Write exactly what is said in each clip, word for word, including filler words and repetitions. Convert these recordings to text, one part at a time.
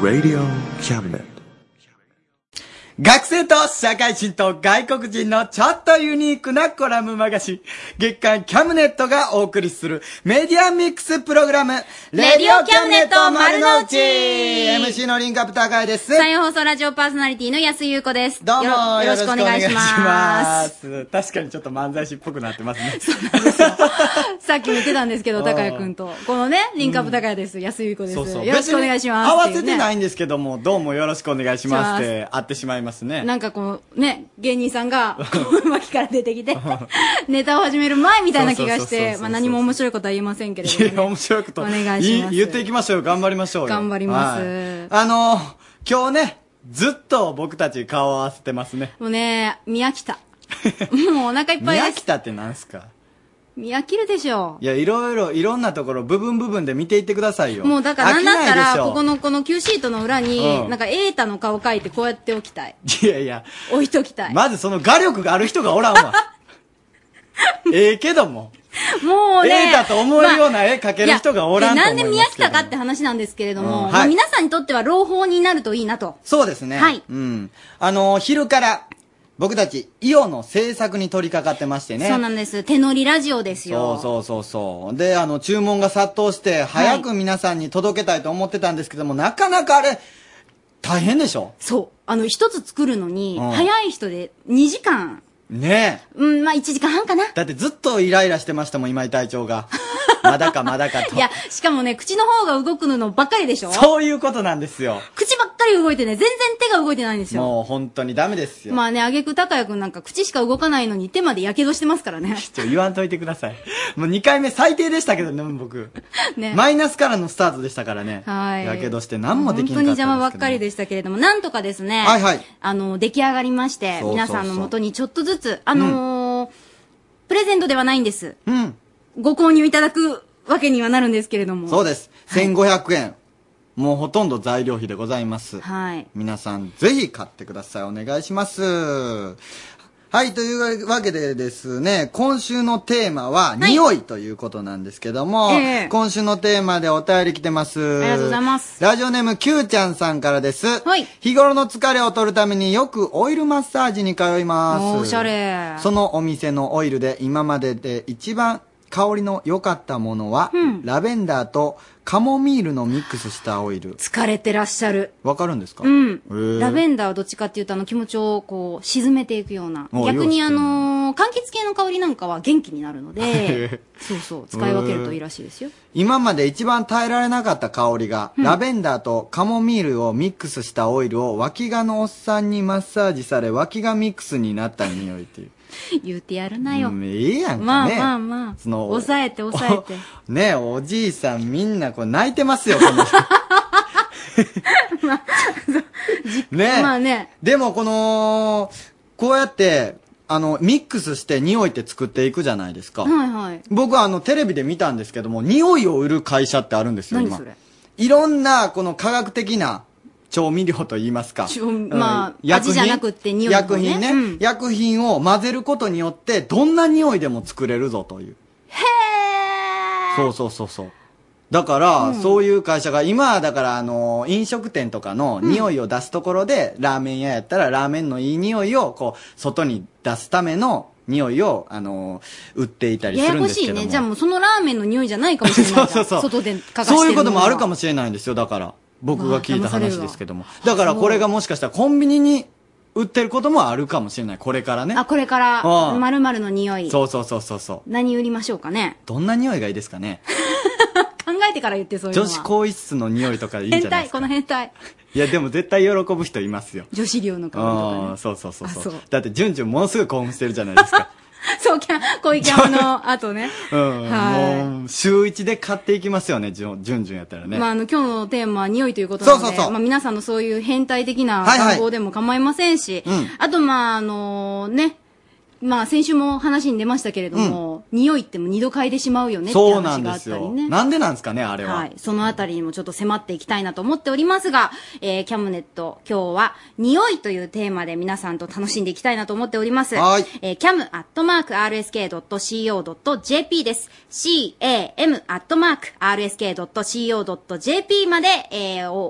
Radio Cabinet。 学生と社会人と外国人のちょっとユニークなコラムマガジン、月刊キャムネットがお送りするメディアミックスプログラム、レディオキャムネット丸の内 エムシー のリンクアップ高井です。 山陽放送ラジオパーソナリティの安井優子です。 どうもよろしくお願いします。 ます確かにちょっと漫才師っぽくなってますね。 さっきも言ってたんですけど、高谷くんと。このね、リンクアップ高谷です。安井優子です。 そうそう。 よろしくお願いします。 合わせてないんですけども、どうもよろしくお願いしますって会ってしまいますね。 なんかこう、ね、芸人さんが、巻から出てきて、ネタを始める前みたいな気がして、まあ何も面白いことは言えませんけれども、ね。 いや、面白いこと。お願いします。 言っていきましょうよ。頑張りましょうよ。 頑張ります。 あの、今日ね、ずっと僕たち顔を合わせてますね。 もうね、見飽きた。もうお腹いっぱいです。 見飽きたってなんすか？ 見飽きるでしょう。いや、いろいろ、いろんなところ、部分部分で見ていってくださいよ。 もうだから、なんだったら、ここの、この Q シートの裏に、うん、なんか、エータの顔描いてこうやっておきたい。 いやいや。 置いときたい。 まずその画力がある人がおらんわ。ええけども。 もうね。 絵だと思えるような絵描ける人がおらんと思いますけど、まあ、 なんで見飽きたかって話なんですけれども、うんはいまあ、皆さんにとっては朗報になるといいなと。 そうですね。 はい。 うん。あのー、昼から、僕たち、イオの制作に取り掛かってましてね。 そうなんです。手乗りラジオですよ。 そうそうそうそう。で、あの、注文が殺到して、早く皆さんに届けたいと思ってたんですけども、はい、なかなかあれ、大変でしょ？ そう。あの、一つ作るのに、うん、早い人でにじかん。 ねえ。うん、まあいちじかんはんかな。 だってずっとイライラしてましたもん、今井隊長が。まだかまだかと。 いや、しかもね、口の方が動くのばっかりでしょ？ そういうことなんですよ。 口ばっかり動いてね、全然手が動いてないんですよ。 もう本当にダメですよ。 まあね、あげく高谷くんなんか口しか動かないのに手まで火傷してますからね。 ちょ、言わんといてください。もうにかいめ最低でしたけどね、僕。ね。マイナスからのスタートでしたからね。はい。火傷して何もできなかったんですけど、ね。本当に邪魔ばっかりでしたけれども、なんとかですね。はいはい。あの、出来上がりまして、そうそうそう皆さんの元にちょっとずつ、あのーうん、プレゼントではないんです。うん。ご購入いただくわけにはなるんですけれども。 そうです。せんごひゃくえん。はい、もうほとんど材料費でございます。 はい。 皆さんぜひ買ってください。お願いします。はい、というわけでですね、今週のテーマは、匂いということなんですけども、はいえー、今週のテーマでお便り来てます。 ありがとうございます。 ラジオネーム Q ちゃんさんからです。 はい。 日頃の疲れを取るためによくオイルマッサージに通います。 おしゃれ。 そのお店のオイルで今までで一番香りの良かったものは、うん、ラベンダーとカモミールのミックスしたオイル。 疲れてらっしゃる。 わかるんですか？ うん。ラベンダーはどっちかっていうとあの気持ちをこう沈めていくような。逆にあのー、柑橘系の香りなんかは元気になるので、そうそう、使い分けるといいらしいですよ。 今まで一番耐えられなかった香りが、うん、ラベンダーとカモミールをミックスしたオイルを脇がのおっさんにマッサージされ、脇がミックスになった匂いっていう。 言うてやるなよ。 うん、いいやんかね。 まあまあまあ。その、抑えて抑えて。 ねえ、おじいさんみんなこう泣いてますよ、この人。まあ、ねえ。 まあね。 でもこの、こうやって、あの、ミックスして匂いって作っていくじゃないですか。 はいはい。 僕はあの、テレビで見たんですけども、匂いを売る会社ってあるんですよ、今。 何それ？ いろんな、この科学的な、調味料と言いますか。 まあ、味じゃなくって匂い、ね、 薬品ね、うん。薬品を混ぜることによって、どんな匂いでも作れるぞという。 へー。 そうそうそうそう。だから、うん、そういう会社が、今はだから、あの、飲食店とかの匂いを出すところで、うん、ラーメン屋やったら、ラーメンのいい匂いを、こう、外に出すための、匂いを、あのー、売っていたりするんですけども。 ややこしいね。じゃあもうそのラーメンの匂いじゃないかもしれない。そうそうそう。外でかかしてる。 そういうこともあるかもしれないんですよ、だから。僕が聞いた話ですけども。だからこれがもしかしたらコンビニに売ってることもあるかもしれない。これからね。 あ、これから、〇〇の匂い。 そうそうそうそうそう。 何売りましょうかね。 どんな匂いがいいですかね。 考えてから言ってそういうのは。 女子更衣室の匂いとかいいんじゃないですか。 変態、この変態。 いや、でも絶対喜ぶ人いますよ。 女子寮の香りとかね。 そうそうそうそう。だって、ジュンジュンものすごい興奮してるじゃないですか。 そう、キャン、恋キャンの後ね。 うん。はい。もう、週一で買っていきますよね、じゅんじゅんやったらね。 まあ、あの、今日のテーマは匂いということなので、そうそうそう。まあ、皆さんのそういう変態的な願望でも構いませんし、はいはい、うん、あと、まあ、あのー、ね、まあ、先週も話に出ましたけれども、うん、匂いっても二度嗅いでしまうよねって話があったりね。そうなんですよ。 なんでなんですかね、あれは。 はい。そのあたりにもちょっと迫っていきたいなと思っておりますが、えー、キャムネット、今日は、匂いというテーマで皆さんと楽しんでいきたいなと思っております。 はい。 えー、キャムアットマーク アールエスケードットシーオードットジェーピー です。シーエーエム アットマーク アールエスケードットシーオードットジェーピー まで、えー、お、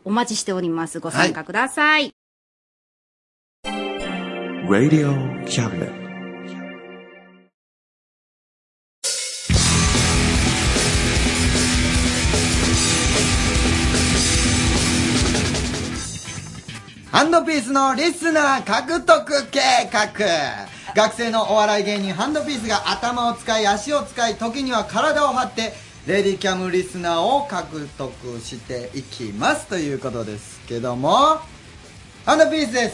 お待ちしております。ご参加ください。 Radio Cabinet。 ハンドピースのリスナー獲得計画。学生のお笑い芸人ハンドピースが頭を使い足を使い時には体を張ってレディキャムリスナーを獲得していきますということですけども、ハンドピースです。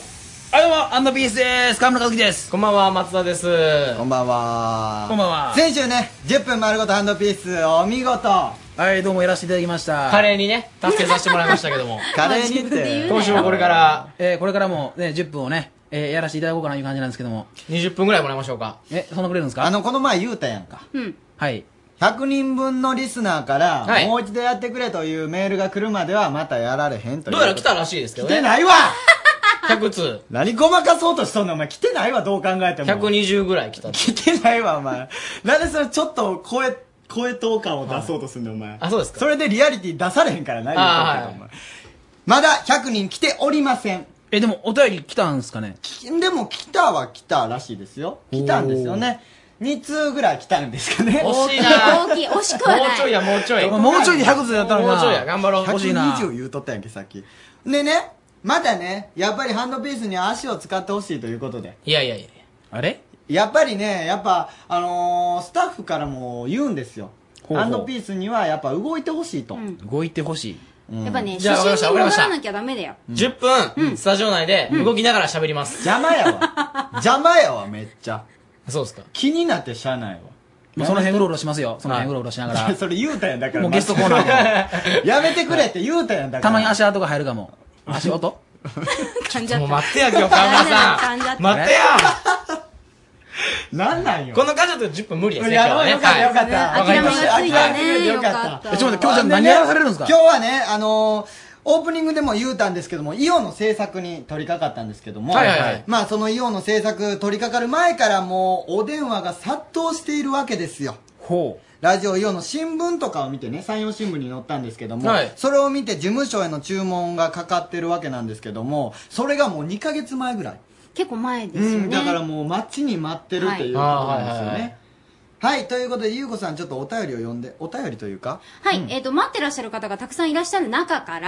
はい、どうもハンドピースです。河村和樹です。 こんばんは、松田です。 こんばんは。 こんばんは。 先週ねじゅっぷん丸ごとハンドピースお見事。 はい、どうもやらせていただきました。 華麗にね、助けさせてもらいましたけども。 華麗にって。 今週もこれから、 えー、これからもね、じゅっぷんをね、えー、やらせていただこうかなという感じなんですけども。 にじゅっぷんぐらいもらいましょうか。 え、そんなくれるんですか？ あの、この前言うたやんか。 うん。 はい。 ひゃくにんぶんのリスナーから、 はい、 もう一度やってくれというメールが来るまではまたやられへんという。 どうやら来たらしいですけどね。 来てないわひゃくつう。 何ごまかそうとしとんのお前。来てないわ、どう考えても。 ひゃくにじゅうぐらい来た。 来てないわ、お前。なんでそれちょっと声、声等感を出そうとすんの、お前。 あ、そうですか。 それでリアリティ出されへんからな、言うとくけど、お前。まだひゃくにん来ておりません。 え、でもお便り来たんですかね？ でも来たは来たらしいですよ。来たんですよね。につうぐらい来たんですかね。 惜しいな。 大きい、惜しくはない。 もうちょいや、もうちょい。 もうちょいでひゃくつやったのにな。 もうちょいや、頑張ろう。 ひゃくにじゅう言うとったやんけ、さっき。でね、まだね、やっぱりハンドピースに足を使ってほしいということで。 いやいやいや。 あれやっぱりね、やっぱ、あのー、スタッフからも言うんですよ。 ほうほうハンドピースにはやっぱ動いてほしいと。 うん、 動いてほしい。 うん、 やっぱね、 じゃあ初心に戻らなきゃダメだよ。 じゅっぷん、うん、スタジオ内で動きながら喋ります。 邪魔やわ。邪魔やわ、めっちゃ。 そうですか。 気になってしゃあないわ。 もうその辺うろうろしますよ。その辺うろうろしながら。 それ言うたやんだから。 もうゲストコーナーで。やめてくれって言うたやんだから。 たまに足跡が入るかも。足音噛んじゃった。 もう待ってや、今日、河村さん。待ってやなんなんよ。 この感じだとじゅっぷん無理ですね、今日はね。 よかった、よかった。 諦めがついたね。よかった。 え、ちょっと待って、今日じゃ何やらされるんですか？ 今日はね、あのー、オープニングでも言うたんですけども、イオの制作に取り掛かったんですけども、 はいはいはい、 まあそのイオの制作取り掛かる前からもうお電話が殺到しているわけですよ。 ほう。 ラジオイオの新聞とかを見てね、山陽新聞に載ったんですけども、 はい、 それを見て事務所への注文がかかってるわけなんですけども、それがもうにかげつまえぐらい。 結構前ですよね。 うん、だからもう待ちに待ってるっていうことなんですよね。はい、はい、ということで、ゆうこさんちょっとお便りを読んで、お便りというかはい、うん、えっ、ー、と、待ってらっしゃる方がたくさんいらっしゃる中から、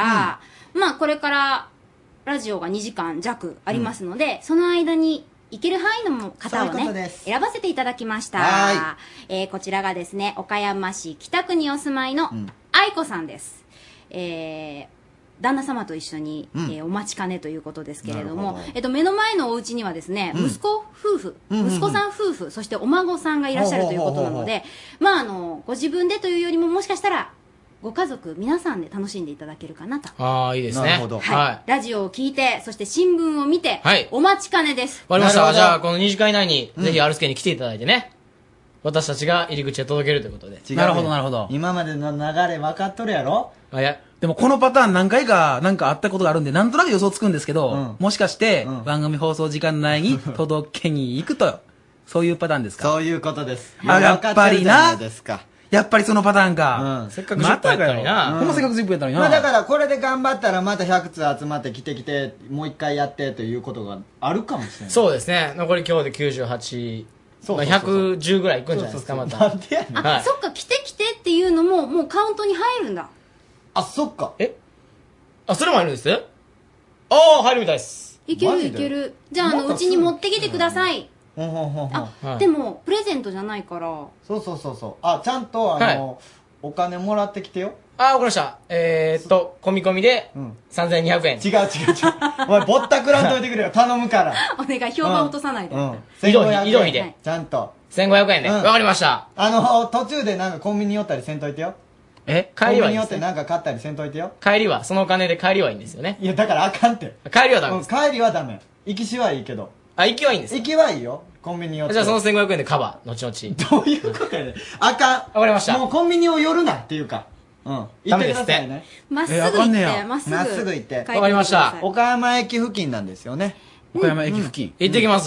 うん、まあこれからラジオがにじかん弱ありますので、うん、その間に行ける範囲の方をね、選ばせていただきました。はい。えー、こちらがですね、岡山市北区にお住まいの愛子さんです。うん、えー、旦那様と一緒に、うん、えー、お待ちかねということですけれども、どえっと、目の前のお家にはですね、うん、息子夫婦、うんうんうん、息子さん夫婦、そしてお孫さんがいらっしゃるということなので、まあ、あの、ご自分でというよりも、もしかしたら、ご家族皆さんで楽しんでいただけるかなと。 ああ、いいですね。 なるほど。 はい。はい、ラジオを聞いて、そして新聞を見て、はい、お待ちかねです。 わかりました。じゃあ、このにじかん以内に、ぜひ アールスケ に来ていただいてね、うん、私たちが入り口へ届けるということで。 なるほど、なるほど。 今までの流れ分かっとるやろ？ あ、いや。 でもこのパターン何回かなんかあったことがあるんで、なんとなく予想つくんですけど、うん、もしかして、うん、番組放送時間内に届けに行くと、そういうパターンですか？ そういうことです。 あ、やっぱりな。 ですか。 やっぱりそのパターンか。 うん、せっかくじゅっぷんやったのにな。 ほんませっかくじゅっぷんやったのにな。 まあだからこれで頑張ったらまたひゃくつ集まって来て来て、もう一回やってということがあるかもしれない。 そうですね。残り今日できゅうじゅうはち。そうそうそうそう、まあ、ひゃくじゅうぐらいいくんじゃないですか、また。 なんでやねん。 あ、はい、そっか、来て来てっていうのももうカウントに入るんだ。 あ、そっか。 えあ、それも入るんです？ああ、入るみたいです。 いけるいける。じゃあ、あの、うちに持ってきてください。 ほんほんほんほん。 あ、でも、プレゼントじゃないから。 そうそうそうそう。あ、ちゃんと、あの、はい、お金もらってきてよ。 あ、わかりました。えーっと、込み込みで、さんぜんにひゃくえん。 違う違う違う。お前、ぼったくらんといてくれよ。頼むから。 お願い、評判落とさないで。うん。 移動費、移動費で。 ちゃんと。 せんごひゃくえんで。わかりました。 あの、途中でなんかコンビニ寄ったりせんといてよ。 え帰りはいいです、ね、 コンビニ寄ってなんか買ったりせんといてよ。 帰りは、そのお金で帰りはいいんですよね。 いや、だからあかんって。 帰りはダメです。 帰りはダメ。行きしはいいけど。 あ、行きはいいんですか？ 行きはいいよ。コンビニ寄って。 じゃあそのせんごひゃくえんでカバー、後 々。どういうことやねん。あかん。 わかりました。 もうコンビニを寄るなっていうか。うん。行ってくださいね。 まっすぐ行って、まっすぐ。 まっすぐ行って。 わかりました。 岡山駅付近なんですよね。 岡山駅付近。 行ってきます、じゃあ。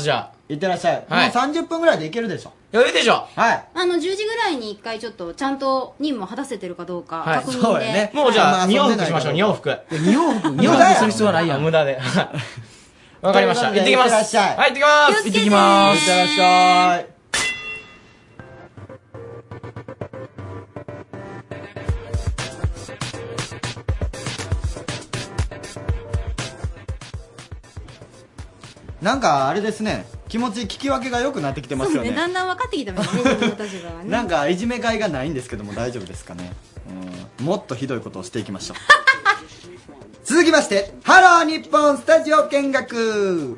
いってらっしゃい。 はいもうさんじゅっぷんぐらいでいけるでしょ。 余裕でしょ。 はい。 あの、じゅうじぐらいに一回ちょっと、ちゃんと任務を果たせてるかどうか、 はい確認で。 そうやねもうじゃあ、 まあに往遊んでない復しましょう、に往復。 二往復、二往復する必要はないやん。 無駄で。わかりました。 ということで行ってきます。 いってらっしゃいはい、行ってきます。 気をつけて行ってきまいってらっしゃい。なんかあれですね、気持ち聞き分けが良くなってきてますよね。 そうね、だんだん分かってきたもんね、自分の立場はね。 なんかいじめがいがないんですけども大丈夫ですかね。うん、もっとひどいことをしていきましょう。続きまして、ハロー日本スタジオ見学。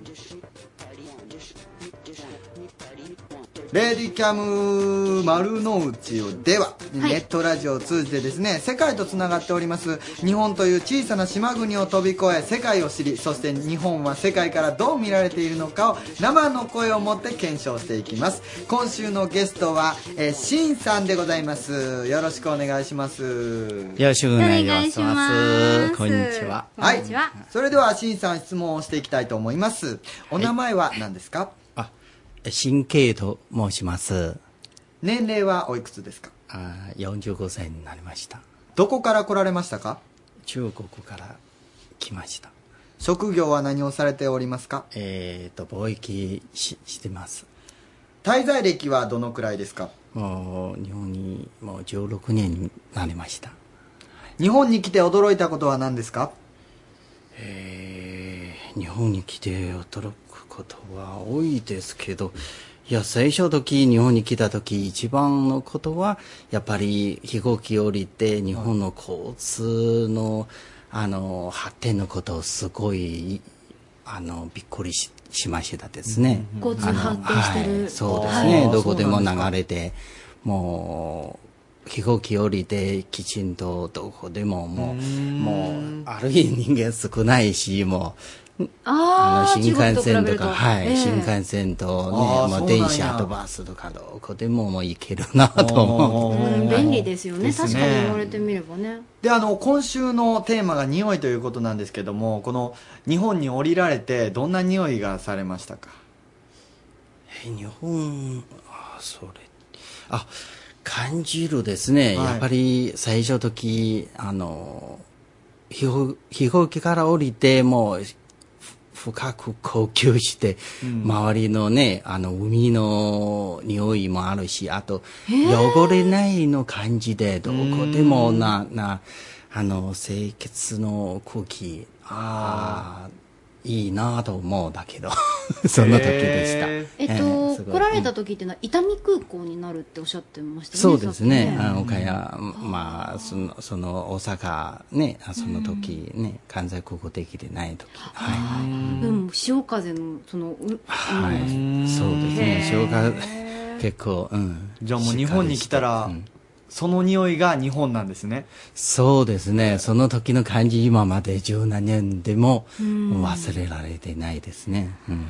レディキャム丸の内では、 はいネットラジオを通じてですね、世界とつながっております日本という小さな島国を飛び越え世界を知り、そして日本は世界からどう見られているのかを生の声を持って検証していきます。今週のゲストは、えー、シンさんでございます。よろしくお願いします。 よろしくお願いします。 お願いしますこんにちは。 はいこんにちは。 それではシンさん質問をしていきたいと思います。お名前は何ですか？ あ、新慶と申します。 年齢はおいくつですか？ あ、よんじゅうごさいになりました。 どこから来られましたか？ 中国から来ました。 職業は何をされておりますか？ えーと、貿易ししてます。 滞在歴はどのくらいですか？ もう、日本にもうじゅうろくねんになりました。 日本に来て驚いたことは何ですか？ えー、日本に来て驚くことは多いですけど、いや、最初時、日本に来た時、一番のことは、やっぱり飛行機降りて、日本の交通の、あの、発展のことをすごい、あの、びっくりししましたですね。 交通発展してる。 はい、そうですあね。 ーどこでもそうなんですか流れて、もう、飛行機降りて、きちんとどこでも、もう、もう、ある意味人間少ないし、もう、 ああ、 新幹線とか、 中国と比べるとはい、 ええ新幹線とあーね、もそうう電なんや車とバスとかどこでももう行けるなと思う。 うん、便利ですよね。 ですね確かに言われてみればね。 で、あの、今週のテーマが匂いということなんですけども、この日本に降りられてどんな匂いがされましたか？ え日本、あ、それ、あ、感じるですね。 はいやっぱり最初時、あの、飛行飛行機から降りて、もう、ふ深く呼吸して、周りのね、あの、海の匂いもあるし、あと、汚れないの感じで、どこでもな、な、あの、清潔の空気、ああ、いいなと思うだけど、その時でした。 へーえっと、 えーすごい来られた時っていうのは伊丹空港になるっておっしゃってましたよね。 そうですね。 さっきあの岡山、まあ、その、その、大阪ね、あその時ね、関西空港できてない時。はい。 うん、潮風の、その、うはい。そうですね。消化、結構、うん。 じゃあもう日本に来たら、 うんその匂いが日本なんですね。 そうですね。その時の感じ、今まで十何年でも忘れられてないですね。うん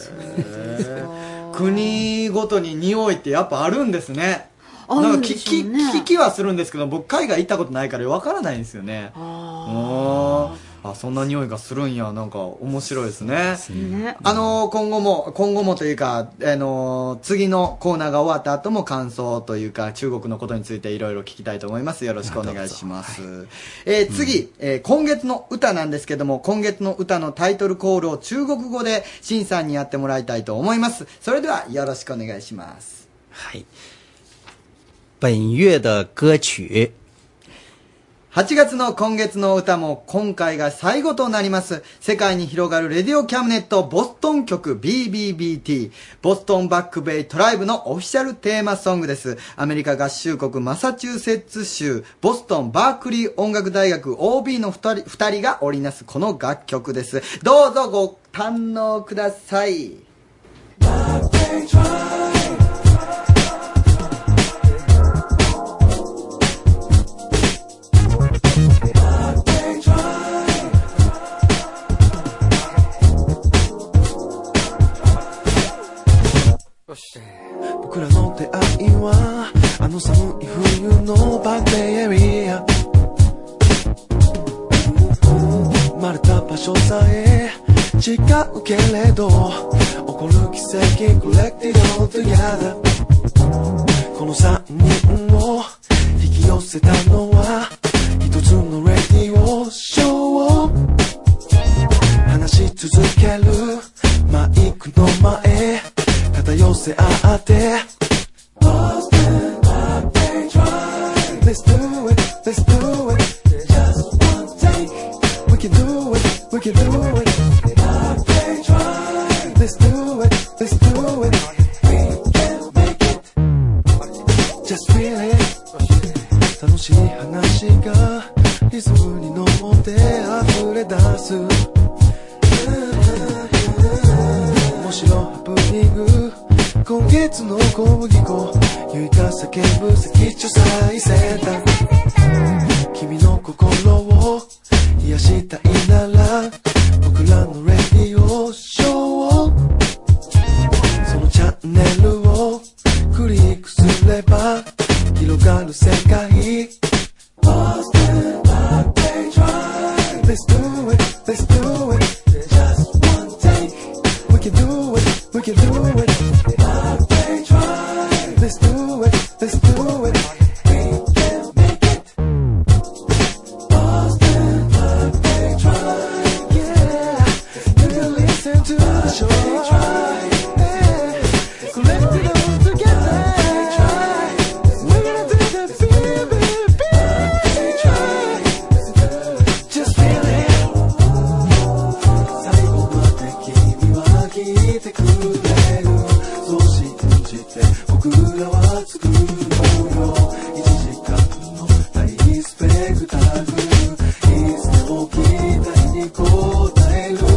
国ごとに匂いってやっぱあるんですね。 あるんなんか聞き、 でしょうね聞きはするんですけど、僕海外行ったことないからわからないんですよね。ああ、そんな匂いがするんや。なんか面白いですね。 ね。 あのー今後も、今後もというか、あのー次のコーナーが終わった後も感想というか、中国のことについていろいろ聞きたいと思います。よろしくお願いします。えー次、えー今月の歌なんですけども、今月の歌のタイトルコールを中国語で、シンさんにやってもらいたいと思います。それでは、よろしくお願いします。 はい。本月的歌曲。 はちがつの今月の歌も今回が最後となります。世界に広がるレディオキャムネットボストン曲 ビービービーティー ボストンバックベイトライブのオフィシャルテーマソングです。アメリカ合衆国マサチューセッツ州ボストンバークリー音楽大学 オービー の二人、二人が織りなすこの楽曲です。どうぞご堪能ください。 僕らの出会いはあの寒い冬のバックベイエリア生まれた場所さえ違うけれど起こる奇跡 Collected all together この三人を引き寄せたのは一つのレディオショー話し続けるマイクの前肩寄せ合って Boston Birthday Drive Let's do it, let's do it Just one take We can do it, we can do it Birthday Drive Let's do it, let's do it We can make it Just feel it 楽しい話がリズムに乗って溢れ出す面白ハプニング今月の小麦粉ゆいが叫ぶ赤潮最先端君の心を癒したいなら僕らのレディオショーそのチャンネルをクリックすれば広がる世界 Boston Birthday Drive Let's do it, let's do it Just one take We can do it, we can do it Birthday Drive Let's do it, let's do it We can make it Boston Birthday Drive Yeah You can listen to the show Yeah Collected all together We're gonna do the beat, beat, beat Just feel it 最後まで君は聞いてくれるそう信じて僕らは作るのよいちじかんの大スペクタクルいつでも期待に応える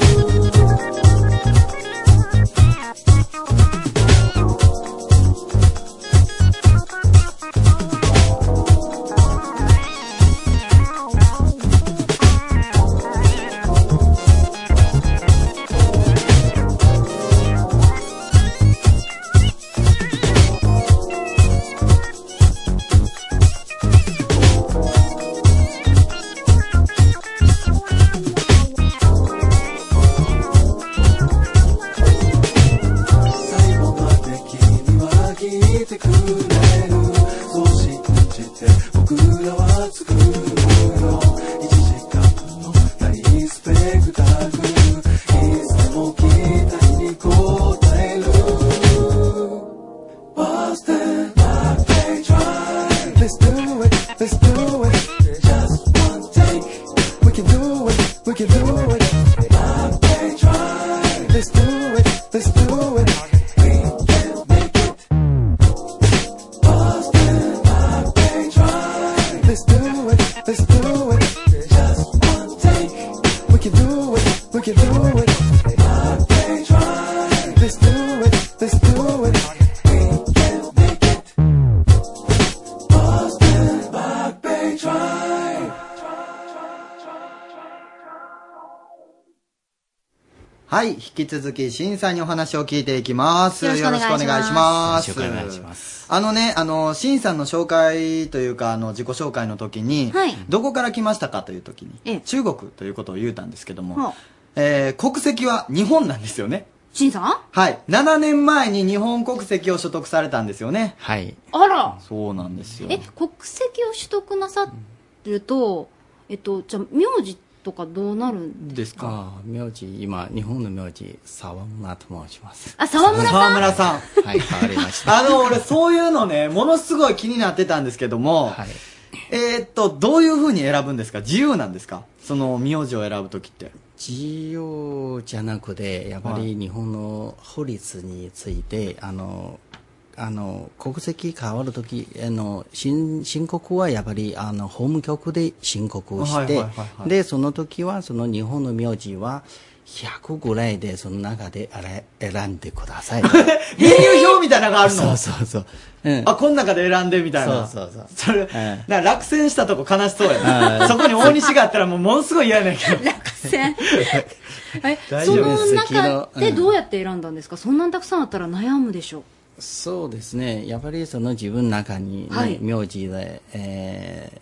はい、引き続き、シンさんにお話を聞いていきます。よろしくお願いします。よろしくお願いします。あのね、あの、シンさんの紹介というか、あの、自己紹介の時に、はい、どこから来ましたかという時に、中国ということを言うたんですけども、えー、国籍は日本なんですよね。 シンさん？ はい。ななねんまえに日本国籍を取得されたんですよね。 はい。 あら！ そうなんですよ。 え、国籍を取得なさると、えっと、じゃあ、名字とかどうなるんですか？ ああ、名字、今、日本の名字、沢村と申します。 あ、沢村さん沢村さん。 はい、変わりました。 あの、俺、そういうのね、ものすごい気になってたんですけども、はい、えー、っと、どういう風に選ぶんですか？自由なんですか？その、名字を選ぶときって。 自由じゃなくて、やっぱり日本の法律について、はい、あの、あの国籍変わるときあの申告はやっぱりあの法務局で申告をして、でその時はその日本の名字はひゃくぐらいでその中で選んでください。 メニュー表みたいなのがあるの？ そうそうそう。 うん、あ、この中で選んでみたいな。 そうそうそう。 それ、うん、なんか落選したとこ悲しそうやな。そこに大西があったらもうものすごい嫌やねんけど。 落選え、その中でどうやって選んだんですか？そんなにたくさんあったら悩むでしょう。 そうですね。やっぱりその自分の中に、ね、はい、名字で、えー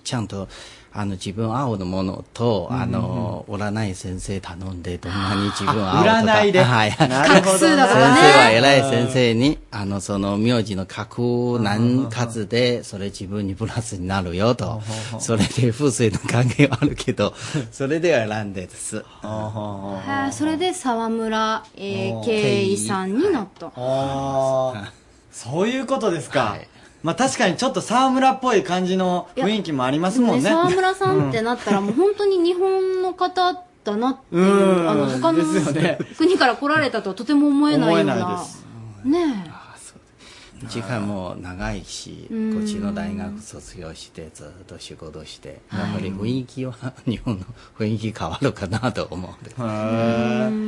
ちゃんとあの自分合うものと、あの占い先生頼んでどんなに自分合うとか占いで、 はい、 なるほど、 先生は偉い先生にあのその名字の数何数でそれ自分にプラスになるよと、それで風水の関係はあるけどそれで選んでです。 それで沢村圭一さんになった。 そういうことですか。はい、まあ確かにちょっと沢村っぽい感じの雰囲気もありますもんね。 沢村さんってなったらもう本当に日本の方だなっていう、あの他の国から来られたとはとても思えないような。思えないです。ねえ。 時間も長いし、こっちの大学卒業してずっと仕事して、やっぱり雰囲気は日本の雰囲気変わるかなと思うんです。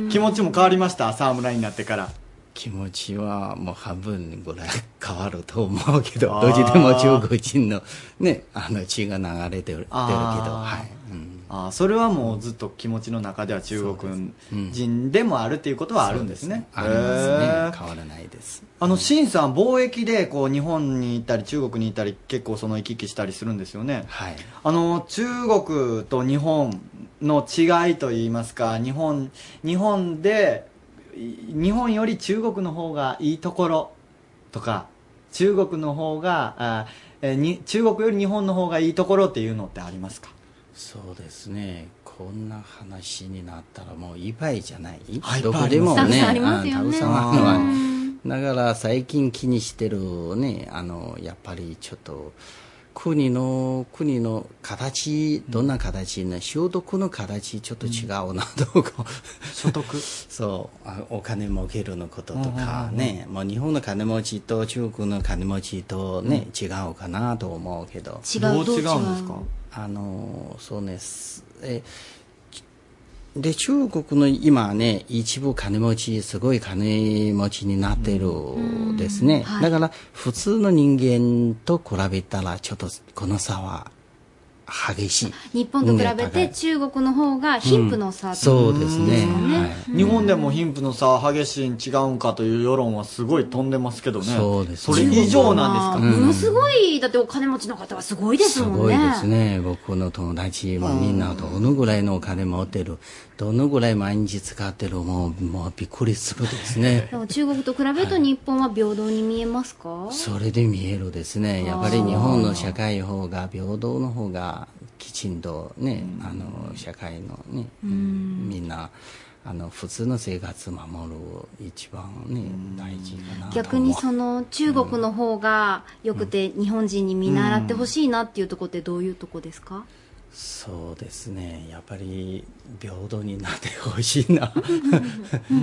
気持ちも変わりました、沢村になってから。 気持ちはもう半分ぐらい変わると思うけど、どっちでも中国人のね、あの血が流れてるけど、はい。うん、 あ、それはもうずっと気持ちの中では中国人でもあるっていうことはあるんですね。 ありますね。変わらないです。 あの、シンさん、貿易でこう日本に行ったり中国に行ったり結構その行き来したりするんですよね。 はい。 あの、中国と日本の違いといいますか、日本、日本で、日本より中国の方がいいところとか、中国の方があえに中国より日本の方がいいところっていうのってありますか？ そうですね、こんな話になったらもういっぱいじゃない、 はい、 どこでもね、 たくさんありますよね。 たくさんあるわ。だから最近気にしてるね、あのやっぱりちょっと国の国の形、どんな形ね、所得の形ちょっと違うなと、うん、 所得そうお金儲けるのこととかね、もう日本の金持ちと中国の金持ちとね、うん、違うかなと思うけど。 違う、どう違うんですか？ あのそうね、えで中国の今ね、一部金持ち、すごい金持ちになってるですね、はい、だから普通の人間と比べたらちょっとこの差は激しい。 日本と比べて中国の方が貧富の差、うん、 そうですね、 はい、日本でも貧富の差は激しいに違うんかという世論はすごい飛んでますけどね。 そうですね、 それ以上なんですか？ ものすごい、だってお金持ちの方はすごいですもんね。 すごいですね。僕の友達もみんなどのぐらいのお金持ってる、どのぐらい毎日使ってる、もう、もうびっくりするですね。 中国と比べると日本は平等に見えますか？はい、 それで見えるですね。やっぱり日本の社会方が平等の方がきちんとね、あの社会のね、みんなあの普通の生活を守る一番ね大事かなと。 逆にその中国の方がよくて日本人に見習ってほしいなっていうところってどういうとこですか？ そうですね、やっぱり平等になってほしいな、うん、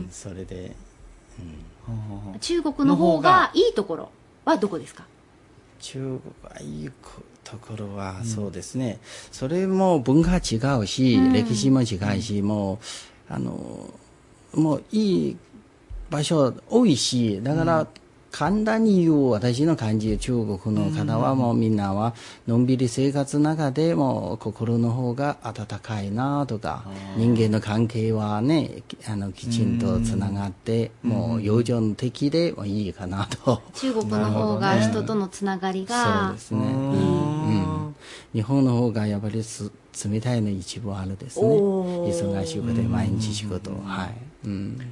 それで、 うん、中国の方がいいところはどこですか？ 中国がいいところはそうですね、うん、それも文化違うし、うん、歴史も違うし、もうあのもういい場所多いし、だから、うん、簡単に言う私の感じ、中国の方はもうみんなはのんびり生活の中でも心の方が温かいなとか、人間の関係はね、あのきちんとつながって、もう友情的でもいいかなと。 中国の方が人とのつながりが、 そうですね、うん、日本の方がやっぱりす冷たいの一部あるですね。忙しくて毎日仕事、はい、うん、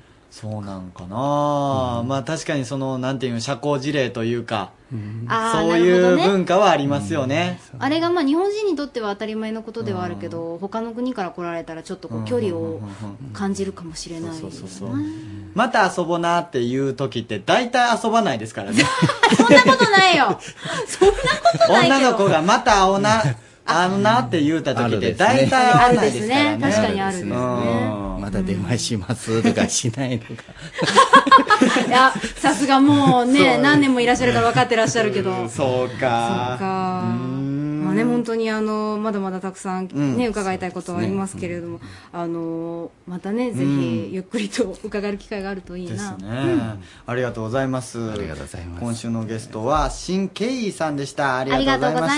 そうなんかな、うん、まあ確かにそのなんていうの、社交辞令というか、うん、そういう文化はありますよね、 うん、あれがまあ日本人にとっては当たり前のことではあるけど、うん、他の国から来られたらちょっとこう距離を感じるかもしれないですね。 また遊ぼうなっていう時って大体遊ばないですからねそんなことないよそんなことないけど、 女の子がまた会おうなあのなって言うた時って大体会わないですからね。 確かにあるですね。 まだ電話しますとかしないとかいや、さすがもうね、何年もいらっしゃるから分かってらっしゃるけど。 そうか。 そうか。まあね、本当にあの、まだまだたくさんね、伺いたいことはありますけれども、あの、またね、ぜひゆっくりと伺える機会があるといいな。 ですね。ありがとうございます。 ありがとうございます。 今週のゲストは、新ケイさんでした。ありがとうございました。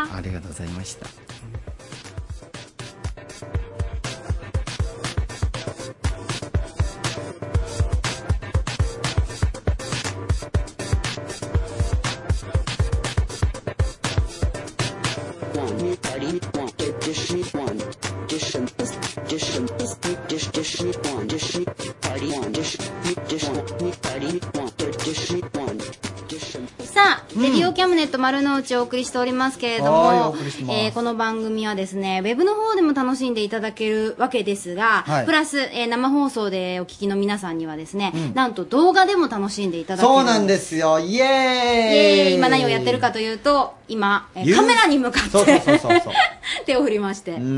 ありがとうございました。 さあ、レディオキャムネット丸の内をお送りしておりますけれども、えー、この番組はですね、ウェブの方でも楽しんでいただけるわけですが、はい、プラス、えー、生放送でお聞きの皆さんにはですね、うん、なんと動画でも楽しんでいただける。 そうなんですよ。イエーイ。イエーイ。今何をやってるかというと、今、えー、カメラに向かってそうそうそうそう手を振りまして。うん。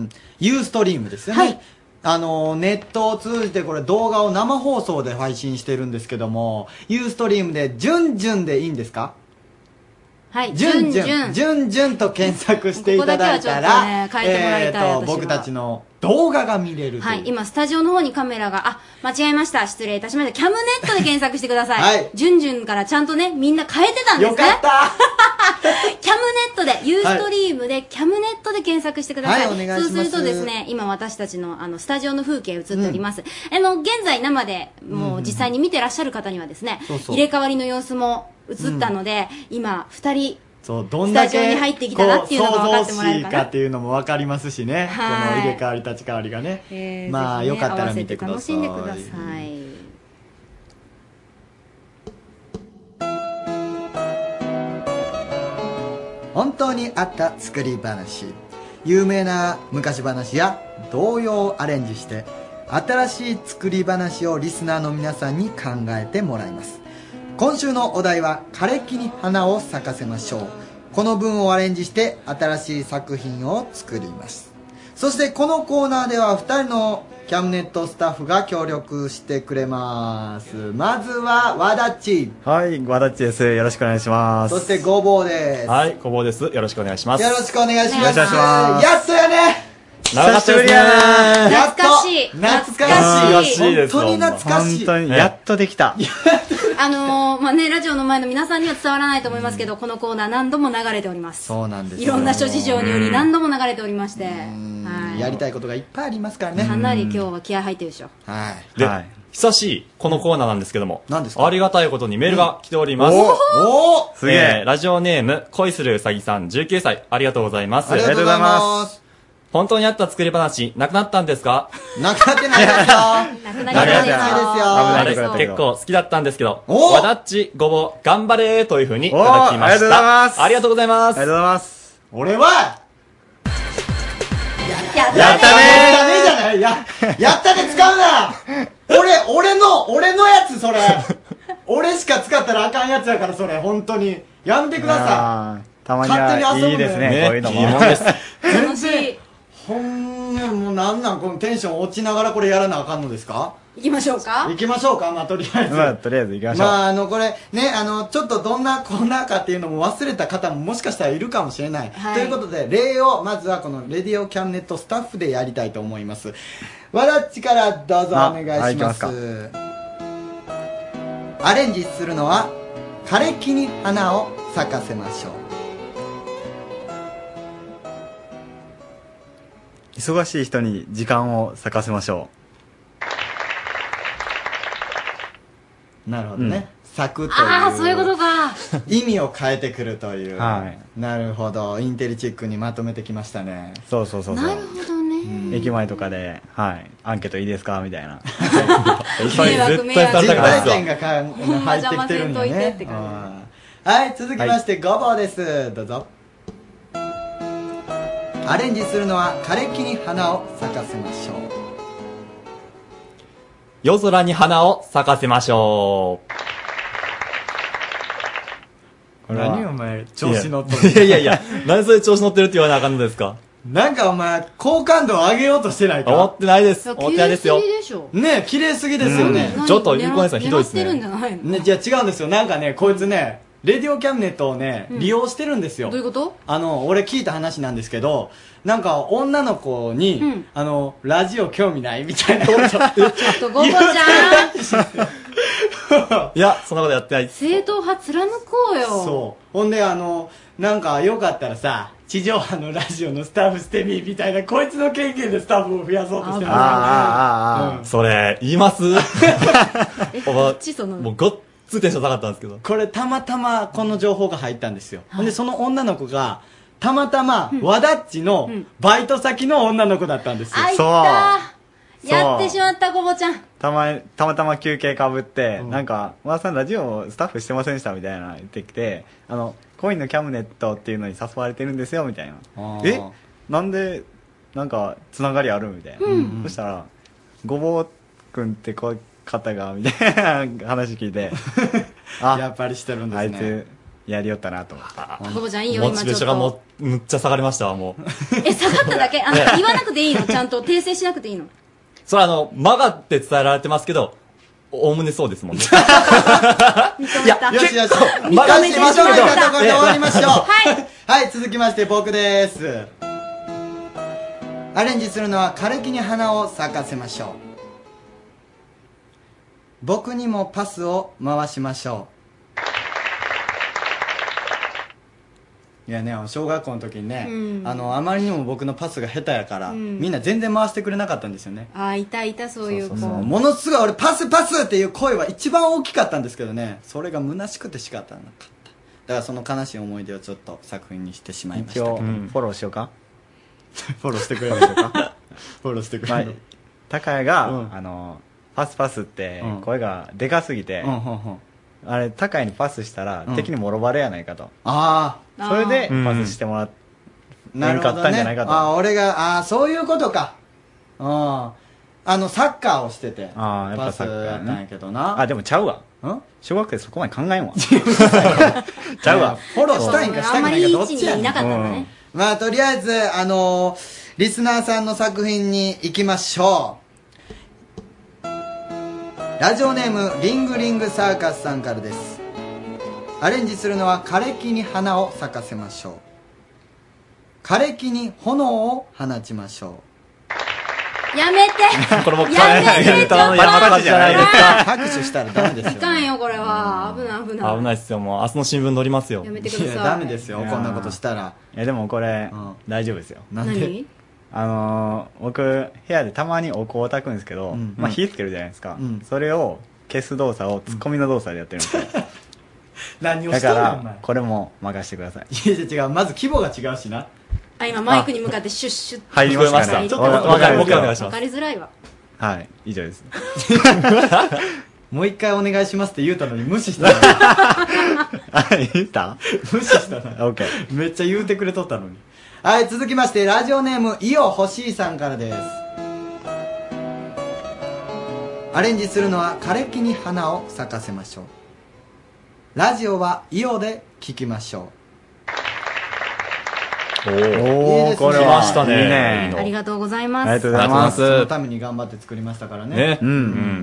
ユーストリームですよね。はい。あの、ネットを通じてこれ動画を生放送で配信してるんですけども、ユーストリームで、じゅんじゅんでいいんですか？ はい、 じゅんじゅん、じゅんじゅんと検索していただいたら、ね、えーと、僕たちの動画が見れる。 はい、今スタジオの方にカメラが、あ、間違えました。失礼いたしました。キャムネットで検索してください。はい。じゅんじゅんからちゃんとね、みんな変えてたんですね。 よかったキャムネットで、ユーストリームで、キャムネットで検索してください。 はい、お願いします。 そうするとですね、今私たちの、あの、スタジオの風景映っております。うん、あの、現在生で、もう実際に見てらっしゃる方にはですね、うん、入れ替わりの様子も映ったので、うん、今、二人、 そう、どんだけスタジオに入ってきたなっていうのが分かってもらえるかな。 かっていうのも分かりますしね。この入れ替わり立ち替わりがね。えー、まあ、ね、よかったら見てください。 楽しんでください。 本当にあった作り話。有名な昔話や童謡をアレンジして、新しい作り話をリスナーの皆さんに考えてもらいます。今週のお題は枯れ木に花を咲かせましょう。この文をアレンジして新しい作品を作ります。そしてこのコーナーではふたりのキャムネットスタッフが協力してくれます。まずは和田っち。 はい、和田っちです。よろしくお願いします。 そしてごぼうです。 はい、ごぼうです。よろしくお願いします。 よろしくお願いします。 よろしくお願いします。 やっとやね。 久しぶりやな。 やっと懐かしい。 懐かしい。懐かしいです。本当に懐かしい。 本当にやっとできた。 あのー、まあ、ね、ラジオの前の皆さんには伝わらないと思いますけど、このコーナー何度も流れております。 そうなんです。 いろんな諸事情により何度も流れておりまして、 はい、やりたいことがいっぱいありますからね。 かなり今日は気合入ってるでしょ。 はい。で、はい、久しいこのコーナーなんですけども、 何ですか？ ありがたいことにメールが来ております。 おおすげえ。ラジオネーム恋するうさぎさんじゅうきゅうさい、ありがとうございます。 ありがとうございます。 本当にあった作り話、なくなったんですか？ なくなってないですよ。 なくなりないですよ。 あれ結構好きだったんですけど、わだっち、ごぼう、頑張れーという風にいただきました。ありがとうございます。 ありがとうございます。俺は、 やったねー。 やったねーじゃない。や、やったね使うな。俺、俺の、俺のやつそれ。俺しか使ったらあかんやつやからそれ、本当に。やめてください。 たまにはいいですね、こういうのも。いいもんです。 楽しい。 ほんま、もうなんなん、このテンション落ちながらこれやらなあかんのですか？ 行きましょうか行きましょうか。まあ、とりあえず。 まあ、とりあえず行きましょう。 まあ、あの、これ、ね、あの、ちょっとどんなコーナーかっていうのも忘れた方ももしかしたらいるかもしれない。はい、ということで、例を、まずはこのレディオキャムネットスタッフでやりたいと思います。わだっちからどうぞお願いします。アレンジするのは、枯れ木に花を咲かせましょう。 忙しい人に時間を咲かせましょう。なるほどね。うん、咲くという。 ああ、そういうことか。 意味を変えてくるという。 はい。 なるほど。インテリチックにまとめてきましたね。 そうそうそうそう。 なるほどね。 うん、駅前とかで、はい。アンケートいいですかみたいな。 迷惑迷惑。 実体験がか入ってきてるんだね。はい、続きまして、ごぼうです。どうぞ。アレンジするのは枯れ木に花を咲かせましょう。 夜空に花を咲かせましょう。何お前調子乗ってる。いやいやいや、何それ調子乗ってるって言わなあかんのですか？ なんかお前好感度を上げようとしてないか？ 思ってないです。思ってないですよ。 ねえ、綺麗すぎですよね。 ちょっとゆうこねさんひどいですね。 ね、じゃあ違うんですよ。なんかね、こいつね、レディオキャムネットをね、利用してるんですよ。 どういうこと？ あの、俺聞いた話なんですけど、なんか女の子に、うん、あの、ラジオ興味ないみたいなこと。ちょっとゴボちゃんいや、そんなことやってない。 正統派貫こうよ。 そう。ほんで、あの、なんかよかったらさ、地上波のラジオのスタッフしてみみたいな、こいつの権限でスタッフを増やそうとしてますからね。 ああ、うん、それ、言いますえ、こっちその。 もうごっつテンション下がったんですけど。 これたまたまこの情報が入ったんですよ。ほんで、その女の子が、たまたま、和田っちのバイト先の女の子だったんですよ。 あ、いったー。 やってしまった、ごぼちゃん。 たま、たまたま休憩かぶって、うん、なんか、和田さんラジオスタッフしてませんでしたみたいな言ってきて、あの、恋のキャムネットっていうのに誘われてるんですよ、みたいな。えなんで、なんか、つながりあるみたいな。うん、そしたら、ごぼうくんってこういう方が、みたいな話聞いて、 あ、やっぱりしてるんですね。 あいつ、やりよったなと思って。 ごぼちゃんいいよ、今ちょっと。モチベーションがもう、むっちゃ下がりましたわ、もう。 え、下がっただけあの、言わなくていいのちゃんと訂正しなくていいのそれあの、曲がって伝えられてますけど、おおむねそうですもんね。 いや、 よしよし。曲がってましょうよ。これで終わりましょう。はい。はい、続きまして僕です。アレンジするのは枯れ木に花を咲かせましょう。僕にもパスを回しましょう。いやね、小学校の時にね、うん、あのあまりにも僕のパスが下手やから、うん、みんな全然回してくれなかったんですよね。 ああ、いたいた、そういう子。 そうそうそう、ものすごい俺パスパスっていう声は一番大きかったんですけどね、それが虚しくて仕方なかった。だからその悲しい思い出をちょっと作品にしてしまいました。 一応、うん、フォローしようか。 フォローしてくれるのか。フォローしてくれるの。 高谷が、うん、あのパスパスって声がでかすぎて、うんうんうんうん、あれ高谷にパスしたら、うん、敵にもろバレやないかと。 ああ、 それでパスしてもらっ、うん、なかったんじゃないかと。 ああ、俺が、ああ、そういうことか。うん。あの、サッカーをしてて。 ああ、やっぱサッカー、ね、 やったんやけどな。 あ、でもちゃうわ。ん小学生そこまで考えんわ。 ちゃうわ。フォローしたいんかしたくないかどっちや。 いなかったんだね。 うん、まあ、とりあえず、あのー、リスナーさんの作品に行きましょう。ラジオネーム、リングリングサーカスさんからです。アレンジするのは枯れ木に花を咲かせましょう。枯れ木に炎を放ちましょう。やめてこれもやめてたの山火事じゃないですか。 拍手したらダメですよ、ね。 いかんよ、これは。危ない危ない。 危ないっすよ、もう。明日の新聞載りますよ。 やめてください。いや、 ダメですよ、こんなことしたら。 いや、でもこれ、うん、大丈夫ですよ。 なんであのー、僕、部屋でたまにお香を焚くんですけど、うん、まあ火つけるじゃないですか。うん、それを消す動作をツッコミの動作でやってるんですよ。 何をしてんの？ だからこれも任せてください。 いやいや違う、まず規模が違うしな。 あ、今マイクに向かってシュッシュッ入りましたね。 ちょっとわかりお願いします。 わかりづらいわ。 はい、以上です。 もう一回お願いしますって言うたのに無視したの。 あ、言った無視したの。 オッケー。 めっちゃ言うてくれとったのに。はい、続きましてラジオネームイオほしいさんからです。アレンジするのは枯れ木に花を咲かせましょう。ラジオはイオで聞きましょう。おー、いいですね、これはしたね。いいね。ありがとうございます。 ありがとうございます。 そのために頑張って作りましたからね。 ね。 うんうん。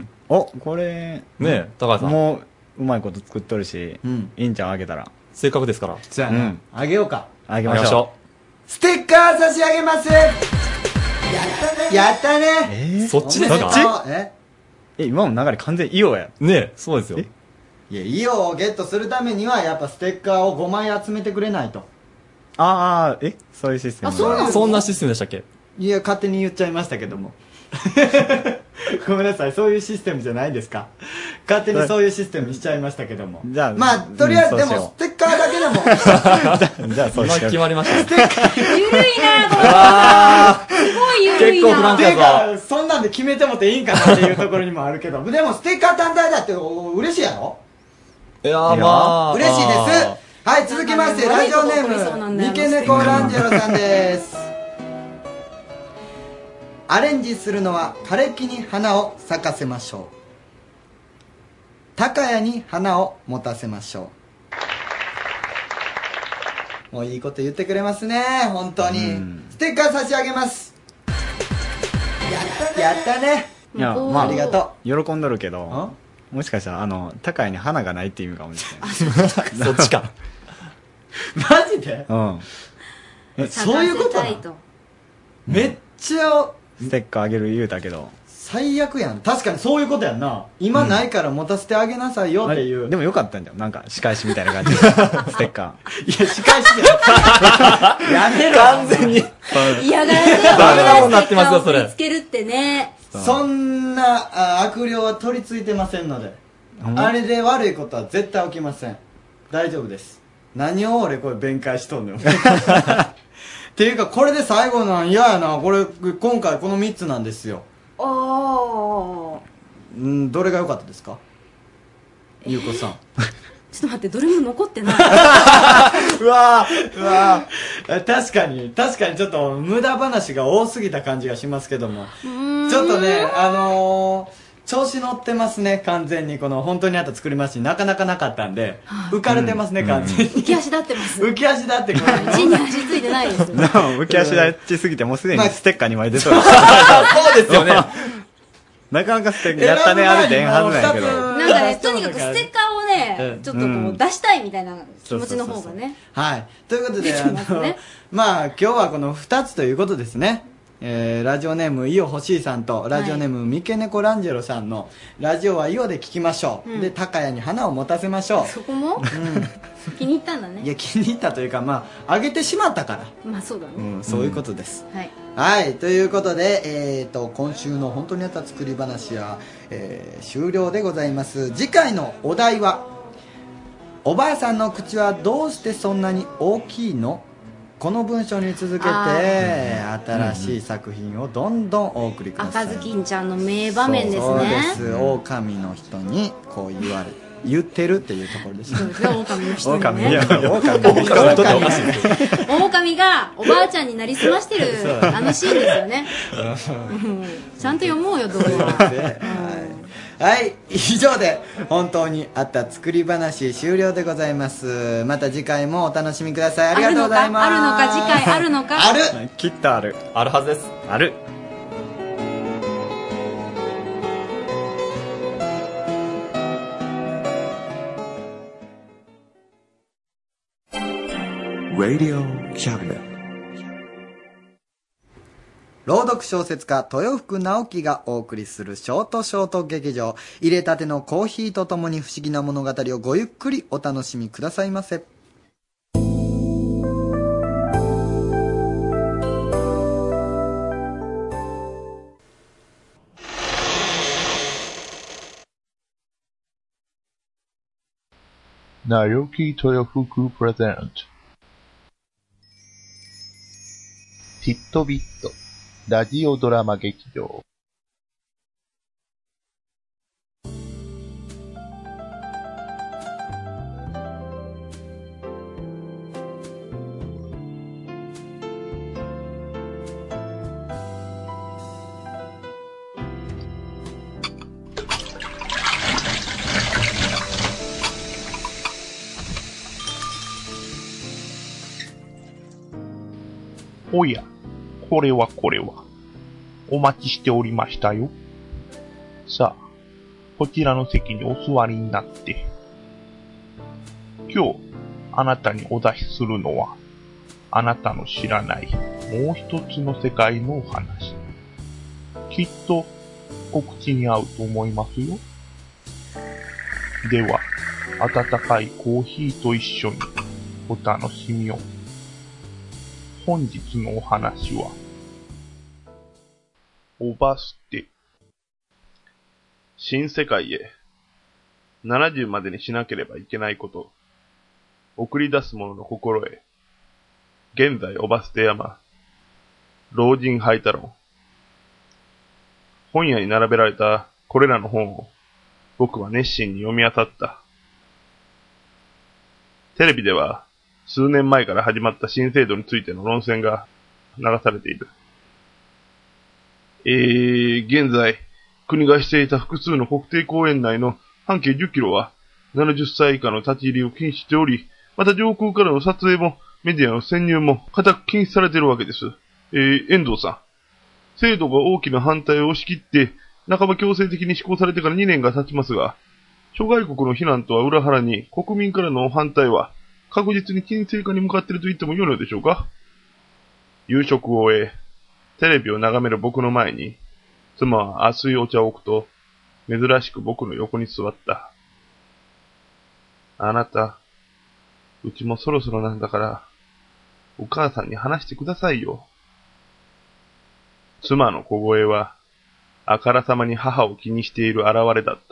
お、これ、 ね、高橋さん。 もう、うまいこと作っとるし、うん、いいんちゃんあげたら。 せっかくですから。 そうやな。うん、あげようか。 あげましょう。ステッカー差し上げます。やったね。やったね。 えー、そっちですか？ そっち？ええ、今の流れ完全イオや。 ね、そうですよ。 いや、イオをゲットするためにはやっぱステッカーをごまい集めてくれないと。 ああ、え、そういうシステム。 あ、そうなんそんなシステムでしたっけ？ いや、勝手に言っちゃいましたけども。ごめんなさい、そういうシステムじゃないですか。勝手にそういうシステムにしちゃいましたけども。 じゃあ、 まあ、とりあえず、でも、ステッカーだけでも。じゃあ、そうしよう。決まりました。 ステッカー。 ゆるいな、これは。すごいゆるいな。 結構フランクやぞ。そんなんで決めてもっていいんかなっていうところにもあるけど。でも、ステッカー単体だって嬉しいやろ？ いやー、まあ。 嬉しいです。はい、続きまして、ラジオネーム、三毛猫ランジェロさんです。アレンジするのは枯れ木に花を咲かせましょう。高谷に花を持たせましょう。もういいこと言ってくれますね、本当に。ステッカー差し上げます。やったね。 いや、まあ、 ありがとう。喜んどるけど、もしかしたら、あの、高谷に花がないっていう意味かもしれない。 そっちか。 マジで？ うん。 え、そういうことなの？めっちゃ、 ステッカーあげる言うたけど最悪やん。確かにそういうことやんな。今ないから持たせてあげなさいよっていう、 うん、でもよかったんじゃん。なんか仕返しみたいな感じでステッカー。いや、仕返しじゃん。やめろ。 完全に嫌がらせよ。 ダメなもんなってますよ、それ。 つけるってね。 そんな悪霊は取り付いてませんので、あれで悪いことは絶対起きません。大丈夫です。何を俺これ弁解しとんのよ。っていうか、これで最後なん嫌やな。これ、今回このみっつなんですよ。 あんどれが良かったですか、ゆうこさん。 ちょっと待って、どれも残ってない。 うわーうわー確かに確かにちょっと無駄話が多すぎた感じがしますけども、ちょっとねあのー調子乗ってますね、完全に。この本当にあった作りますし、なかなかなかったんで、浮かれてますね、完全に。 浮き足立ってます。 浮き足立ってこれ。 地に足ついてないです。 浮き足立ちすぎて、もうすでにステッカーにまい出そうです。 そうですよね。 なかなかステッカー、やったね、あれでええはずなんやけど。 なんかね、とにかくステッカーをね、ちょっとこう出したいみたいな気持ちの方がね。 はい。ということで、あの、まあ、今日はこのふたつということですね。えー、ラジオネームイオほしいさんとラジオネームミケネコランジェロさんのラジオはイオで聞きましょう、うん、で高谷に花を持たせましょう。 そこも、うん、気に入ったんだね。 いや気に入ったというか、まああげてしまったから、 まあそうだね、 うん、そういうことです、 うん、はい、 はい、ということで、えー、と今週の本当にあった作り話は、えー、終了でございます。次回のお題は、おばあさんの口はどうしてそんなに大きいの？この文章に続けて新しい作品をどんどんお送りください。 赤ずきんちゃんの名場面ですね。 そうです。狼の人にこう言われ言ってるっていうところですね。 そうですね、狼の人にね。 狼いや狼の人狼狼がおばあちゃんになりすましてるあのシーンですよね。ちゃんと読もうよ動画。 はい、以上で本当にあった作り話終了でございます。また次回もお楽しみください。ありがとうございます。 あるのか、次回あるのか。 ある、 きっとある。 あるはずです。 ある。 Radio Cabinet。 朗読小説家豊福直樹がお送りするショートショート劇場、入れたてのコーヒーとともに不思議な物語をごゆっくりお楽しみくださいませ。 直木豊福プレゼントティットビットラジオドラマ劇場。おや、これはこれは。お待ちしておりましたよ。さあ、こちらの席にお座りになって。今日、あなたにお出しするのは、あなたの知らないもう一つの世界のお話。きっと、お口に合うと思いますよ。では、温かいコーヒーと一緒にお楽しみを。本日のお話は、おばすて。新世界へ、ななじゅうまでにしなければいけないこと、送り出す者の心へ、現在おばすて山、老人ハイタロン。本屋に並べられたこれらの本を、僕は熱心に読み漁った。テレビでは、数年前から始まった新制度についての論戦が流されている。えー、現在、国がしていた複数の国定公園内の半径じゅっキロは、ななじゅっさい以下の立ち入りを禁止しており、また上空からの撮影も、メディアの潜入も、固く禁止されているわけです。えー、遠藤さん。制度が大きな反対を押し切って、半ば強制的に施行されてからにねんが経ちますが、諸外国の非難とは裏腹に、国民からの反対は、確実に沈静化に向かっていると言っても良いのでしょうか。夕食を終え、テレビを眺める僕の前に、妻は熱いお茶を置くと、珍しく僕の横に座った。あなた、うちもそろそろなんだから、お母さんに話してくださいよ。妻の小声は、あからさまに母を気にしている現れだった。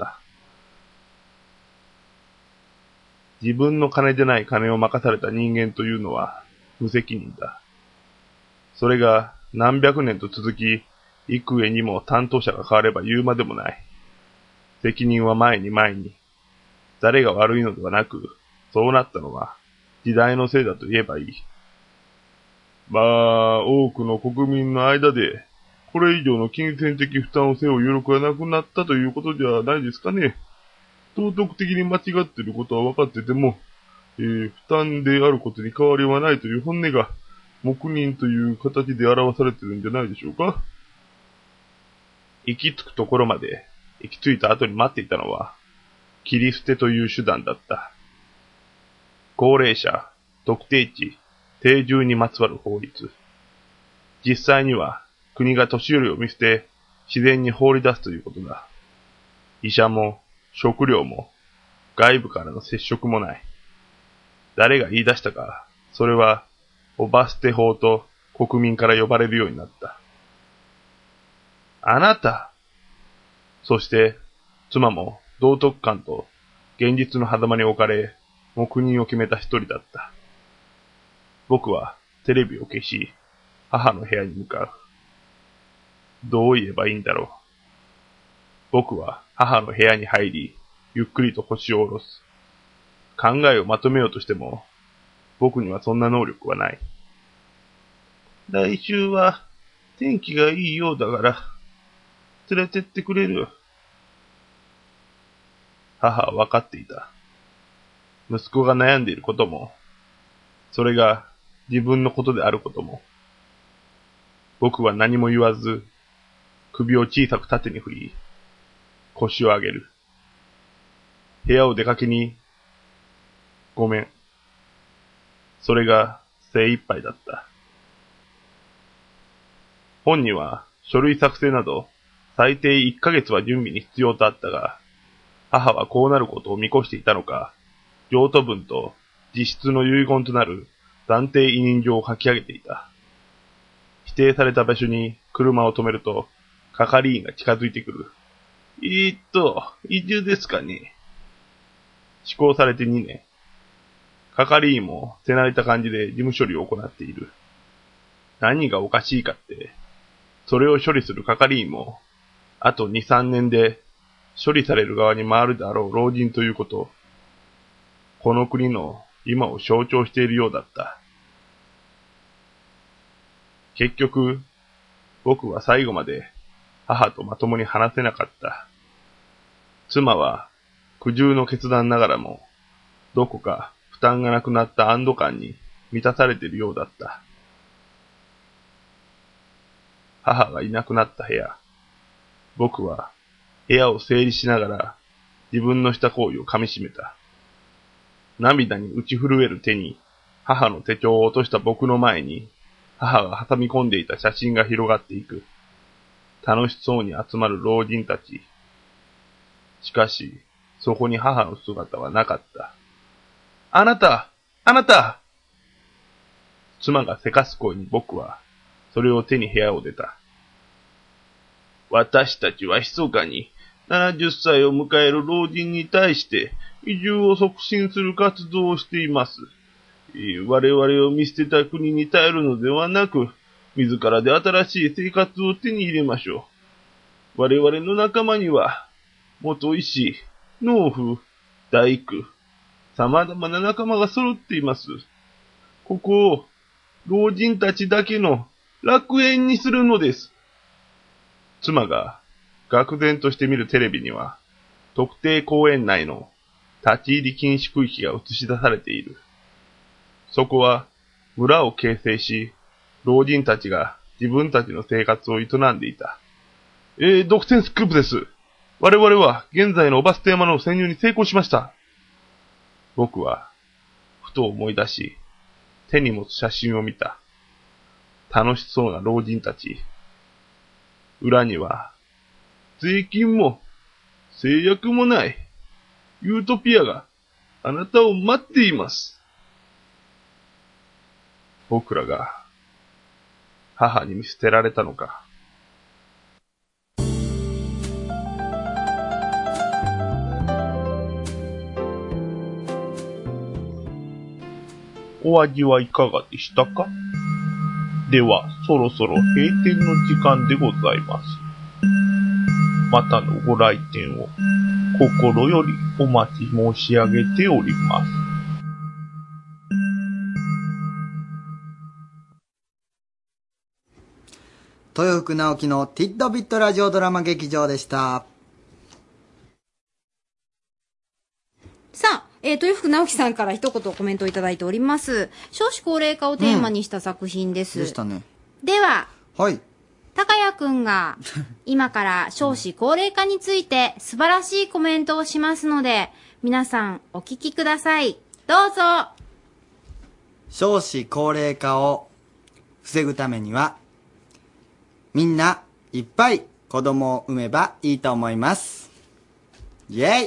自分の金でない金を任された人間というのは無責任だ。それが何百年と続き、 幾重にも担当者が変われば言うまでもない。責任は前に前に。誰が悪いのではなく、そうなったのは時代のせいだと言えばいい。まあ、多くの国民の間で、これ以上の金銭的負担を背負う余力がなくなったということではないですかね。道徳的に間違っていることは分かってても、えー、負担であることに変わりはないという本音が、黙認という形で表されてるんじゃないでしょうか。行き着くところまで、行き着いた後に待っていたのは、切り捨てという手段だった。高齢者、特定地、定住にまつわる法律。実際には、国が年寄りを見捨て、自然に放り出すということだ。医者も、食料も、外部からの接触もない。誰が言い出したか、それは、おば捨て法と国民から呼ばれるようになった。あなた。そして、妻も道徳観と現実の狭間に置かれ、黙認を決めた一人だった。僕はテレビを消し、母の部屋に向かう。どう言えばいいんだろう。僕は母の部屋に入り、ゆっくりと腰を下ろす。考えをまとめようとしても、僕にはそんな能力はない。来週は天気がいいようだから、連れてってくれる。母は分かっていた。息子が悩んでいることも、それが自分のことであることも。僕は何も言わず、首を小さく縦に振り、腰を上げる。部屋を出かけに、ごめん。それが精一杯だった。本には書類作成など最低いっかげつは準備に必要とあったが、母はこうなることを見越していたのか、譲渡文と実質の遺言となる暫定委任状を書き上げていた。指定された場所に車を止めると、係員が近づいてくる。えーっと、移住ですかね。施行されてにねん。係員も手慣れた感じで事務処理を行っている。何がおかしいかって、それを処理する係員も、あとに、さんねんで処理される側に回るであろう老人ということ。この国の今を象徴しているようだった。結局、僕は最後まで母とまともに話せなかった。妻は苦渋の決断ながらも、どこか負担がなくなった安堵感に満たされているようだった。母がいなくなった部屋。僕は部屋を整理しながら自分のした行為を噛み締めた。涙に打ち震える手に母の手帳を落とした僕の前に母が挟み込んでいた写真が広がっていく。楽しそうに集まる老人たち。しかし、そこに母の姿はなかった。あなたあなた妻がせかす声に僕は、それを手に部屋を出た。私たちは密かにななじゅっさいを迎える老人に対して移住を促進する活動をしています。我々を見捨てた国に頼るのではなく、自らで新しい生活を手に入れましょう。我々の仲間には、元医師、農夫、大工、様々な仲間が揃っています。ここを、老人たちだけの楽園にするのです。妻が、愕然として見るテレビには、特定公園内の立ち入り禁止区域が映し出されている。そこは、村を形成し、老人たちが自分たちの生活を営んでいた。えー、独占スクープです。我々は現在のおば捨て山の潜入に成功しました。僕は、ふと思い出し、手に持つ写真を見た。楽しそうな老人たち。裏には、税金も制約もないユートピアがあなたを待っています。僕らが母に見捨てられたのか。お味はいかがでしたか？ では、そろそろ閉店の時間でございます。またのご来店を心よりお待ち申し上げております。 豊福直樹のティッドビットラジオドラマ劇場でした。 さあ、えー、豊福直樹さんから一言コメントをいただいております。少子高齢化をテーマにした作品です。 うん、でしたね。 では、 はい。 高谷くんが今から少子高齢化について素晴らしいコメントをしますので、皆さんお聞きください。どうぞ。 少子高齢化を防ぐためには、みんないっぱい子供を産めばいいと思います。イェイ。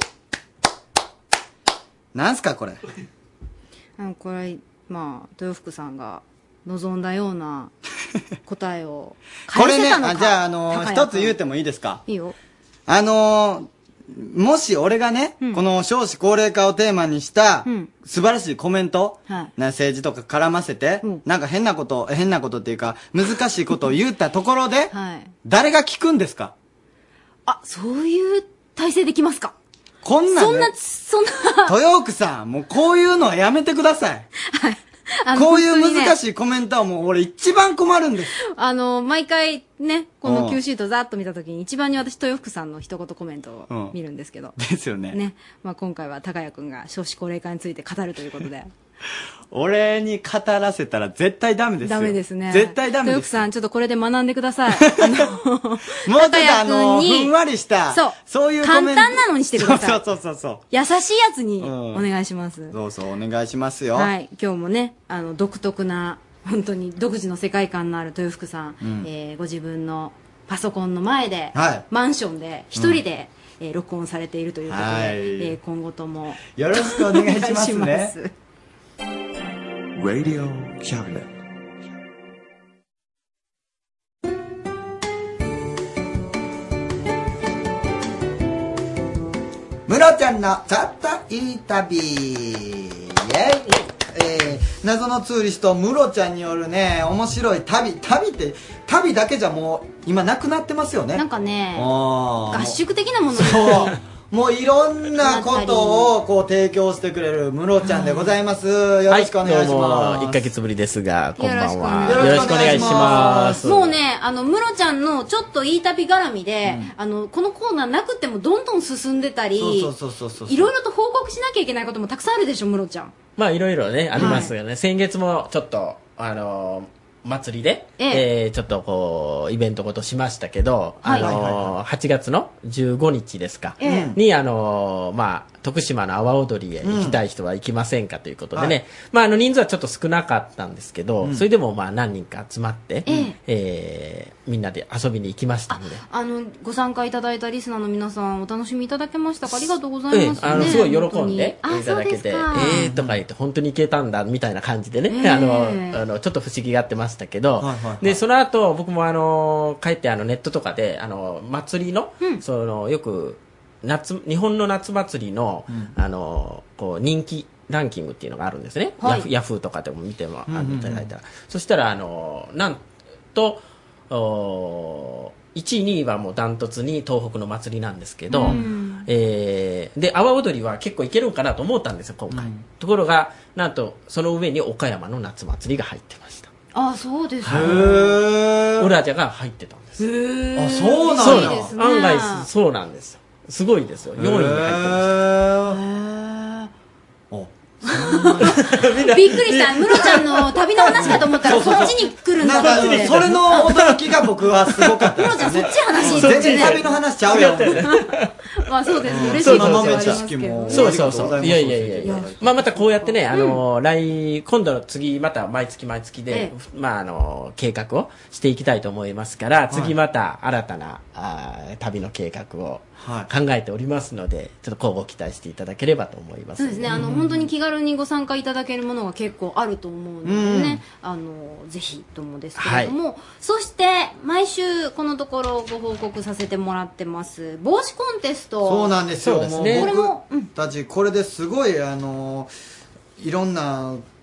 なんすかこれ。 あの、これ、まあ、豊福さんが望んだような答えをこれね、あ、じゃあ、あのー、一つ言うてもいいですか？ いいよ。 あのー、もし俺がね、うん、この少子高齢化をテーマにした、素晴らしいコメント、はい、な政治とか絡ませて、うん、なんか変なこと、変なことっていうか、難しいことを言ったところで、はい、誰が聞くんですか？ あ、そういう体制できますか？ こんなん、ね、 そんな、そんな。 豊奥さん、もうこういうのはやめてください。はい。こういう難しいコメントはもう俺一番困るんです。 あの、毎回ね、この Q シートざっと見たときに一番に私、豊福さんの一言コメントを見るんですけど。 ですよね。 ね。まあ今回は高谷くんが少子高齢化について語るということで。 俺に語らせたら絶対ダメですよ。 ダメですね。 絶対ダメです。 豊福さん、ちょっとこれで学んでください。 あの、もうちょっとあの、ふんわりした、 そう。 そういうコメント。簡単なのにしてください。 そうそうそうそう。 優しいやつにお願いします。うん、 そうそう、お願いしますよ。 はい。今日もね、あの、独特な、本当に独自の世界観のある豊福さん、うん、えー、ご自分のパソコンの前で、はい、マンションで、一人で、うん、えー、録音されているということで、はい、えー、今後ともよろしくお願いしますね。 Radio Cabinet。 ムロちゃんのちょっといい旅。イェイ。えー、謎のツーリストムロちゃんによるね、面白い旅。旅って、旅だけじゃもう今なくなってますよね。 なんかね、合宿的なものそう。もういろんなことをこう提供してくれるムロちゃんでございます。よろしくお願いします。はい、どうもいっかげつぶりですが、こんばんは。よろしくお願いします。 もうね、あの、ムロちゃんのちょっといい旅絡みで、うん、あの、このコーナーなくてもどんどん進んでたり、そうそうそうそう。いろいろと報告しなきゃいけないこともたくさんあるでしょ、ムロちゃん。 まあいろいろね、ありますよね。はい、先月もちょっと、あのー、祭りで、えええー、ちょっとこう、イベントごとしましたけど、はい、あのー、はちがつのじゅうごにちですか、ええ、に、あのー、まあ、徳島の阿波踊りへ行きたい人は行きませんかということでね、うん、まあ、あの、人数はちょっと少なかったんですけど、うん、それでもまあ、何人か集まって、えええー、みんなで遊びに行きましたので。 あ、あの、ご参加いただいたリスナーの皆さん、お楽しみいただけましたか？ありがとうございます、ね。 ええ、あの、すごい喜んでいただけて、ええーとか言って、本当に行けたんだ、みたいな感じでね、えー、あの、あの、ちょっと不思議がってましたけど、はいはいはい、で、その後、僕もあの、帰ってあの、ネットとかで、あの、祭りの、うん、その、よく、夏、日本の夏祭りの、うん、あの、こう、人気ランキングっていうのがあるんですね。はい、ヤフ、ヤフーとかでも見ても、あの、いただいたら。そしたら、あの、なんと、おいちい、にいはもうダントツに東北の祭りなんですけど、うん、えー、で、阿波踊りは結構いけるんかなと思ったんですよ、今回。うん、ところが、なんと、その上に岡山の夏祭りが入ってました。 あ、そうですか。へー。オラジャが入ってたんです。 へー。あ、そうなんだ。 ですね、案外、そうなんですよ。すごいですよ。よんいに入ってました。へー。 おびっくりした。ムロちゃんの旅の話かと思ったらそっちに来るんだって。 それの驚きが僕はすごかった。 ムロちゃんそっち話全然旅の話ちゃうよ。 まあそうです。嬉しいことはありますけど。 そうそうそう。いやいやいやいや。まあまたこうやってね、あの、来、今度の次また毎月毎月で、まああの、計画をしていきたいと思いますから、次また新たな旅の計画を考えておりますので、ちょっとこうご期待していただければと思います。 そうですね。あの、本当に気軽にご参加いただけるものが結構あると思うのでね、あの、ぜひともですけれども、はい、そして毎週このところご報告させてもらってます帽子コンテスト。 そうなんですよ。そうですね。もう僕たちこれですごいあのいろんな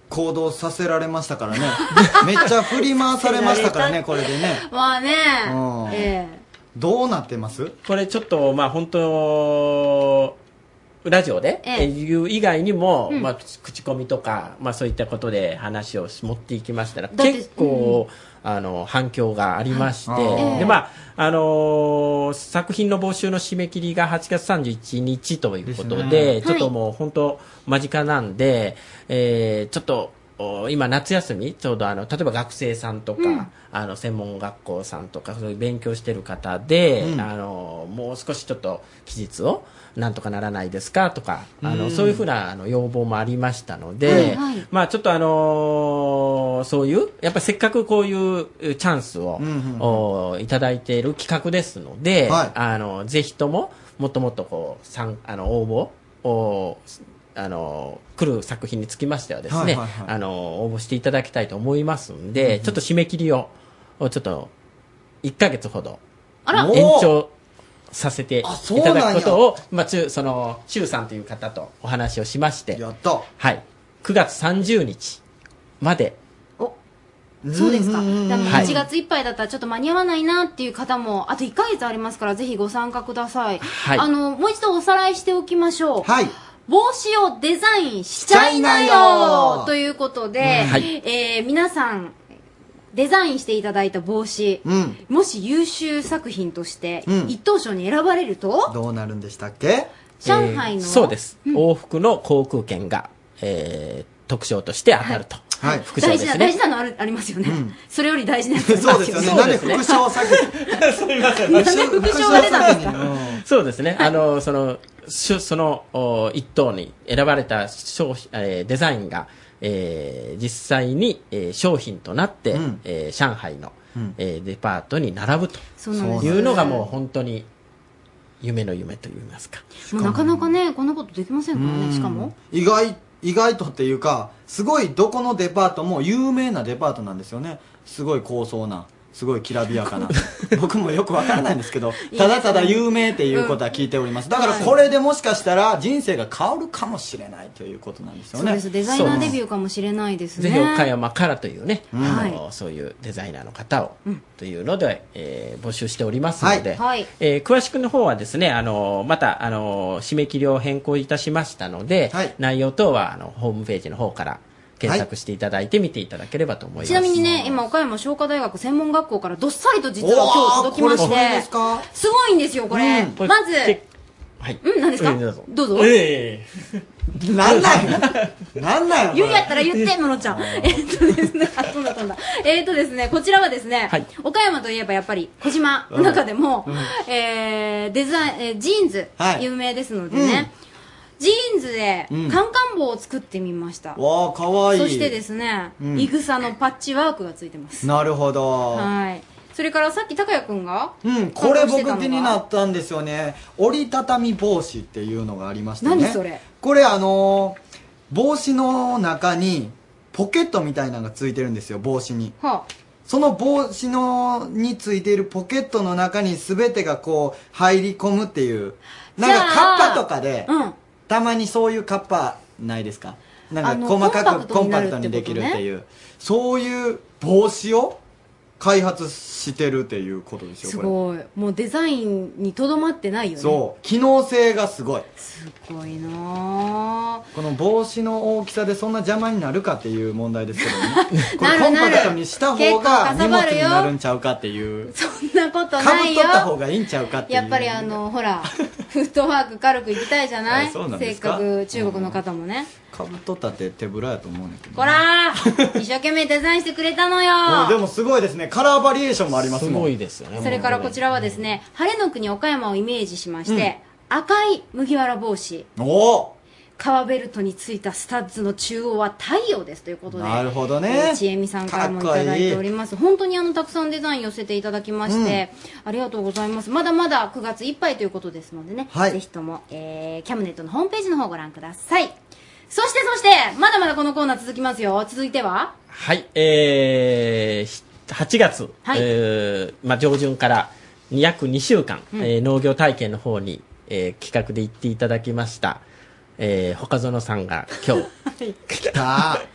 行動させられましたからね。めっちゃ振り回されましたからね、これでね。 まあね、 うんええどうなってます？ これちょっと、まあ本当、ラジオで、 ええ言う以外にも、 うんまあ口コミとか、まあそういったことで話を持っていきましたら、 だって結構、あの、反響がありまして、 はいで、まあ、あのー作品の募集の締め切りがはちがつさんじゅういちにちということで、 ですねちょっともう本当間近なんで、えーちょっと、お今夏休みちょうどあの例えば学生さんとか、 うんあの専門学校さんとかそういう勉強してる方で、 うんあのもう少しちょっと期日をなんとかならないですかとかあの、 うんそういうふうなあの要望もありましたので、 はいはいまあちょっとあのそういうやっぱりせっかくこういうチャンスを、 うんうんおいただいている企画ですので、 はいあのぜひとももっともっとこう参あの応募をあの来る作品につきましてはですね、 はいはいはいあの応募していただきたいと思いますんで、ちょっと締め切りをちょっといっかげつほどあら延長させてあそういただなんやくことを、まあ、ちゅその周さんという方とお話をしまして、 やった。 はい、くがつさんじゅうにちまでそうですか。 うんうんうんだからはいいちがついっぱいだったらちょっと間に合わないなっていう方も、あといっかげつありますから、ぜひご参加ください。 はいあの、もう一度おさらいしておきましょう。 はい。 帽子をデザインしちゃいなしちゃいなよよということで、 はいえー皆さん、デザインしていただいた帽子、 うん。 もし優秀作品としてうん一等賞に選ばれると、 どうなるんでしたっけ？ 上海の、 えーそうです、往復の航空券が、えー特賞として当たると、 はい。 副賞大事な、大ですね事なのあるありますよね、 うんそれより大事なやつそうですよね。 そうなんでですね副賞作品？ すみませんなんで副賞が出たんですか？ うんそうですね、あのそのしゅそのお一等に選ばれた商品、えーデザインが、えー実際に、えー商品となって、 うんえー上海の、 うんえーデパートに並ぶとそうなんですいうのがもう本当に夢の夢といいますか。 もうなかなかね、こんなことできませんからね、しかも。 意外意外とっていうかすごいどこのデパートも有名なデパートなんですよね。すごい高層なすごいきらびやかな僕もよくわからないんですけどただただ有名っていうことは聞いております。だからこれでもしかしたら人生が変わるかもしれないということなんですよね。 そうです、デザイナーデビューかもしれないですね。 ぜひ岡山からというね、 うんあのそういうデザイナーの方を、というので、えー募集しておりますので、 はいえー詳しくの方はですね、あのまたあの締め切りを変更いたしましたので、 はい内容等はあのホームページの方から検索していただいて見ていただければと思います。 ちなみにね、今、岡山商科大学専門学校からどっさりと実は今日届きましおーこれそれでてすか、 すごいんですよ、これ。 うんこれまず、 けはい。 うん、何ですかえーどうぞ。 どうぞ。 えなんなんやなんなんや言うんやったら言って、ものちゃん。えっとですね、あ、飛んだ飛んだ。えっとですね、こちらはですね、 はい岡山といえばやっぱり小島の中でも、えーデザイン、えージーンズは、い有名ですのでね、ジーンズでうんカンカン帽を作ってみました。 わあかわいい。 そしてですね、 うんいぐさのパッチワークがついてます。 なるほど。 はい。それからさっき高谷くんが、 うん、これ僕担当してたのが気になったんですよね。折りたたみ帽子っていうのがありましてね。 何それ？ これあのー帽子の中にポケットみたいなのがついてるんですよ、帽子に。 はその帽子のについているポケットの中に全てがこう入り込むっていう。なんかじゃあカッパとかで、 あ、うん。 たまにそういうカッパないですか？なんかあの細かくココンンパクトにパクトになるってことねできるっていう。そういう帽子を開発してるっていうことですよ、 すこれ。 ごい。もうデザインにとどまってないよね。 そう機能性がすごい。 すごいなぁ。 この帽子の大きさでそんな邪魔になるかっていう問題ですけどねこれなるコンパクトにした方結構がか荷物にさばるよなるんちゃうかっていうそんなことかぶっないよとった方がいいんちゃうかっていうやっぱりあのほらフットワーク軽くいきたいじゃないあそうなんせっですかかく中国の方もね、 かぶっとったって手ぶらやと思うんだけど、 こらー一生懸命デザインしてくれたのようんでもすごいですね。カラーバリエーションもありますもん。 すごいですよね。 それからこちらはですね晴れの国岡山をイメージしまして、赤い麦わら帽子おお革ベルトについたスタッズの中央は太陽ですということでなるほどえねーちえみさんからもいただいております本当にあのたくさんデザイン寄せていただきまして、ありがとうございます。まだまだくがついっぱいということですのでね、 はいぜひとも、えーキャムネットのホームページの方をご覧ください。そしてそしてまだまだこのコーナー続きますよ。続いてははい、えー、はちがつ、 はいえーまあ、上旬から約にしゅうかん、 うんえー農業体験の方に、えー企画で行っていただきました、えー、岡園さんが今日来た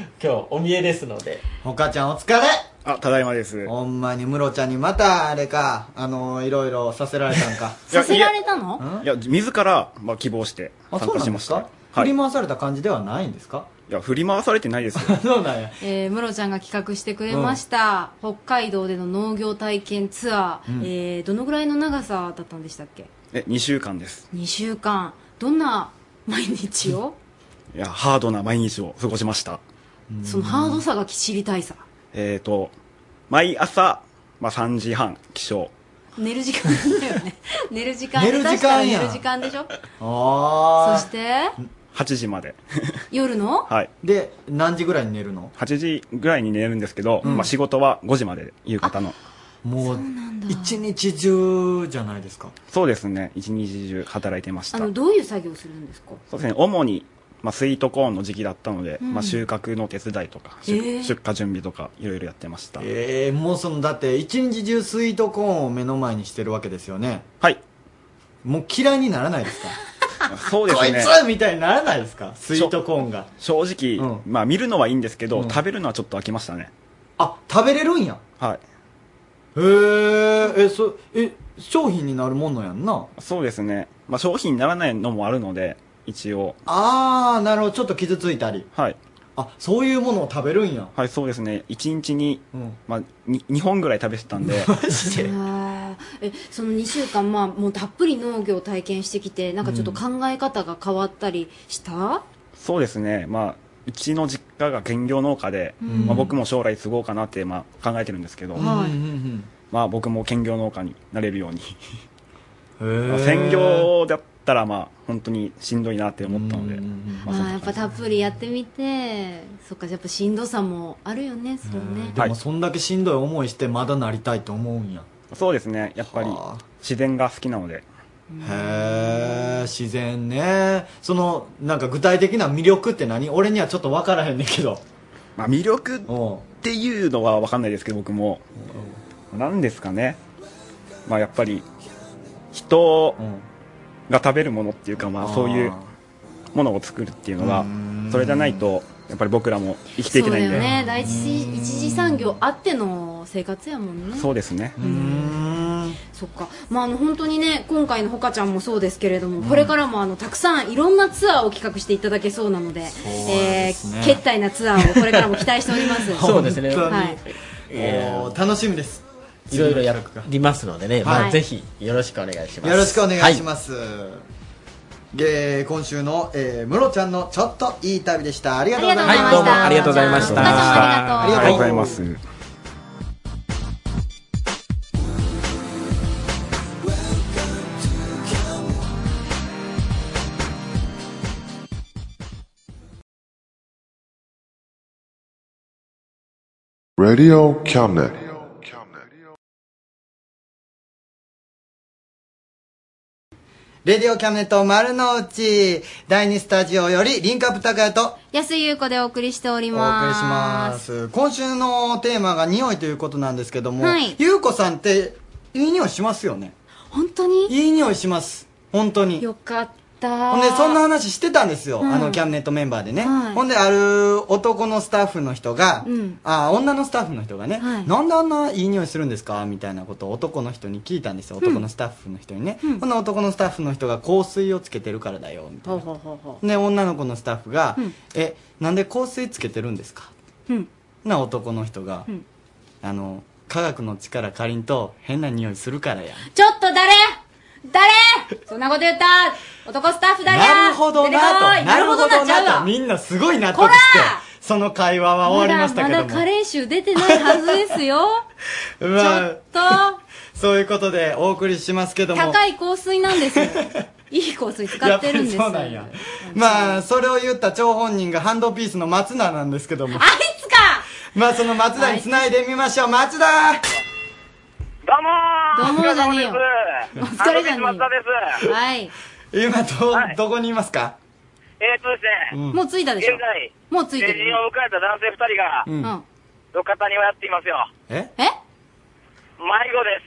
今日お見えですので。 ほかちゃんお疲れ。 あ、ただいまです。 ほんまにムロちゃんにまたあれか、あのいろいろさせられたんか。 させられたの？ いや、自ら、まあ、希望してあ、 参そうなん加しました。 ですか？振り回された感じではないんですか？ いや、振り回されてないですよ。 そうなんや。 えー、ムロちゃんが企画してくれました、うん、北海道での農業体験ツアー、うん、えー、どのぐらいの長さだったんでしたっけ？ え、にしゅうかんです。 にしゅうかん。どんな毎日を？ いや、ハードな毎日を過ごしました。 そのハードさが知りたいさ。 えーと、毎朝、まあ、さんじはん起床。 寝る時間だよね。寝る時間。 寝る時間や。 寝る時間でしょ。 ああ。 そしてはちじまで。 夜の？ はい。 で、何時ぐらいに寝るの？ はち 時ぐらいに寝るんですけど、うん、まあ仕事はごじまで、夕方の。 もう、一日中じゃないですか。 そうですね。一日中働いてました。 あの、どういう作業するんですか？ そうですね。主に、まあ、スイートコーンの時期だったので、うん、まあ、収穫の手伝いとか、えー、出荷準備とかいろいろやってました。 ええー、もうそのだって一日中スイートコーンを目の前にしてるわけですよね。 はい。 もう嫌いにならないですか？ そうですね。 こいつみたいにならないですか？スイートコーンが。 正直、うん、まあ見るのはいいんですけど、うん、食べるのはちょっと飽きましたね。 あ、食べれるんや。 はい。 へー、え、そ、え、商品になるものやんな。 そうですね。まあ商品にならないのもあるので、一応。 あー、なるほど。ちょっと傷ついたり。 はい。 あ、そういうものを食べるんや。 はい、そうですね。一日に、うん、まあ、に、にほんぐらい食べてたんで。 マジでえ、そのにしゅうかん、まあ、もうたっぷり農業を体験してきて、なんかちょっと考え方が変わったりした？うん、 そうですね。まあ、うちの実家が兼業農家で、うん、まあ、僕も将来継ごうかなって、まあ、考えてるんですけど、はい、まあ、僕も兼業農家になれるように。まあ、専業だったらまあ本当にしんどいなって思ったので、 まあ、まあやっぱたっぷりやってみて、そっか、やっぱしんどさもあるよね。そうね。 でもそんだけしんどい思いしてまだなりたいと思うんや。 そうですね。やっぱり自然が好きなので。 へえ、自然ね。そのなんか具体的な魅力って何？俺にはちょっと分からへんねんけど。 まあ魅力っていうのは分かんないですけど、僕も何ですかね。まあやっぱり人が食べるものっていうか、まあそういうものを作るっていうのが、それじゃないとやっぱり僕らも生きていけないんで。 そうだよね。第一次産業あっての生活やもんね。 そうですね。 うーん、そっか。まああの本当にね、今回のほかちゃんもそうですけれども、これからもあのたくさんいろんなツアーを企画していただけそうなので、えー、けったいなツアーをこれからも期待しております。 そうですね。 はい。えー、楽しみです。 いろいろやりますのでね、まあ、ぜひよろしくお願いします。 よろしくお願いします。はい、えー、今週の、えー、ムロちゃんのちょっといい旅でした。ありがとうございました。 はい、どうもありがとうございました。 ありがとうございます。 Radio Cabinet。 レディオキャビネット丸の内だいにスタジオよりリンクアップ高谷と安井優子でお送りしております。 お送りします。今週のテーマが匂いということなんですけども、 はい、 優子さんっていい匂いしますよね。 本当にいい匂いします。本当に。 よかった。 ほんでそんな話してたんですよ、うん、あのキャビネットメンバーでね、はい、ほんである男のスタッフの人が、うん、あ女のスタッフの人がね、はい、なんであんないい匂いするんですかみたいなことを男の人に聞いたんですよ、男のスタッフの人にね、うん、ほんで男のスタッフの人が香水をつけてるからだよみたいな、うん、で女の子のスタッフが、うん、えなんで香水つけてるんですか、うん、な男の人が、うん、あの科学の力借りんと変な匂いするからや。 ちょっと誰誰そんなこと言った男スタッフ誰や。 なるほどなと、なるほどなと、みんなすごい納得してその会話は終わりましたけども、 まだまだ加齢臭出てないはずですよまあ、ちょっとそういうことでお送りしますけども、 高い香水なんですよいい香水使ってるんですよ。 そうなんや。まあそれを言った張本人がハンドピースの松田なんですけども、 あいつか。 まあその松田に繋いでみましょう。松田、 どうもー。 どうもじゃねえよ。お疲れじゃねえよ。 松田です。 はい。 今ど、はい、どこにいますか。 えーとですね、 うん、もう着いたでしょ。 現在もう着いてる。 成人を迎えた男性二人が、うん、路肩にはやっていますよ。 ええ迷子です。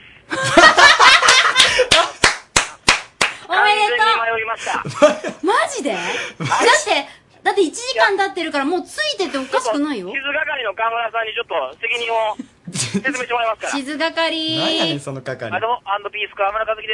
おめでとう。 完全に迷いました。 マジで？だってだっていちじかん経ってるからもうついてておかしくないよ。 地図係の河村さんにちょっと責任を説明してもらいますから。 地図係。 何やねん、その係。 あ、どうも、アンドピース河村和樹です。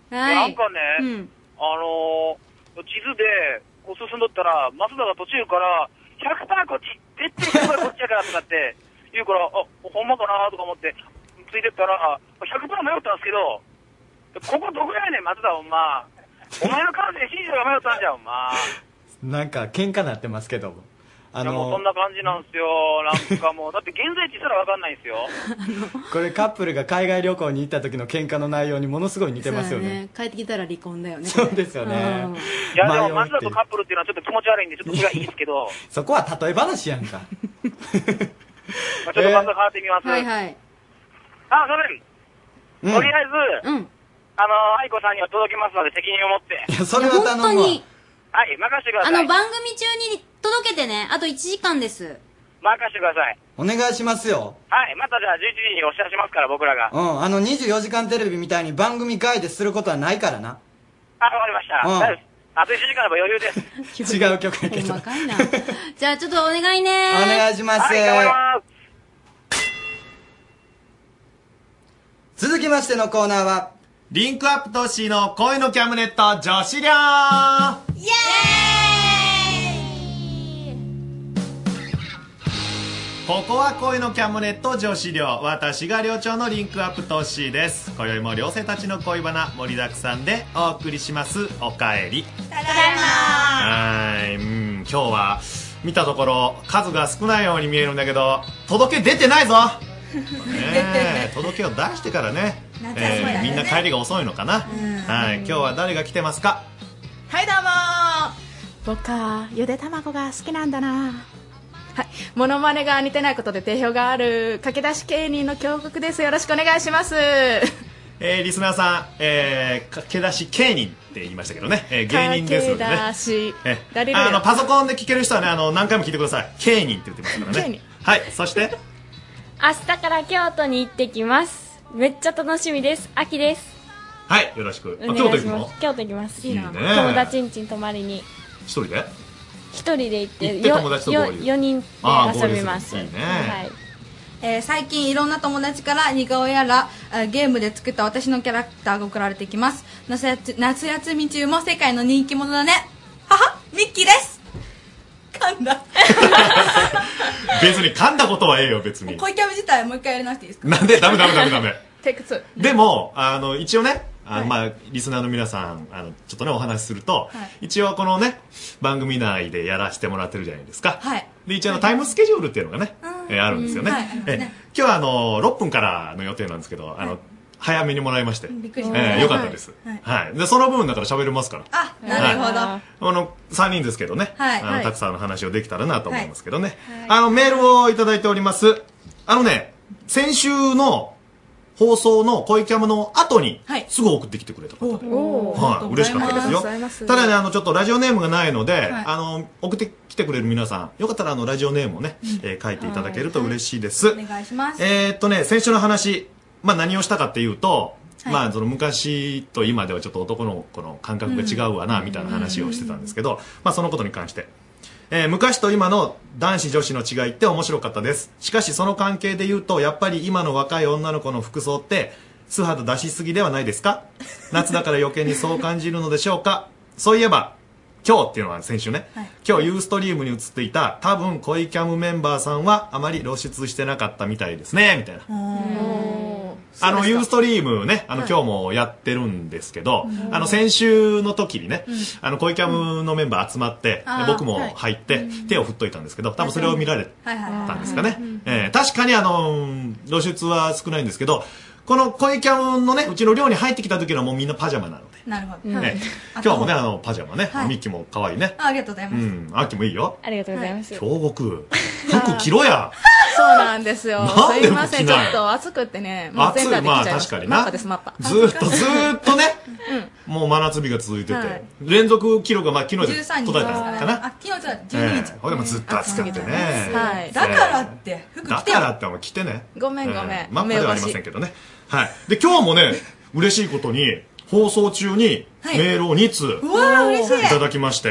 はい。 なんかね、 うん、 あのー、地図でこう進んどったら、松田が途中から、ひゃくパーセント こっち、絶対ひゃくパーセントこっちやからとかって言うから、あ、ほんまかなとか思って、ついてったら、ひゃくパーセント 迷ったんですけど、ここどこやねん、松田、ほんま。お前の感性、信じろが迷ったんじゃん、ほんま。 なんか、喧嘩なってますけど。 あのー、いやもうそんな感じなんですよ。なんかもう、だって現在地すらわかんないんですよ。 これカップルが海外旅行に行った時の喧嘩の内容にものすごい似てますよね。 ね、帰ってきたら離婚だよね。 そうですよね。 いや、でも松田とカップルっていうのはちょっと気持ち悪いんで、ちょっとそれはいいですけど。 そこは例え話やんか。 まあちょっと場所変わってみます。 はいはい。 あ、それ、 うん、 とりあえず、 うん、 あの、愛子さんには届けますので責任を持って。 いや、それは頼むわ。本当に。 はい、任せてください。 あの、番組中に届けてね、あといちじかんです。 任せてください。 お願いしますよ。 はい、またじゃあじゅういちじにお知らせしますから、僕らが。 うん、あの、にじゅうよじかんテレビみたいに番組外ですることはないからな。 あ、わかりました。うん。大丈夫です。あといちじかんあれば余裕です。 違う曲やけど。 細かいな。じゃあちょっとお願いね。 お願いします。はい、 頑張ります。 続きましてのコーナーは、 リンクアップトッシーの恋のキャムネット女子寮。イエーイ。ここは恋のキャムネット女子寮。私が寮長のリンクアップトッシーです。今宵も寮生たちの恋バナ盛りだくさんでお送りします。おかえり。 ただいま。 はい、うん、今日は見たところ数が少ないように見えるんだけど、届け出てないぞ。ね、届けを出してからね、えー、みんな帰りが遅いのかな。はい、今日は誰が来てますか。 はい、どうもー。僕はゆで卵が好きなんだな。はい、モノマネが似てないことで定評がある駆け出し芸人の京極です。よろしくお願いします。 えー、リスナーさん、えー、駆け出し芸人って言いましたけどね、えー、芸人ですのでね。 駆け出し、 えー、あのパソコンで聞ける人はね、あの何回も聞いてください。芸人って言ってますからね。はい、そして明日から京都に行ってきます。めっちゃ楽しみです。秋です。 はい、よろしく。 お願いします。京都行くの？京都行きます。いいな。友達ん家に泊まりに。 一人で？ 一人で行って、 行って友達と合流。 よにんで遊びます。いいね。はい。 えー、最近いろんな友達から似顔絵やらゲームで作った私のキャラクターが送られてきます。夏やつ夏休み中も世界の人気者だね。はは、ミッキーです。噛んだ。 別に噛んだことはええよ、別に。 恋キャム自体もう一回やり直していいですか。 なんでダメダメダメダメ。 テイクツー。 でもあの一応ね、あの、まあ、リスナーの皆さんあのちょっとねお話しすると、はい、一応このね番組内でやらせてもらってるじゃないですか。 はい。 で一応のタイムスケジュールっていうのがね、えー、あるんですよね。 はい、 え今日はあのろっぷんからの予定なんですけど、あの、はい、早めにもらいまして、 びっくりしました。 えー、よかったです。はい。はい、でその部分だから喋れますから。 あ、なるほど。 あのさんにんですけどね、 はい、 あのたくさんの話をできたらなと思いますけどね。はい、あのメールをいただいております。あのね、先週の放送の恋キャムの後にすぐ送ってきてくれた方で、はい、嬉しかったですよ。ただね、あのちょっとラジオネームがないので、はい、あの送ってきてくれる皆さんよかったらあのラジオネームをね、うん、えー、書いていただけると嬉しいです。 はい、お願いします。 えー、っとね先週の話、まあ、何をしたかっていうと、はい、まあその昔と今ではちょっと男の子の感覚が違うわな、うん、みたいな話をしてたんですけど、まあそのことに関して。えー、昔と今の男子女子の違いって面白かったです。しかしその関係で言うとやっぱり今の若い女の子の服装って素肌出しすぎではないですか。夏だから余計にそう感じるのでしょうか。そういえば今日っていうのは先週ね、はい、今日ユーストリームに映っていた多分恋キャムメンバーさんはあまり露出してなかったみたいですねみたいな。あのユーストリームね、あの、はい、今日もやってるんですけど、あの先週の時にね、うん、あの恋キャムのメンバー集まって、うん、僕も入って手を振っといたんですけど、多分それを見られたんですかね。えー、確かにあの露出は少ないんですけど、この恋キャムのねうちの寮に入ってきた時はもうみんなパジャマなので。 なるほど。 ね、今日もねあのパジャマね、はい、ミッキーも可愛いね。 あ、ありがとうございます。 うん、アッキーもいいよ。 ありがとうございます。 京極、服着ろや。 そうなんですよ。すいません、ちょっと暑くってね、 もうセンターで来ちゃいました。まあ確かにな。 マッパです、マッパ。 ずーっとずーっとね、うん、もう真夏日が続いてて、はい、連続記録がまあ昨日で途絶えたかな。 あ、昨日じゃじゅうににち。 これもずっと暑くてね。 はい。だからって服着て。 だからってお前着てね。 ごめんごめん。 マッパではありませんけどね。はい。で今日もね嬉しいことに放送中にメールをに通いただきまして、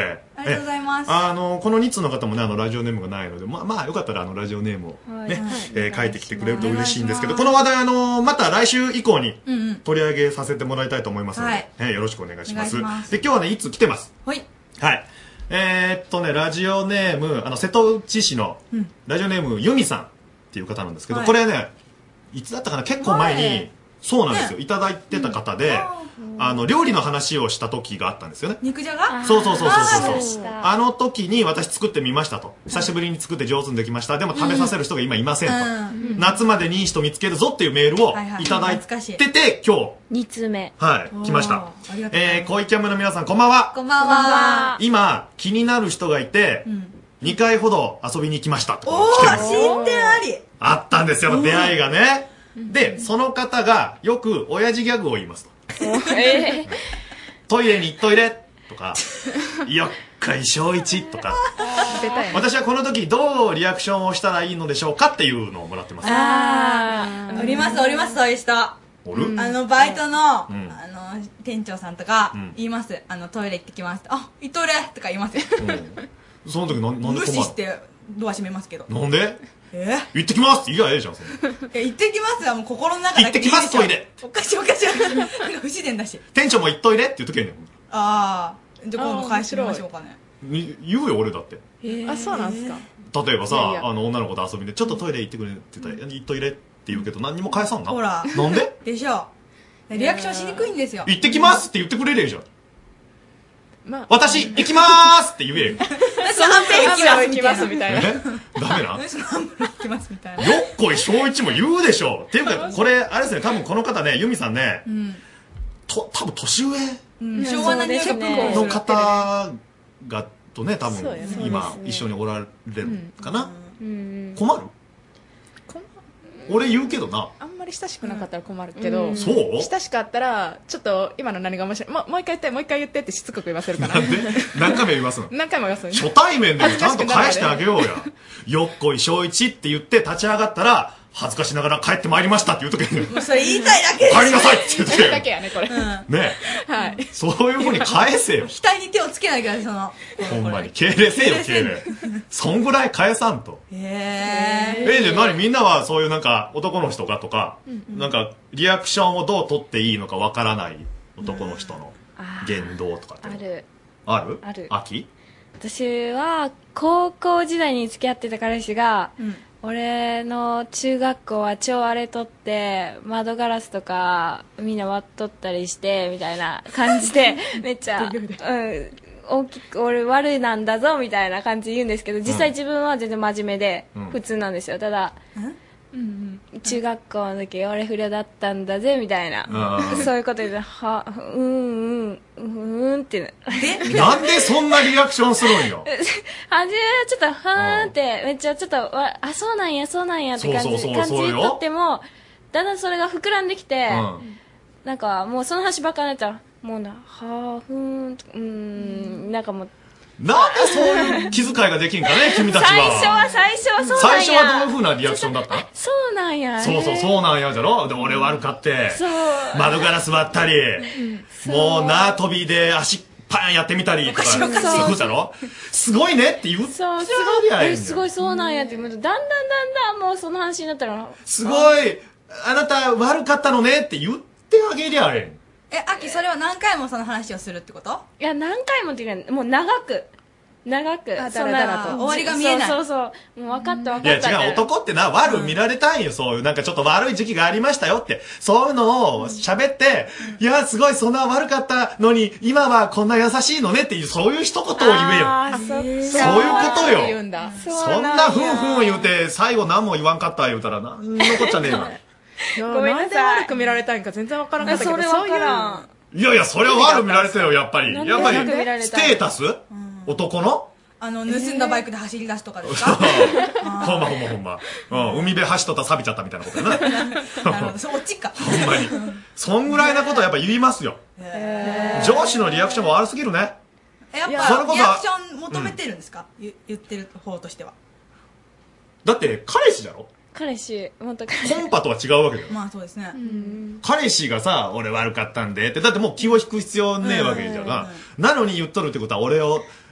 りがとうございます。 あの、このに通の方もね、あの、ラジオネームがないので、まあ、まあ、よかったら、あの、ラジオネームをね、 はいえー書いてきてくれると嬉しいんですけど、この話題、あの、また来週以降にうんうん。 取り上げさせてもらいたいと思いますので、 はいねよろしくお願いします。 お願いしますで、今日はね、いつ来てます。 はい。 はい。えー、っとね、ラジオネーム、あの、瀬戸内市の、 うんラジオネーム、ユミさんっていう方なんですけど、 はいこれね、いつだったかな、結構前に、 前そうなんですよ、いただいてた方で、あの、料理の話をした時があったんですよね。 肉じゃがそうそうそうそうそうあーそう。あの時に私作ってみましたと。久しぶりに作って上手にできました。でも食べさせる人が今いませんと。 うん夏までにいい人見つけるぞっていうメールをはいはいいただい懐かしいてて、今日、 に通目。 はい、来ました。 ありがとうございますえー、恋キャムの皆さん、こんばんは。 こんばんは。 今、気になる人がいて、にかいほど遊びに来ましたと。 おー、 来てます進展あり。 あったんですよ、出会いがね。で、その方がよく親父ギャグを言いますと。 えトイレに行っといれとか、よっかい小一とか。私はこの時どうリアクションをしたらいいのでしょうかっていうのをもらってます。 あー、おります、おります、そういう人。あおるの、バイトの、あうんの、店長さんとかうん、 言います。あの、トイレ行ってきます。あ、行っといれとか言いますよ。 その時ななんで困る無視してドア閉めますけど。 なんでえ行ってきますって言えばええじゃん、そんなー、行ってきますはもう心の中だけ行ってきますでいいでしょトイレおかしいおかしい。なんか不自然だし。 店長も行っといれって言う時はねあー、じゃあ今度返してみましょうかね。 に言うよ、俺だって。 あ、そうなんですか。 例えばさいやいやあの女の子と遊びでちょっとトイレ行ってくれって言ったら行っといれって言うけど何にも返さんな。 ほら。 なんででしょう。リアクションしにくいんですよ。 行ってきますって言ってくれりゃいいじゃん。 まあ、 私行きまーすって言えよ。 その半分行きます行きますみたいな。 えダメなその半分行きますみたいな。 よっこい小一も言うでしょ。っていうか、これ、あれですね、多分この方ね、ユミさんね、 うん。 と、多分年上うん。昭和な匂いがプンプンすのる。 方が、とね、多分そうよね今、一緒におられるかな。 うん。 困る俺言うけどな。 あんまり親しくなかったら困るけど、 うんそう親しかったら、ちょっと今の何が面白い。もうもう一回言って、もう一回言ってってしつこく言わせるかな。 何回も言いますの何回も言わせる。 初対面でもちゃんと返してあげようや。よっこい小一って言って立ち上がったら、恥ずかしながら帰ってまいりましたって言うときに、 もうそれ言いたいだけです帰りなさいって言ってそれだけやね、これ。 ねはい。 そういうふうに返せよ。 額に手をつけないでください、その。 ほんまに。敬礼せよ、敬礼。そんぐらい返さんと。 へえー、じゃあ何みんなはそういうなんか男の人がとか、なんかリアクションをどう取っていいのかわからない男の人の言動とかってある。 あるある秋私は、高校時代に付き合ってた彼氏が、俺の中学校は超荒れとって窓ガラスとかみんな割っとったりしてみたいな感じでめっちゃ、うん、大きく俺悪なんだぞみたいな感じで言うんですけど実際自分は全然真面目でうん普通なんですよ。ただ、うんうん、中学校の時俺不良だったんだぜみたいなうんそういうこと言ってはうんうんうんってなんでそんなリアクションするんよ初めはちょっとはーんってめっちゃちょっとわあそうなんやそうなんやって感じそうそうそう感じそうよでとってもだんだんそれが膨らんできて、 うんなんかもうその話ばっかりになっちゃうもうなはーふーんとうーんなんかもうなんでそういう気遣いができんかね君たちは最初は最初はそうなんや最初はどういう風なリアクションだったそうなんやそうそうそうなんやじゃろで俺悪かってそう窓ガラス割ったりもう縄跳びで足パンやってみたりとかそうじゃろすごいねって言ってそうすりゃいいんだよごいえすごいそうなんやってもうだんだんだんだんもうその話になったらすごいあなた悪かったのねって言ってあげりゃええ、秋、それは何回もその話をするってこといや何回もっていうかもう長く長くあそんなだらだらと終わりが見えないそうそうそうもう分かった分いやかった違う男ってな悪見られたいんよ、そういうなんかちょっと悪い時期がありましたよってそういうのを喋って、いやすごいそんな悪かったのに今はこんな優しいのねっていうそういう一言を言えよあーそそういうことよ言うんだ。 そんなふんふん言うて最後何も言わんかった言うたら何のこっちゃねえわごめんなさい。なんで悪く見られたいんか全然わからなかったけど、 それわからんいやいやそれは悪見られたよやっぱりやっぱりなんで悪く見られスたいテータス男のあの、盗んだバイクで走り出すとかですかほんまほんまほんま、うん、海辺走っとったら錆びちゃったみたいなことやななるほど、そっちか。 ほんまにそんぐらいなことはやっぱ言いますよ上司のリアクションも悪すぎるねえやっそれこそぱリアクション求めてるんですか、言言ってる方としては。 だって彼氏だろ彼氏もっと彼氏コンパとは違うわけだよまあそうですね。 彼氏がさ俺悪かったんでってだってもう気を引く必要ねえわけじゃがなのに言っとるってことは俺を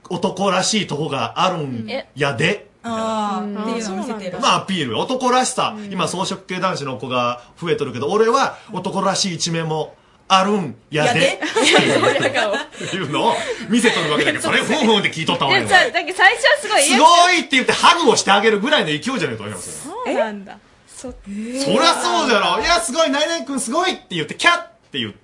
男らしいとこがあるんやで。 ああ、っていうのを見せてる。 まあアピール。男らしさ。今草食系男子の子が増えとるけど、俺は男らしい一面もあるんやで。っていうのを見せとるわけだけど、それふんふんって聞いとったわけでさだけど最初はすごいすごいって言ってハグをしてあげるぐらいの勢いじゃないと思いますよ。 そうなんだ。そ、 そりゃそうじゃろ。いや、すごい、何々君すごいって言って、キャッって言って、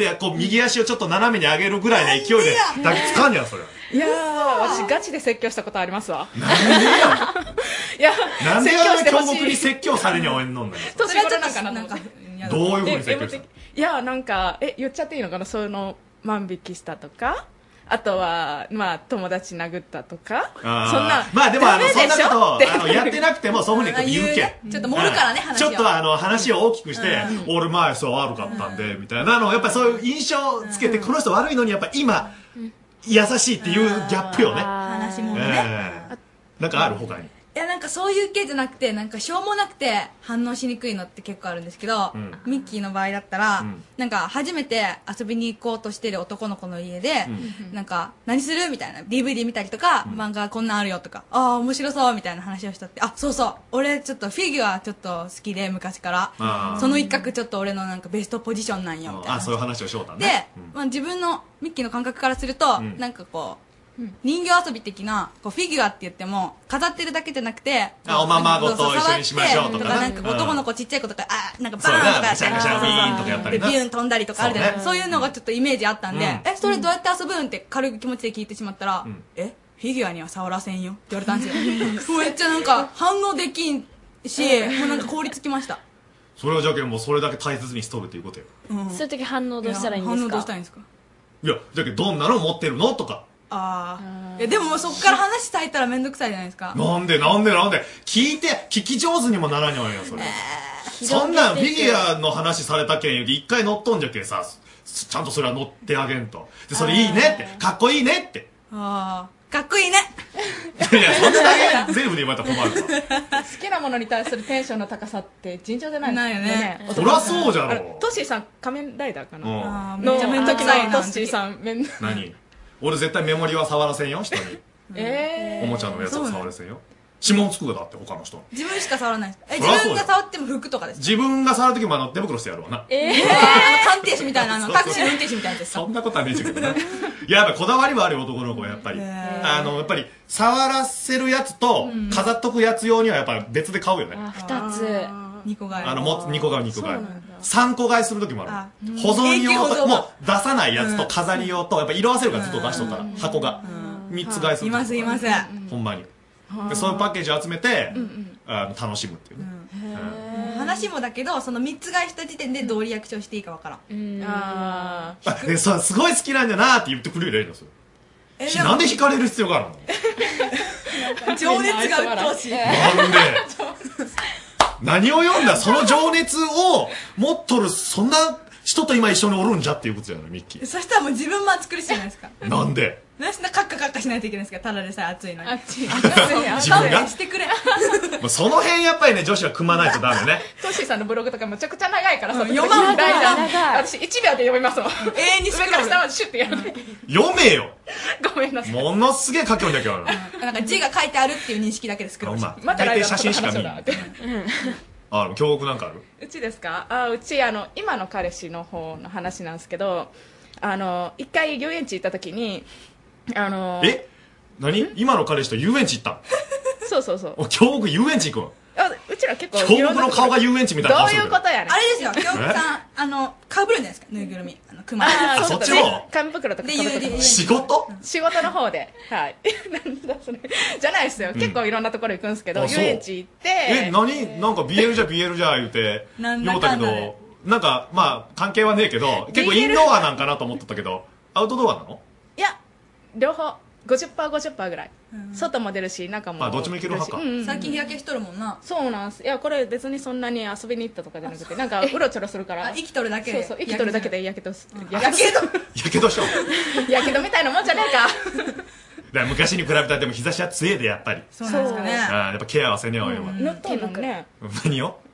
こう、右足をちょっと斜めに上げるぐらいの勢いで抱きつかんやん、それ。 いやー、私ガチで説教したことありますわ。 なんでやいや、 なんで説教あの京してほしい極に説教されにはおえんのんだよ。 年頃なんかなと思って。 どういうふうに説教したの？ いや、なんか、え、言っちゃっていいのかな、その、万引きしたとか、あとは、まあ、友達殴ったとか、そんな、 まあでも、あの、そんなダメでしょこと、あの、やってなくても、そういうふうに言うけん。 ちょっと盛るからね、話を。 ちょっとあの、話を大きくして、俺前そう悪かったんで、みたいなのを、やっぱそういう印象つけて、この人悪いのに、やっぱ今、優しいっていうギャップよね。 話もね。 ええ。なんかある他に。 いや、なんかそういう系じゃなくて、なんかしょうもなくて反応しにくいのって結構あるんですけど、 うん、 ミッキーの場合だったら、 うん、 なんか初めて遊びに行こうとしてる男の子の家で、うん、なんか何するみたいな ディーブイディー 見たりとか、うん、漫画こんなんあるよとか、ああ面白そうみたいな話をしたって、あ、そうそう、俺ちょっとフィギュアちょっと好きで昔から、その一角ちょっと俺のなんかベストポジションなんよみたいな。 あ、そういう話をしようたんで、 ね。 まあ、自分のミッキーの感覚からすると、 うん、 なんかこう、人形遊び的なこうフィギュアって言っても飾ってるだけじゃなくて、 あ、おままごと一緒にしましょうとかな、 なんか男の子ちっちゃい子とか、あ、なんかバーンとかやったり、 ビーンとかやったりな、 ビューン飛んだりとかあるじゃないですか。そういうのがちょっとイメージあったんで、え、それどうやって遊ぶんって軽い気持ちで聞いてしまったら、え、フィギュアには触らせんよって言われたんですよ。めっちゃなんか反応できんし、もうなんか凍りつきました。 それはじゃけんもうそれだけ大切にしとるっていうことよ。 そういう時反応どうしたらいいんですか？ 反応どうしたらいいんですか？ いや、じゃけんどんなの持ってるのとか。 ああ。いや、でもそっから話したいたらめんどくさいじゃないですか。 なんでなんでなんで聞いて、聞き上手にもならんよよ、それ。そんなんフィギュアの話されたけん言うて一回乗っとんじゃけんさ、ちゃんとそれは乗ってあげんと。で、それいいねって、かっこいいねって。 ああ。かっこいいね。 いや、そんなだけ全部で言われたら困るわ。 好きなものに対するテンションの高さって尋常じゃないないよね。 そりゃそうじゃろ。 トッシーさん仮面ライダーかな。 ああ、めっちゃめんどくさいな。 トッシーさん、めん何？俺絶対メモリは触らせんよ、人に。 えおもちゃのやつは触らせんよ。指紋つくだって他の人。 自分しか触らないですか？え、自分が触っても服とかですか？ 自分が触るときもあの手袋してやるわな。 ええ、あの鑑定士みたいな、あのタクシーの運転手みたいなやつですか？ そんなことはねえけどな。いや、やっぱこだわりはあるよ、男の子はやっぱり。あの、やっぱり触らせるやつと飾っとくやつ用にはやっぱ別で買うよね。 二つ。 二個買い。 あの、も、二個買う二個買い。三個買いするときもある。保存用と、もう出さないやつと飾り用と、やっぱ色あせるからずっと出しとったら、箱が。三つ買いする。 いますいます。 ほんまに。でそういうパッケージを集めて、あの楽しむっていうね、 話もだけどそのみっつ買いした時点でどうリアクションしていいかわからん。 ああでそうすごい好きなんだなって言ってくれるよそれ。なんで惹かれる必要があるの？ 情熱が鬱陶しい。 なんで何を読んだその情熱を持っとるそんな人と今一緒におるんじゃっていうことじゃないミッキー。 そしたらもう自分も暑苦しいじゃないですか。 なんでなんでカッカカッカしないといけないんですか？ただでさえ暑いのに。暑い。 自分がしてくれ。 その辺やっぱりね女子は組まないとダメね。 トッシーさんのブログとかむちゃくちゃ長いからさ、 読まんと私いちびょうで読みますもん。永遠に上から下までシュッてやる。 読めよ。 ごめんなさい。 ものすげえ書き読んだけどなんか字が書いてあるっていう認識だけで作る。 また大体写真しか見ない。あ、教育なんかある？ うちですか？あ、うちあの今の彼氏の方の話なんですけど、あの一回遊園地行った時にあのえ何今の彼氏と遊園地行った？ そうそうそう。 お京極遊園地行くん？ あ、うちら結構京極の顔が遊園地みたいな顔する。 どういうことやねん。 あれですよ、京極さんあのかぶるんじゃないですか、ぬいぐるみ、あの熊。 あ、そっちも紙袋とか被って仕事？ 仕事の方で、はい。なんだそれじゃないですよ。結構いろんなところ行くんですけど、遊園地行って。 え、何なんか ビーエル じゃ ビーエル じゃ言うて言うたけど、なんかまあ関係はねえけど、結構インドアなんかなと思ってたけど、アウトドアなの？ いや、両方。ごじゅっパーセント、ごじゅっパーセント ぐらい、うん、外も出るし中もあどっちもいける派か、 うんうん、最近日焼けしとるもんな。 そうなんです。いやこれ別にそんなに遊びに行ったとかじゃなくてなんかうろちょろするから生きとるだけで。 そうそう生きとるだけでやけどすやけどやけどしょやけどみたいなもんじゃねえかだから昔に比べたらでも日差しは強いでやっぱり。 そうなんですかね。 あやっぱケアはせねえわよ、 塗っとんのね。 何を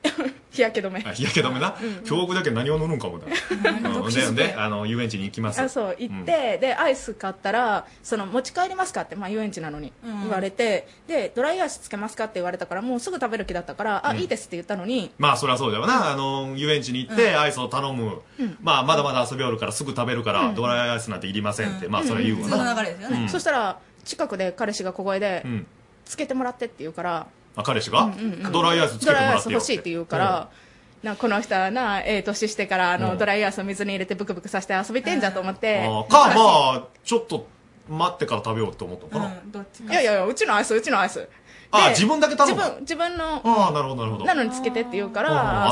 日焼け止め。 日焼け止めな。京極だけ何を塗るんかもだ。で、で、あの、遊園地に行きます。 あ、そう、行って、で、アイス買ったら、その、持ち帰りますかって、まあ、遊園地なのに言われて、で、ドライアイスつけますかって言われたから、もうすぐ食べる気だったから、あ、いいですって言ったのに。 まあ、そりゃそうだよな。あの、遊園地に行って、アイスを頼む。まあ、まだまだ遊びおるからすぐ食べるから、ドライアイスなんていりませんって、まあ、それ言うわな。 その流れですよね。 そしたら、近くで彼氏が小声で、つけてもらってって言うから、 あ、彼氏がドライアイスつけてもらってよ。ドライアイス欲しいって言うから、なこの人はな、ええ年してからあの、ドライアイスを水に入れてブクブクさせて遊びてんじゃと思って。 か、まあ、ちょっと待ってから食べようって思ったのかな。 いやいやいや、うちのアイス、うちのアイス。 あ、自分だけ頼む自分、自分の。 ああ、なるほど、なるほど。 なのにつけてって言うから、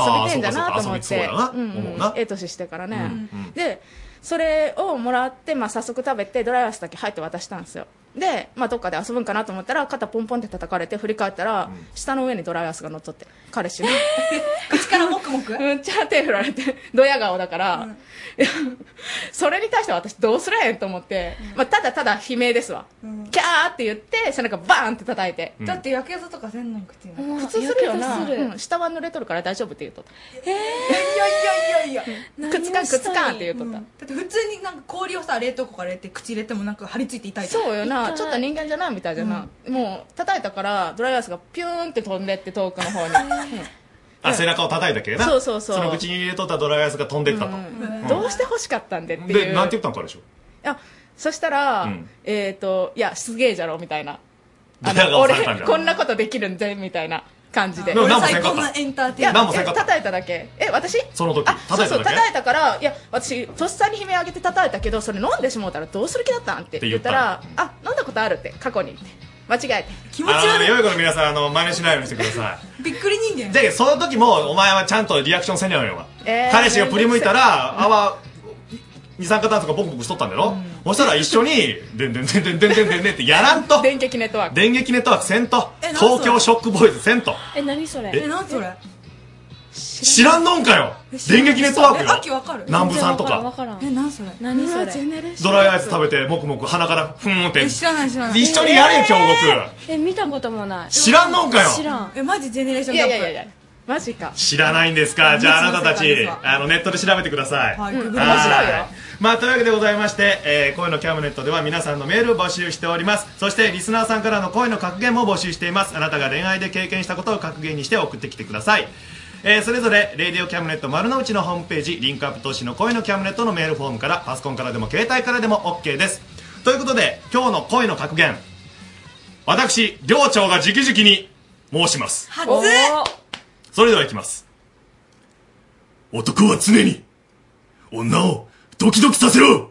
遊びてんじゃなと思って。ええ年してからね。で、それをもらって、まあ、早速食べてドライアイスだけ入って渡したんですよ。で、まあ、どっかで遊ぶんかなと思ったら肩ポンポンって叩かれて振り返ったら、うん、下の上にドライアイスが乗っとって彼氏の、えー、口からモクモクめっちゃ手振られてドヤ顔だから、うん、それに対して私どうすりゃえんと思って、うん、まあ、ただただ悲鳴ですわ、うん、キャーって言って背中バーンって叩いて、 うん、だってやけどとかせんのに口に普通するよな、うん、下は濡れとるから大丈夫って言うとった。 えー、いやいやいやいやくつかんくつかんって言うとった、うん、 だって普通になんか氷をさ冷凍庫から入れて口入れてもなんか張り付いて痛い。 そうよな、ちょっと人間じゃないみたいじゃな、うん、もう叩いたからドライアイスがピューンって飛んでって遠くの方に、うん、 あ、背中を叩いたけどな。 そうそうそう、 その口に入れとったドライアイスが飛んでったと、うんうん、どうして欲しかったんでっていう。 で、なんて言ったんかでしょ。いや、そしたら、うん、えっ、ー、といやすげえじゃろみたいな、 あの俺こんなことできるんぜみたいな感じで。 俺最高なエンターテイナー。 いや、叩いただけ。え、私その時叩いただけ。そうそう、叩いたから、いや、私とっさに悲鳴上げて叩いたけど、それ飲んでしもうたらどうする気だったんって言ったら、あ、飲んだことあるって過去にって間違えて。 気持ち悪い。 あのね、良い子の皆さん、あの真似しないようにしてください。びっくり人間。 じゃあその時もお前はちゃんとリアクションせんやろよ。えー、彼氏が振り向いたら泡二酸化炭素がボクボクしとったんだろ、うん、そしたら一緒にでんでんでんでんでんでんでんでんってやらんと電撃ネットワーク電撃ネットワークせんと東京ショックボーイズせんと。 え、何それ。 え、何それ。 知らんのんかよ。電撃ネットワークよ。 秋わかる。 南部さんとか。 え、何それ。 何それ。 ドライアイス食べてもくもく鼻からふーんって。 知らない知らない。 一緒にやれよ京極。 え、見たこともない。 知らんのんかよ。 知らん。 え、マジジェネレーションギャップ。 いやいやいやマジか。 知らないんですか。じゃああなたたちあのネットで調べてください。 はい。面白いよ。 まあというわけでございまして、えー、恋のキャムネットでは皆さんのメールを募集しております。そしてリスナーさんからの恋の格言も募集しています。あなたが恋愛で経験したことを格言にして送ってきてください。えー、それぞれレディオキャムネット丸の内のホームページリンクアップ投資の恋のキャムネットのメールフォームからパソコンからでも携帯からでも OK です。ということで今日の恋の格言、私寮長が直々に申します。 初。 それではいきます。男は常に女をドキドキさせろ。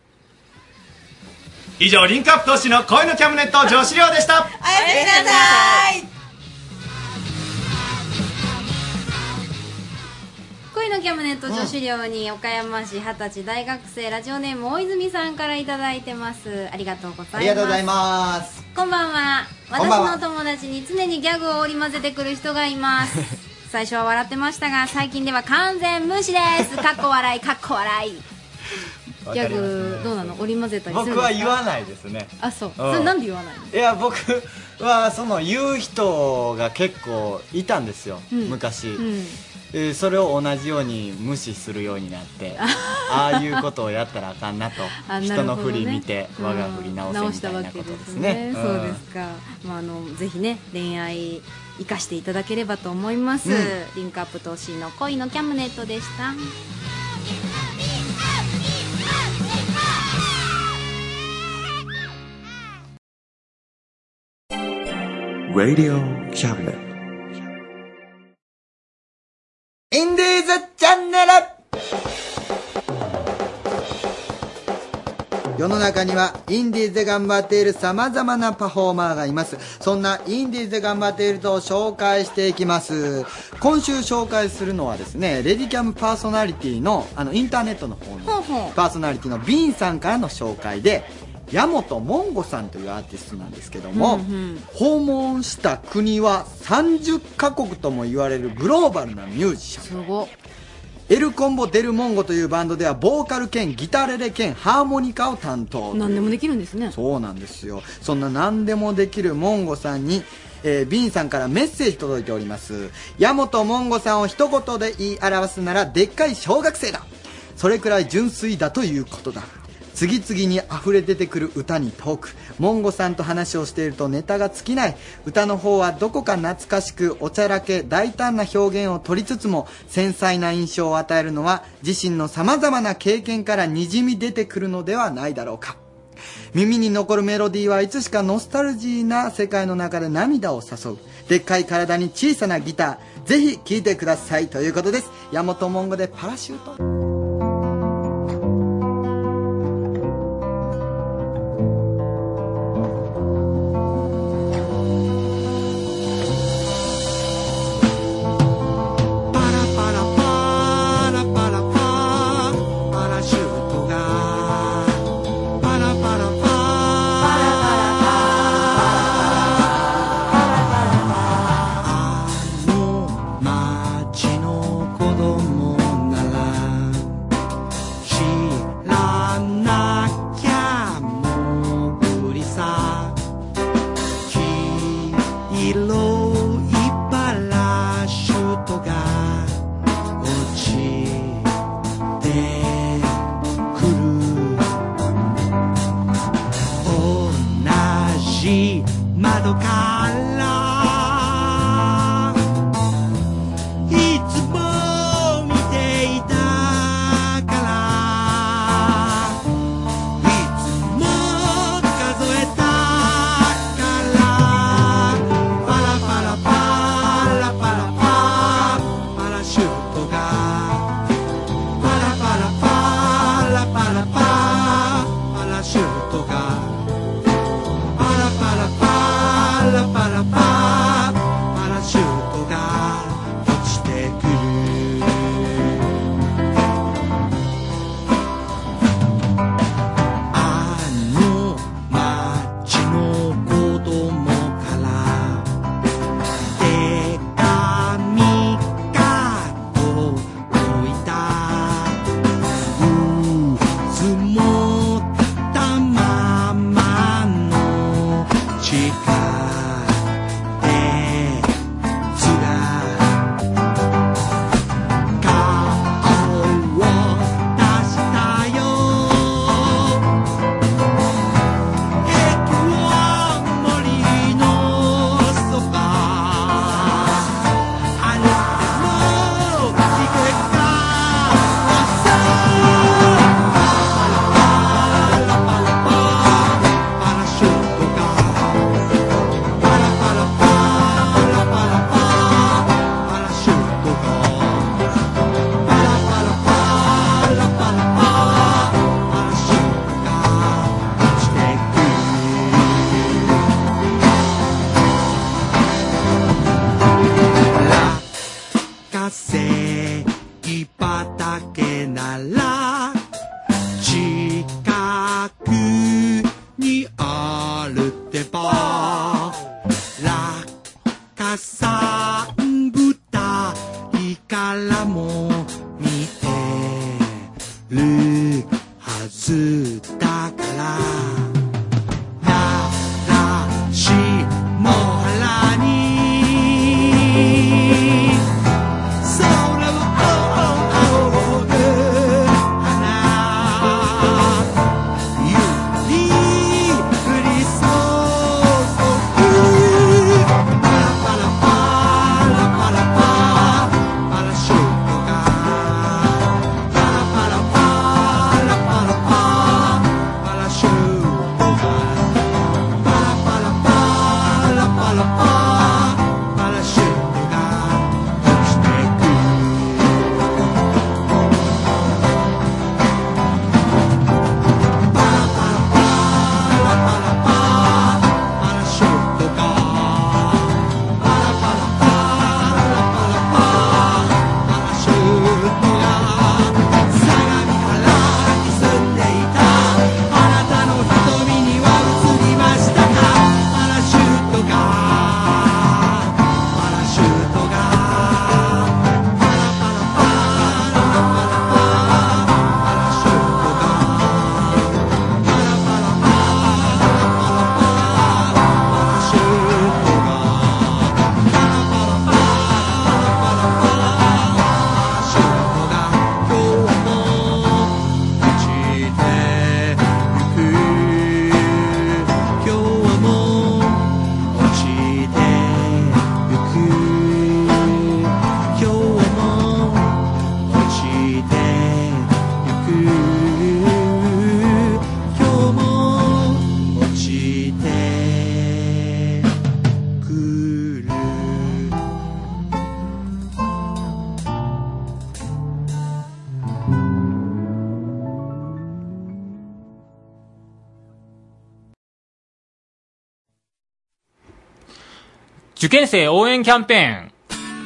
以上リンクアップ投資の恋のキャムネット女子寮でした。 おやすみなさい。 恋のキャムネット女子寮に岡山市二十歳大学生ラジオネーム大泉さんからいただいてます。ありがとうございます。ありがとうございます。 こんばんは。私の友達に常にギャグを織り交ぜてくる人がいます最初は笑ってましたが最近では完全無視です。かっこ笑いかっこ笑い。ギャグどうなの、織り交ぜたりするんですか。 僕は言わないですね。 あ、そう、うん、それなんで言わないの。 いや僕はその言う人が結構いたんですよ、うん、昔、うんえー、それを同じように無視するようになってああいうことをやったらあかんなとな、ね、人の振り見て我が振り直せみたいなことですね。 そうですか、まあ、あのぜひね恋愛生かしていただければと思います、うん、リンクアップ投資の恋のキャムネットでした。 Radio Cabinet インディーズチャンネル。世の中にはインディーズで頑張っている様々なパフォーマーがいます。そんなインディーズで頑張っている人を紹介していきます。今週紹介するのはですね、レディキャムパーソナリティのあのインターネットの方のパーソナリティのビンさんからの紹介で、矢本モンゴさんというアーティストなんですけども、うんうん、訪問した国はさんじゅっカ国とも言われるグローバルなミュージシャン。 すごっ。 エルコンボ・デル・モンゴというバンドではボーカル兼ギタレレ兼ハーモニカを担当。 何でもできるんですね。 そうなんですよ。そんな何でもできるモンゴさんにえー、ビンさんからメッセージ届いております。矢本もんごさんを一言で言い表すなら、でっかい小学生だ。それくらい純粋だということだ。次々に溢れ出てくる歌にトーク。モンゴさんと話をしているとネタが尽きない。歌の方はどこか懐かしく、おちゃらけ、大胆な表現を取りつつも、繊細な印象を与えるのは、自身の様々な経験から滲み出てくるのではないだろうか。耳に残るメロディーはいつしかノスタルジーな世界の中で涙を誘う。でっかい体に小さなギター。ぜひ聴いてください。ということです。山本モンゴでパラシュート。 パラ受験生応援キャンペーン。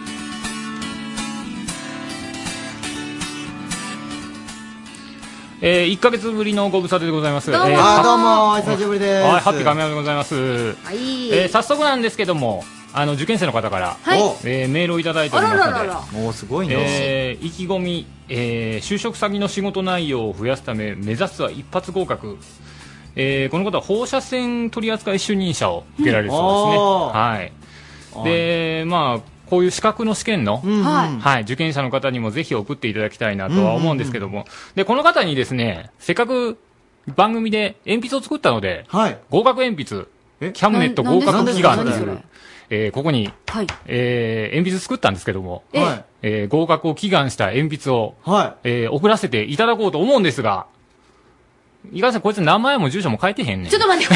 えー、いっかげつぶりのご無沙汰でございます。 どうも、 えー、 あどうもお久しぶりです。 はい、ハッピー神山でございます。 はいえー、早速なんですけども、あの受験生の方から、 はいえー、メールをいただいておりますので、 あららららもうすごいね、 えー、意気込み、えー、就職先の仕事内容を増やすため目指すは一発合格。えー、この方は放射線取扱主任者を受けられるそうですね。はい。で、まあこういう資格の試験の、 うんはいはい、受験者の方にもぜひ送っていただきたいなとは思うんですけども、でこの方にですね、せっかく番組で鉛筆を作ったので、合格鉛筆、キャムネット合格祈願という、えー、ここに、 はいえー、鉛筆作ったんですけども、 えええー合格を祈願した鉛筆を、えー送らせていただこうと思うんですが、いかんせんこいつ名前も住所も書いてへんねん。 ちょっと待って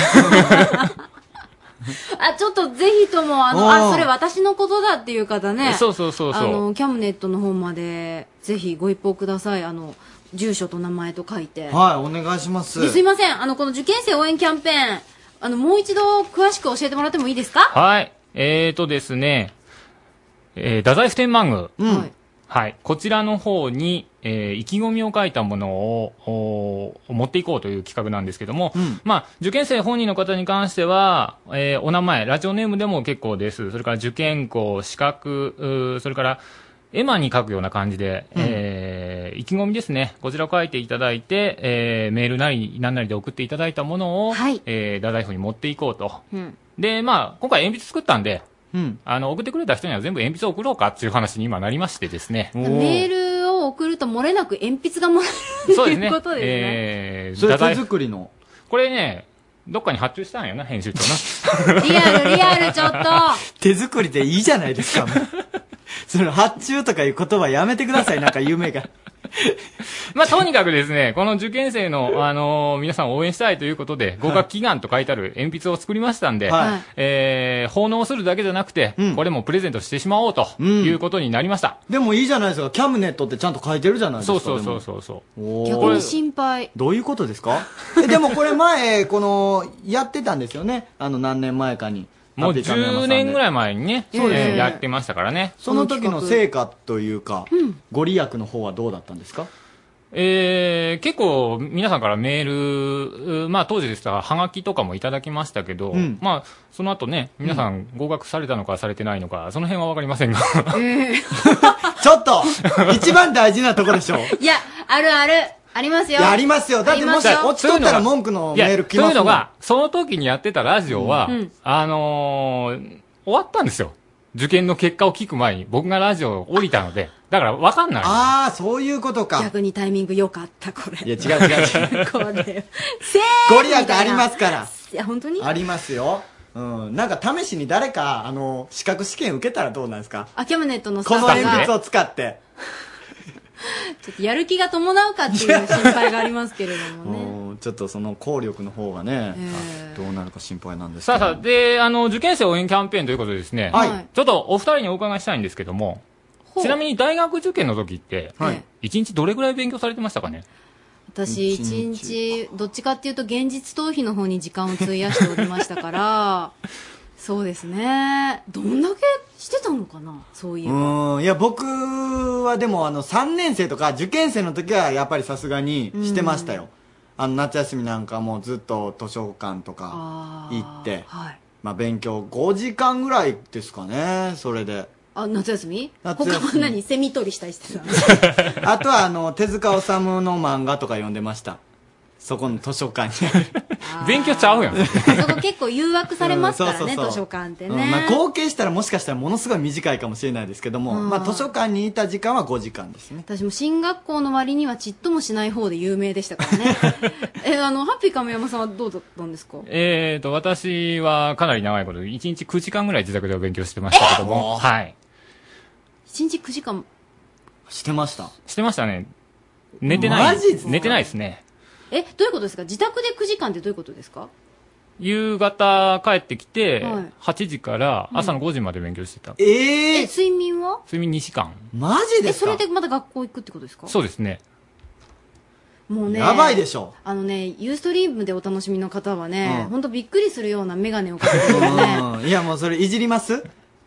あ、ちょっとぜひとも、あの、 おーあ、それ私のことだっていう方ね。 そうそうそうそうあの、キャムネットの方まで、ぜひご一報ください。あの、住所と名前と書いて。 はい、お願いします。 ですいません。あの、この受験生応援キャンペーン、あの、もう一度詳しく教えてもらってもいいですか？ はい。えーとですね、えー、太宰府天満宮。 はい。 はい。こちらの方に、えー意気込みを書いたものを、お持っていこうという企画なんですけども、まあ、受験生本人の方に関しては、えーお名前、ラジオネームでも結構です。それから受験校、資格、うーそれから、絵馬に書くような感じで、 うんえー意気込みですね。こちらを書いていただいて、えーメールなり、何なりで送っていただいたものを、えー太宰府に持っていこうと。 うん。 で、まあ、今回鉛筆作ったんで、 うん。 あの、送ってくれた人には全部鉛筆を送ろうかっていう話に今なりましてですね。 メールを送ると漏れなく鉛筆がもらえるそうですね。 ということですね。 えー、 それ太宰手作りの。 これね、どっかに発注したんやな、編集長な。 リアル、リアル、ちょっと。 手作りでいいじゃないですか、もうその発注とかいう言葉やめてください、なんか夢が。 まあ、とにかくですね、この受験生の、あのー皆さんを応援したいということで、合格祈願と書いてある鉛筆を作りましたんで、 はいえー、奉納するだけじゃなくて、これもプレゼントしてしまおうということになりました。 でもいいじゃないですか、キャムネットってちゃんと書いてるじゃないですか。 そうそうそうそうそう。 う逆に心配。 どういうことですかえでもこれ前、この、やってたんですよね。あの何年前かに。 もうじゅうねんぐらい前にね、 そうですねえーやってましたからね。 その時の成果というか、ご利益の方はどうだったんですか？ えー、結構皆さんからメール、まあ当時でしたらハガキとかもいただきましたけど、 うんまあその後ね、皆さん合格されたのかされてないのか、その辺はわかりませんが。 ちょっと一番大事なとこでしょ。 いや、あるある。ありますよ。 いやありますよ。だってもしありますよ落ちとったら文句のメール来ますもん。 いやというのが、その時にやってたラジオは、 うんあのー終わったんですよ。受験の結果を聞く前に僕がラジオを降りたので、だからわかんない。 ああ、そういうことか。 逆にタイミング良かった、これ。 いや、違う違う違う。 これ。せーご利益ありますから。 いや、本当にありますよ。うん。なんか試しに誰か、あの、資格試験受けたらどうなんですか？ あ、キャムネットのスこのタッフが、 鉛筆を使って。 ちょっとやる気が伴うかっていう心配がありますけれどもね。 うんちょっとその効力の方がね、どうなるか心配なんですけど。 さあさあ、で、あの、受験生応援キャンペーンということでですね、 はいちょっとお二人にお伺いしたいんですけども、ちなみに大学受験の時って、一日どれぐらい勉強されてましたかね？ 私、一日、どっちかっていうと現実逃避の方に時間を費やしておりましたから、そうですね。どんだけしてたのかな、そういう。 うん、いや、僕はでも、あの、さんねん生とか受験生の時は、やっぱりさすがにしてましたよ。あの、夏休みなんかもずっと図書館とか行って、 はい。 まあ、勉強ごじかんぐらいですかね、それで。 あ、夏休み夏休み他は何セミ取りしたりしてたあとは、あの、手塚治虫の漫画とか読んでました。そこの図書館にある。 勉強ちゃうやん。 そこ結構誘惑されますからね、 うんそうそうそう図書館ってね。 うんまあ、合計したらもしかしたらものすごい短いかもしれないですけども、 うんまあ、図書館にいた時間はごじかんですね。 私も進学校の割にはちっともしない方で有名でしたからね。え、あの、ハッピー亀山さんはどうだったんですか？ えーと、私はかなり長いこと、いちにちくじかんぐらい自宅で勉強してましたけども、はい。 いちにちくじかん。 してました。 してましたね。寝てない。 マジですか寝てないですね。 え、どういうことですか？自宅でくじかんってどういうことですか？ 夕方帰ってきて、 はいはちじから朝のごじまで勉強してた。 ええ、睡眠は睡眠にじかん。 マジえ、それでまた学校行くってことですか？ そうですね。 もうね。 やばいでしょ。 あのね、ユーストリームでお楽しみの方はね、 うんほんとびっくりするようなメガネをかけてるよね。 うんいや、もうそれいじります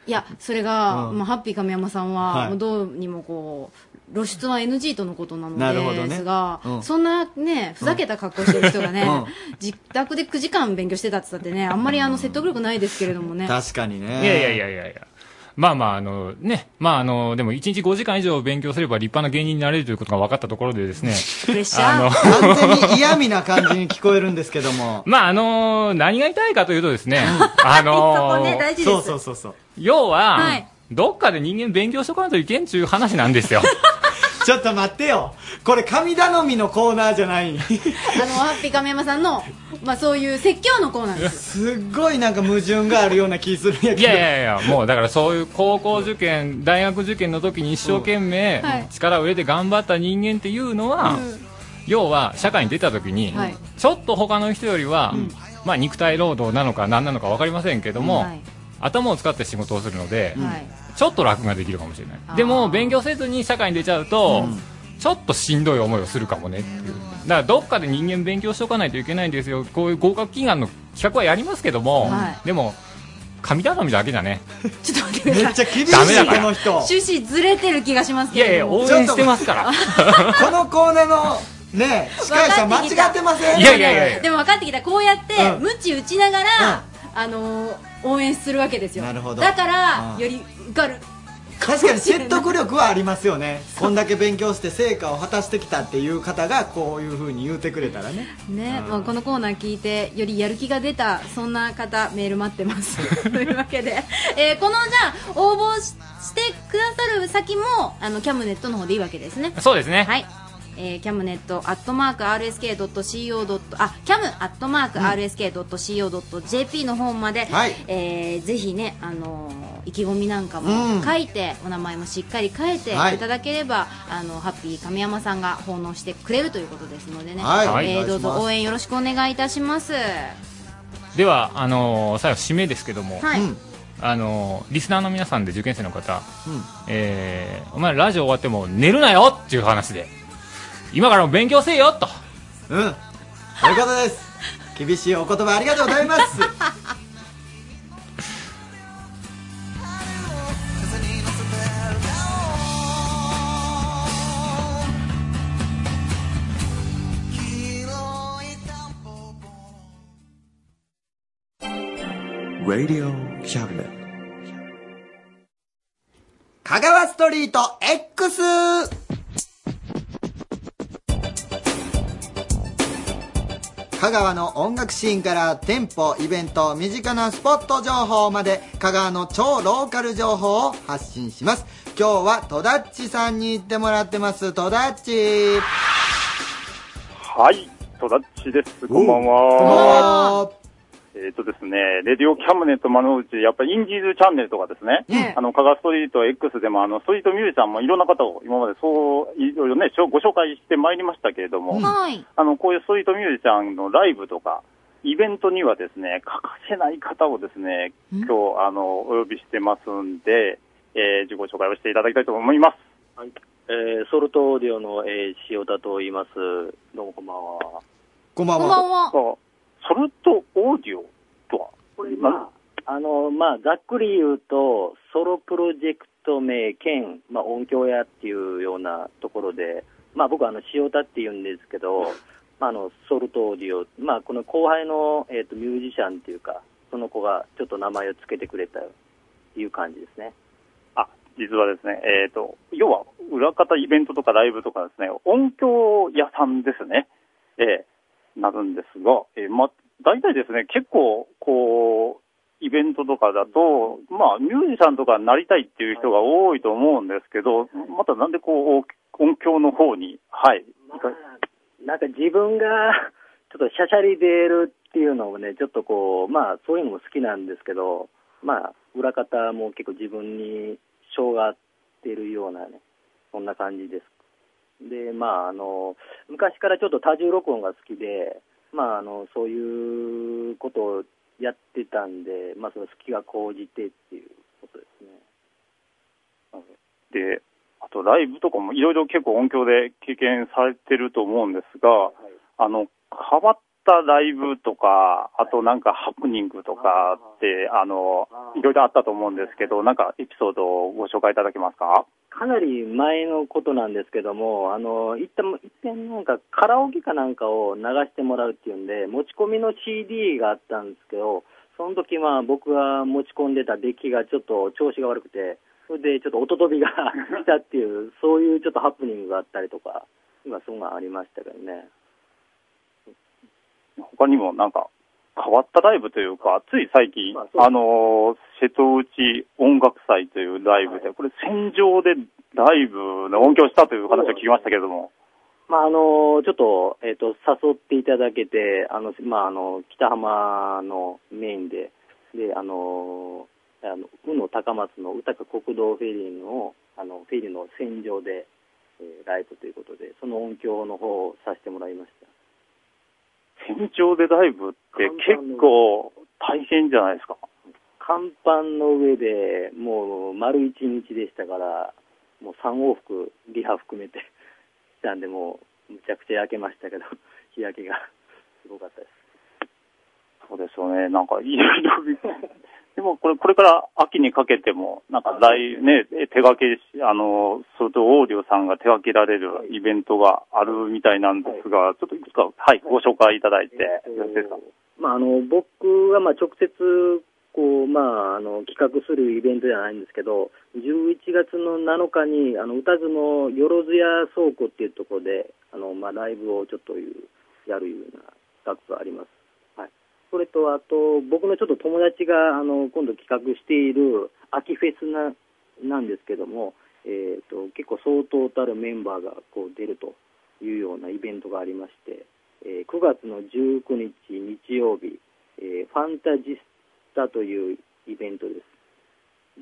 いや、それが、 うんまあ、ハッピー亀山さんはは、もうどうにもこう、露出は エヌジー とのことなのなるほどねですが、 うんそんなね、ふざけた格好してる人がね、 うん自宅でくじかん勉強してたって言ったってね、あんまりあの説得力ないですけれどもね。 確かにね。 いやいやいやいやいや。まあまあ、あのね、まああの、でもいちにちごじかん以上勉強すれば立派な芸人になれるということが分かったところでですね。 プレッシャー。 完全に嫌味な感じに聞こえるんですけども。 まああの、何が言いたいかというとですね、あのそこね大事ですそうそうそうそう。 要は、 はいどっかで人間勉強しとかないといけんちゅう話なんですよ。 ちょっと待ってよ。これ神頼みのコーナーじゃない。 あの、ハッピー亀山さんの、まあそういう説教のコーナーです。 すっごいなんか矛盾があるような気するんやけど。 いやいやいや、もうだからそういう高校受験、大学受験の時に一生懸命はい力を入れて頑張った人間っていうのは、要は社会に出た時に、 はいちょっと他の人よりは、まあ肉体労働なのか何なのか分かりませんけども、 はい頭を使って仕事をするので、 はいちょっと楽ができるかもしれないあーでも勉強せずに社会に出ちゃうと、ちょっとしんどい思いをするかもねっていうだからどっかで人間勉強しておかないといけないんですよこういう合格祈願の企画はやりますけども、 はでも神頼みだけじゃねちょっと待ってください。 めっちゃ厳しいダメだからこの人。 趣旨ずれてる気がしますけれども。 いやいや応援してますからこのコーナーのね、司会者間違ってません？ いやいやいやいやでも分かってきた。こうやって、 うん無知打ちながら、あのー、応援するわけですよ。 なるほどだからう、んより受かる。 確かに説得力はありますよね。こんだけ勉強して成果を果たしてきたっていう方がこういう風に言うてくれたらね。 ね、まあ、このコーナー聞いてよりやる気が出たそんな方メール待ってますというわけで、えーこのじゃあ応募ししてくださる先もあのキャムネットの方でいいわけですね。 そうですねはい、えー、キャムネットアットマーク アールエスケードットシーオードット あキャムアットマーク アールエスケードットシーオードットジェーピー の方まで、 はいえーぜひね、あのー意気込みなんかうんも書いて、お名前もしっかり書いていはいただければ、あのハッピー亀山さんが奉納してくれるということですのでね、 はいえーどうぞお願いします応援よろしくお願いいたします。 ではあのー最後締めですけども、 はい、 うんあのーリスナーの皆さんで受験生の方、 うんえーお前ラジオ終わっても寝るなよっていう話で今からも勉強せえよとうん。そういうことです。厳しいお言葉ありがとうございます。 Radio Cabinet. 香川ストリート X。香川の音楽シーンから店舗、イベント、身近なスポット情報まで香川の超ローカル情報を発信します。今日は戸田っちさんに行ってもらってます。戸田っち。 はい、戸田っちです。こんばんこんばんは。 は。 えっ、とですね、レディオキャムネット丸の内、やっぱりインディーズチャンネルとかですね、 ねあの、香川ストリート X でも、あの、ストリートミュージシャンもいろんな方を今までそう、いろいろね、ご紹介してまいりましたけれども、 はい、 あの、こういうストリートミュージシャンのライブとか、イベントにはですね、欠かせない方をですね、今日、あの、お呼びしてますんで、えー、自己紹介をしていただきたいと思います。 はい。えー、ソルトオーディオの、えー、塩田と言います。どうもこんばんは。 こんばんは。 こんばんは。 ソルトオーディオとはこれ、まあ、あの、まあ、ざっくり言うと、ソロプロジェクト名兼、まあ、音響屋っていうようなところで、まあ、僕はあの、塩田って言うんですけど、まあ、あの、ソルトオーディオ、まあ、この後輩の、えっと、ミュージシャンっていうか、その子がちょっと名前を付けてくれたっていう感じですね。 あ、実はですね、えっ、と、要は、裏方イベントとかライブとかですね、音響屋さんですね、えー、なるんですが、えー、ま、大体ですね、結構、こう、イベントとかだと、まあ、ミュージシャンとかになりたいっていう人が多いと思うんですけど、またなんでこう、音響の方に、はい。 なんか自分が、ちょっとシャシャリ出るっていうのもね、ちょっとこう、まあ、そういうのも好きなんですけど、まあ、裏方も結構自分に性が合ってるようなね、そんな感じです。で、まあ、あの、昔からちょっと多重録音が好きで、まあ、あの、そういうことをやってたんで、まあ、その好きが高じてっていうことですね。 で、あとライブとかもいろいろ結構音響で経験されてると思うんですが、はい、あの、変わっったライブとか、あとなんかハプニングとかって、あの、いろいろあったと思うんですけど、なんかエピソードをご紹介いただけますか？ かなり前のことなんですけども、あの、一旦、一点なんかカラオケかなんかを流してもらうっていうんで、持ち込みの シーディー があったんですけど、その時は僕が持ち込んでたデッキがちょっと調子が悪くて、それでちょっと音飛びがしたっていう、そういうちょっとハプニングがあったりとか、今そういうのがありましたけどね。 他にもなんか変わったライブというか、つい最近、あの、瀬戸内音楽祭というライブで、これ戦場でライブの音響したという話を聞きましたけれども。 まあ、あの、ちょっと、えっと、誘っていただけて、あの、まあ、あの、北浜のメインで、で、あの、あの、宇野高松の宇高国道フェリーの、あの、フェリーの戦場で、えー、ライブということで、その音響の方をさせてもらいました。 戦場でライブって結構大変じゃないですか。 甲板の上でもう丸一日でしたから、もうさん往復リハ含めてしたんで、もうむちゃくちゃ焼けましたけど、日焼けがすごかったです。 そうですよね。なんかいろいろでもこれこれから秋にかけてもなんか来ね手掛けあのそれとオーディオさんが手掛けられるイベントがあるみたいなんですが、ちょっといくつかはいご紹介いただいてよろしいですか？ まああの僕はまあ直接こうまああの企画するイベントじゃないんですけど、じゅういちがつのなのかにあの宇多津のよろずや倉庫っていうところであのまあライブをちょっとやるような企画があります。それと、あと、僕のちょっと友達が、あの、今度企画している秋フェスな、なんですけども、えっと、結構相当たるメンバーがこう出るというようなイベントがありまして、えー、くがつのじゅうくにち日曜日、えー、ファンタジスタというイベントです。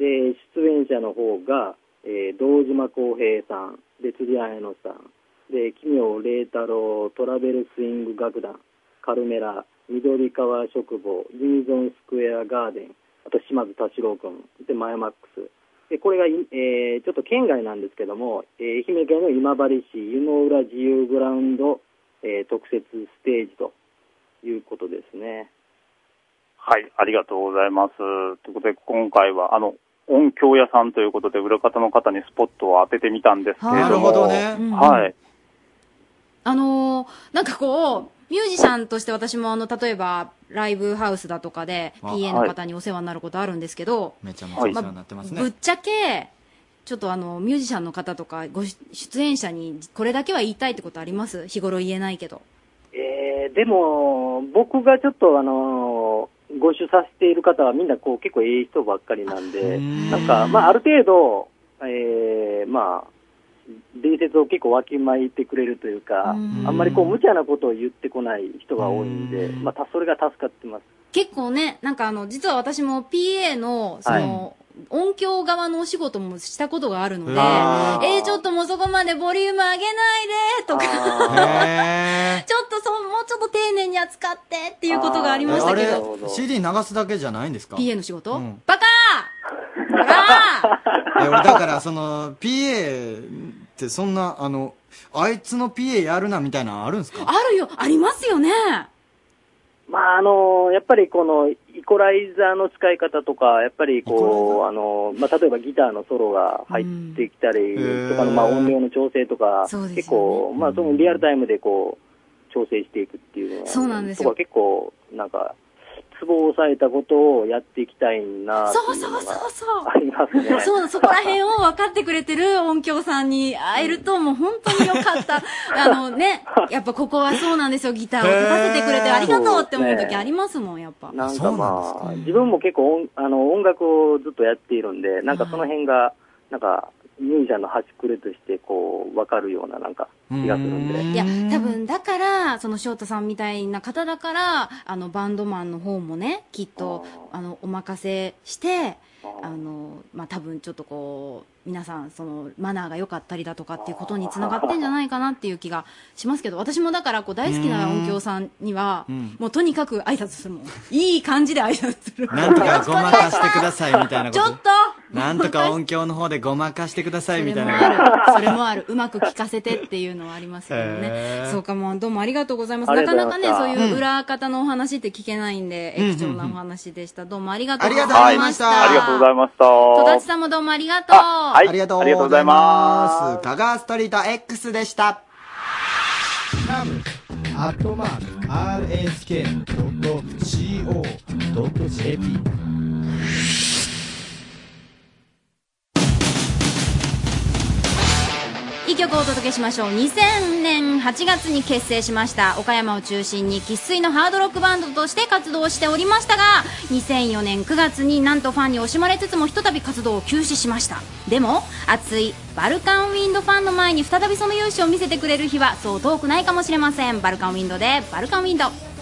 で、出演者の方が、えー、堂島康平さん、で、釣り綾乃さん、で、奇妙麗太郎、トラベルスイング楽団、カルメラ、緑川食房、ユニゾンスクエアガーデン、あと島津田代君、で、マヤマックス。で、これが、えー、ちょっと県外なんですけども、えー、愛媛県の今治市湯の浦自由グラウンド、えー、特設ステージということですね。 はい、ありがとうございます。ということで、今回は、あの、音響屋さんということで、裏方の方にスポットを当ててみたんですけれども。なるほどね。はい。 あのー、なんかこう、ミュージシャンとして私もあの、例えば、ライブハウスだとかで ピーエー の方にお世話になることあるんですけど、 めちゃめちゃお世話になってますね。 まあ、ぶっちゃけ、ちょっとあの、ミュージシャンの方とか、ご出演者にこれだけは言いたいってことあります？日頃言えないけど。 えー、でも、僕がちょっとあのー、ご一緒させている方はみんなこう結構ええ人ばっかりなんで、なんか、まあある程度、えー、まあ、伝説を結構わきまいてくれるというか、あんまりこう無茶なことを言ってこない人が多いんで、まあたそれが助かってます。 結構ね、なんかあの、実は私も ピーエー の、その、はい、音響側のお仕事もしたことがあるので、えー、ちょっともうそこまでボリューム上げないで、とか、ちょっとそう、もうちょっと丁寧に扱ってっていうことがありましたけど。 あれ、シーディー 流すだけじゃないんですか？ ピーエー の仕事、うん、バカーバカー俺だからその、ピーエー ってそんな、あの、あいつの ピーエー やるなみたいなのあるんですか？ あるよ、ありますよね。 まああのやっぱりこのイコライザーの使い方とか、やっぱりこうあの、まあ、例えばギターのソロが入ってきたりとかの、まあ、音量の調整とか、ね、結構、まあ、そのリアルタイムでこう調整していくっていうのは、 そうなんですよ。 とか結構なんかツボを押さえたことをやっていきたいなっていうのがありますね。 そう、そこら辺を分かってくれてる音響さんに会えるともう本当によかった。あのね、やっぱここはそうなんですよ。ギターを立たせてくれてありがとうって思う時ありますもん、やっぱ。 なんかまあ、自分も結構音あの音楽をずっとやっているんで、なんかその辺が、なんか、ミュージシャンの端くれとしてこう分かるようななんか気がするんで、 いや多分だからその翔太さんみたいな方だからあのバンドマンの方もねきっとあのお任せしてあのまあ多分ちょっとこう皆さんそのマナーが良かったりだとかっていうことにつながってんじゃないかなっていう気がしますけど、私もだからこう大好きな音響さんにはもうとにかく挨拶するもん、いい感じで挨拶する。 なんとかごまかしてくださいみたいなこと。 ちょっとなんとか音響の方でごまかしてくださいみたいな。 それもある。うまく聞かせてっていうのはありますけどね。そうか、もうどうもありがとうございます。なかなかね、そういう裏方のお話って聞けないんで、貴重なお話でした。どうもありがとうございました。 ありがとうございました。 戸田さんもどうもありがとう。 はい、ありがとうございます。香川ストリート X でした。 アットマーク アールエスケードットシーオードットジェーピーいい曲をお届けしましょう。にせんねんはちがつに結成しました岡山を中心に生粋のハードロックバンドとして活動しておりましたが、にせんよねんくがつになんとファンに惜しまれつつもひとたび活動を休止しました。でも熱いバルカンウィンドファンの前に再びその勇姿を見せてくれる日はそう遠くないかもしれません。バルカンウィンドでバルカンウィンド。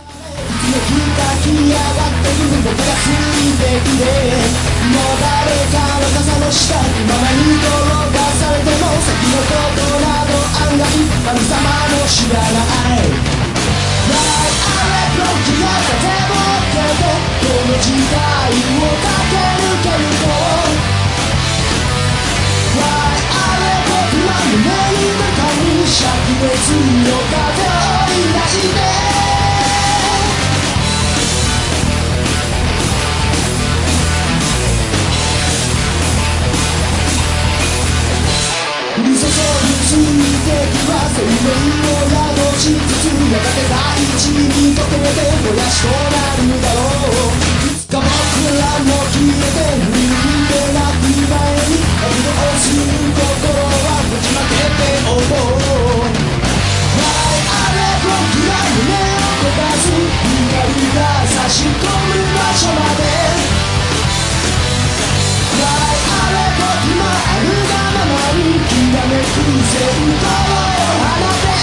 もう誰かの傘の下にままに転がされても先のことなど案外神様も知らない。あれの気が風を受けてこの時代を駆け抜けるとあれ僕らの目に向かう灼熱の風を抱いて降り注ぐ水滴は生命を宿しつつやがて大地に溶けて燃やしとなるだろう。いつか僕らも消えて振り向けなく前に躍動する心はぶちまけておこう。あれ僕らの目を焦がす光が差し込む場所まであれ僕のあるがままにきらめく線香を放て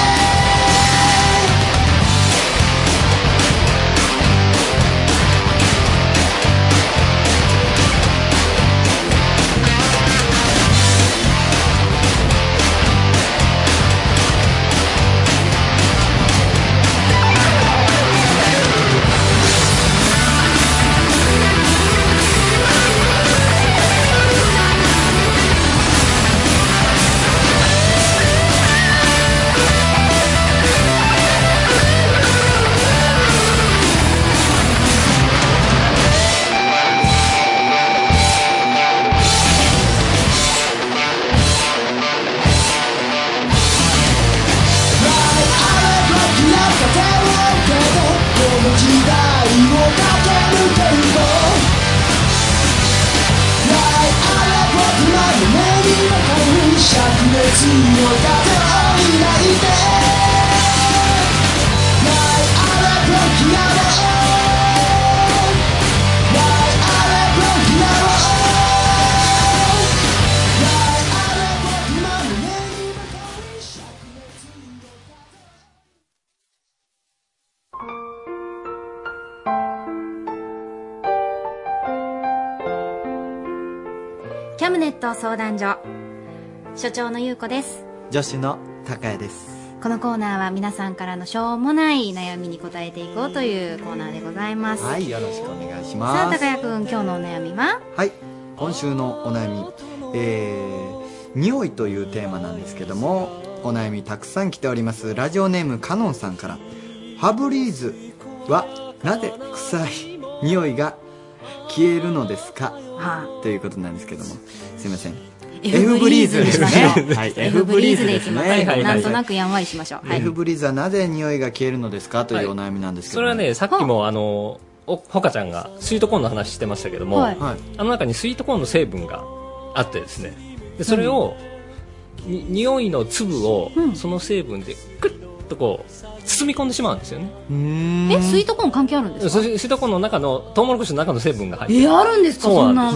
キャムネット相談所所長の優子です。 助手の高谷です。 このコーナーは皆さんからのしょうもない悩みに答えていこうというコーナーでございます。 はい、よろしくお願いします。 さあ高谷くん、今日のお悩みは？ はい、今週のお悩み、えー、匂いというテーマなんですけども、お悩みたくさん来ております。ラジオネームカノンさんから、ファブリーズはなぜ臭い匂いが消えるのですか、はあ、ということなんですけども、すいません、 F ブリーズですね。はい、 F ブリーズでいきますね。なんとなくやんわりしましょう。 はい、F ブリーズはなぜ匂いが消えるのですかというお悩みなんですけど、 はい、それはね、さっきもあのおほかちゃんがスイートコーンの話してましたけども、はい、あの中にスイートコーンの成分があってですね、でそれを、うん、に匂いの粒をその成分でクッとこう包み込んでしまうんですよね。 え、スイートコーン関係あるんですか？ スイートコーンの中のトウモロコシの中の成分が入ってる。 え、あるんですか？そんな、 うん、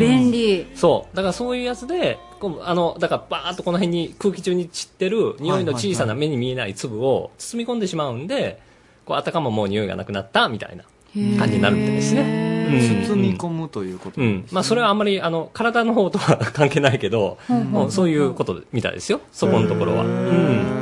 便利。 そうだからそういうやつでこうあのだからバーッとこの辺に空気中に散ってる匂いの小さな目に見えない粒を包み込んでしまうんで、こうあたかももう匂いがなくなったみたいな感じになるみたいですね。 うん、包み込むということです、ね、うん、まあそれはあんまりあの体の方とは関係ないけど、もうそういうことみたいですよ、そこのところは。うん、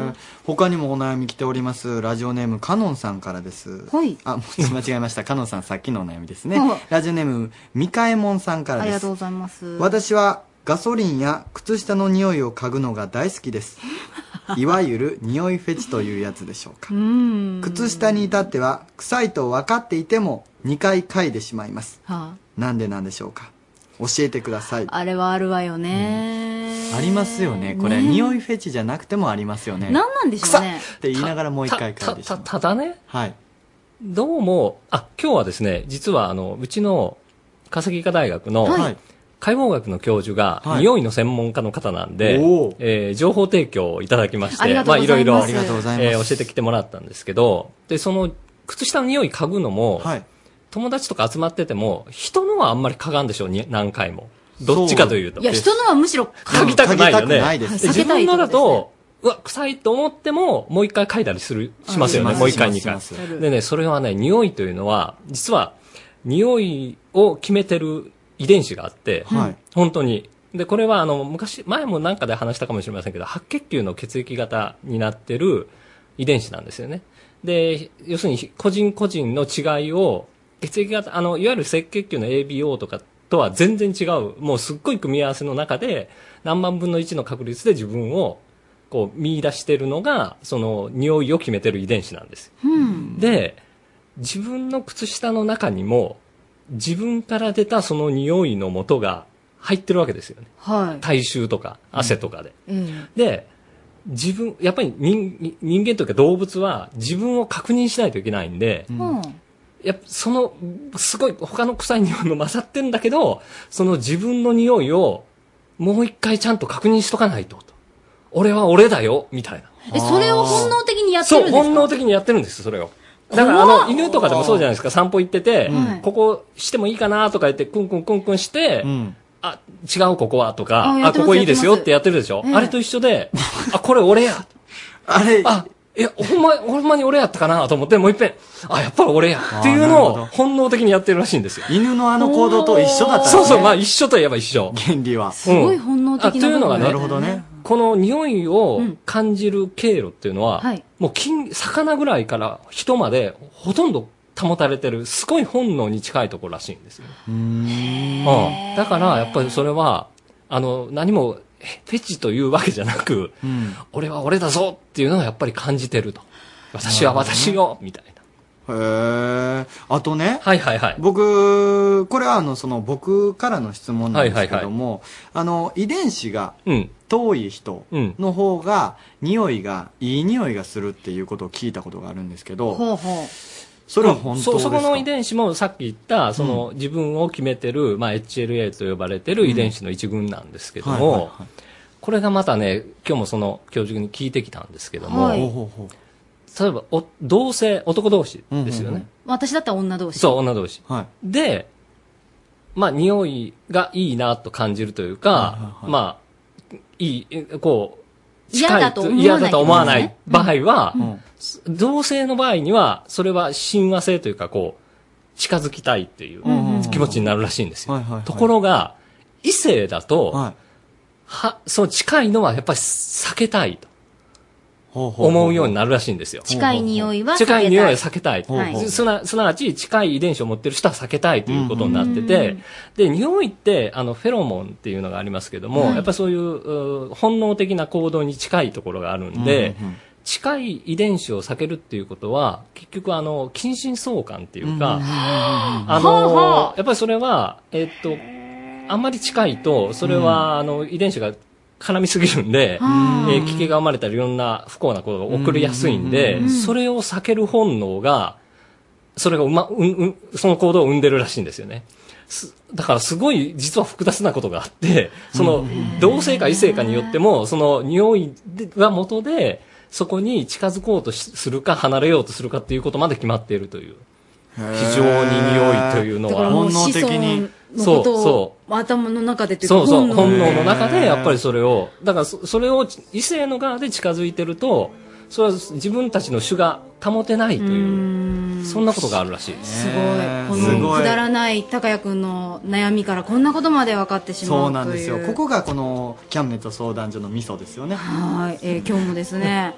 他にもお悩み来ております。ラジオネームカノンさんからです。 はい。 あ、もう間違えました。カノンさんさっきのお悩みですね。 はいラジオネームミカエモンさんからです。 ありがとうございます。 私はガソリンや靴下の匂いを嗅ぐのが大好きです。いわゆる匂いフェチというやつでしょうか。 うん靴下に至っては臭いと分かっていてもにかい嗅いでしまいます。 はなんでなんでしょうか。教えてください。 あ、あれはあるわよね、 ありますよね。これ、 ね匂いフェチじゃなくてもありますよね。 何なんでしょうねって言いながらもう一回嗅いでしまう。 ただね、 はい、 どうも、あ、今日はですね、実はあの、うちの笠木医科大学の、 はい解剖学の教授が、 はい匂いの専門家の方なんで、 おーえー情報提供をいただきまして、 ありがとうございますまあいろいろ、 ありがとうございますえー教えてきてもらったんですけど、で、その、靴下の匂い嗅ぐのも、友達とか集まってても、人のはあんまり嗅がんでしょう、に何回も。どっちかというと。 いや、人のはむしろ嗅ぎたくないよね。 嗅ぎたくないですで自分のだと、うわ、臭いと思っても、もう一回嗅いだりする、しますよね。 うんもう一回、二回しますします。 でね、それはね、匂いというのは、実は、匂いを決めてる遺伝子があって、 はい本当に。で、これはあの、昔、前もなんかで話したかもしれませんけど、白血球の血液型になってる遺伝子なんですよね。で、要するに個人個人の違いを、血液型、あの、いわゆる赤血球の エービーオー とかとは全然違う、もうすっごい組み合わせの中で、何万分のいちの確率で自分を、こう、見出してるのが、その、匂いを決めてる遺伝子なんです。 うんで、自分の靴下の中にも、自分から出たその匂いの元が入ってるわけですよね。 はい。 体臭とか汗とかで。 えで、自分、やっぱり人人間というか動物は自分を確認しないといけないんで、 えうんやっぱその、すごい他の臭い匂いも混ざってんだけど、その自分の匂いをもう一回ちゃんと確認しとかないと。俺は俺だよ、みたいな。 え、それを本能的にやってるんですか？ そう、本能的にやってるんです、それを。だからあの、犬とかでもそうじゃないですか、散歩行ってて、 はいここしてもいいかなとか言って、クンクンクンクンして、あ、違うここはとか、 あやってますあここいいですよやってますってやってるでしょ、 ええあれと一緒で、あ、これ俺や。 あれあ、いや、ほんま、ほんまに俺やったかなと思って、もう一遍、あ、やっぱり俺やっていうのを本能的にやってるらしいんですよ。 犬のあの行動と一緒だったんですね。 そうそう、まあ一緒といえば一緒。 原理は。 すごい本能的なあというのがね、 なるほどね。 この匂いを感じる経路っていうのは、 はいもう金、魚ぐらいから人までほとんど保たれてる、すごい本能に近いところらしいんですよ。うん。だから、やっぱりそれは、あの、何もフェチというわけじゃなく、 うん俺は俺だぞっていうのがやっぱり感じてると。私は私よ、みたいな。 へえ。あとね、 はいはいはい。 僕、これはあの、その僕からの質問なんですけどはいはいも、あの、遺伝子がうん。 遠い人の方が、匂いが、いい匂いがするっていうことを聞いたことがあるんですけど、 ほうほう。 それは本当ですか？ そそこの遺伝子もさっき言った、その、自分を決めてる、まあ、エイチエルエー と呼ばれてる遺伝子の一群なんですけどはいはいもはい、 これがまたね、今日もその教授に聞いてきたんですけども、 はいほうほうほう例えばお同性、男同士ですよね。 私だったら女同士。 そう、女同士。 はい。 で、まあ、匂いがいいなと感じるというか、まあ、いい、えこう、 嫌だと思わない嫌だと思わないって場合は、 うん同性の場合には、それは親和性というか、こう、近づきたいっていう気持ちになるらしいんですよ。 はいはいはいところが、異性だと、 はいは、その近いのはやっぱり避けたいとほうほうほう思うようになるらしいんですよ。 近い匂いは避けたい。 近い匂いは避けたい。 はいすな、すなわち近い遺伝子を持ってる人は避けたいということになってて、で、匂いって、あの、フェロモンっていうのがありますけども、 はいやっぱりそういうう本能的な行動に近いところがあるんで、 うんうんうん近い遺伝子を避けるっていうことは、結局あの、近親相関っていうか、あはあはの、やっぱりそれは、えっと、あんまり近いと、それは、あの、遺伝子が絡みすぎるんで、えー危険が生まれたりいろんな不幸なことが起こりやすいんで、それを避ける本能が、それがうま、うん、うん、その行動を生んでるらしいんですよね。すだからすごい実は複雑なことがあって、その、同性か異性かによっても、その匂いが元で、そこに近づこうとしするか離れようとするかっていうことまで決まっているという。非常に匂いというのは。 だからもう子孫のことを頭の中でというかそうそう、 本能本能の中でやっぱりそれを、だからそそれを異性の側で近づいてると、それは自分たちの種が保てないという、そんなことがあるらしいです。 すごい。このくだらない高谷君の悩みからこんなことまで分かってしまうという。 そうなんですよ。ここがこのキャンネット相談所のミソですよね。 はい、えー今日もですね、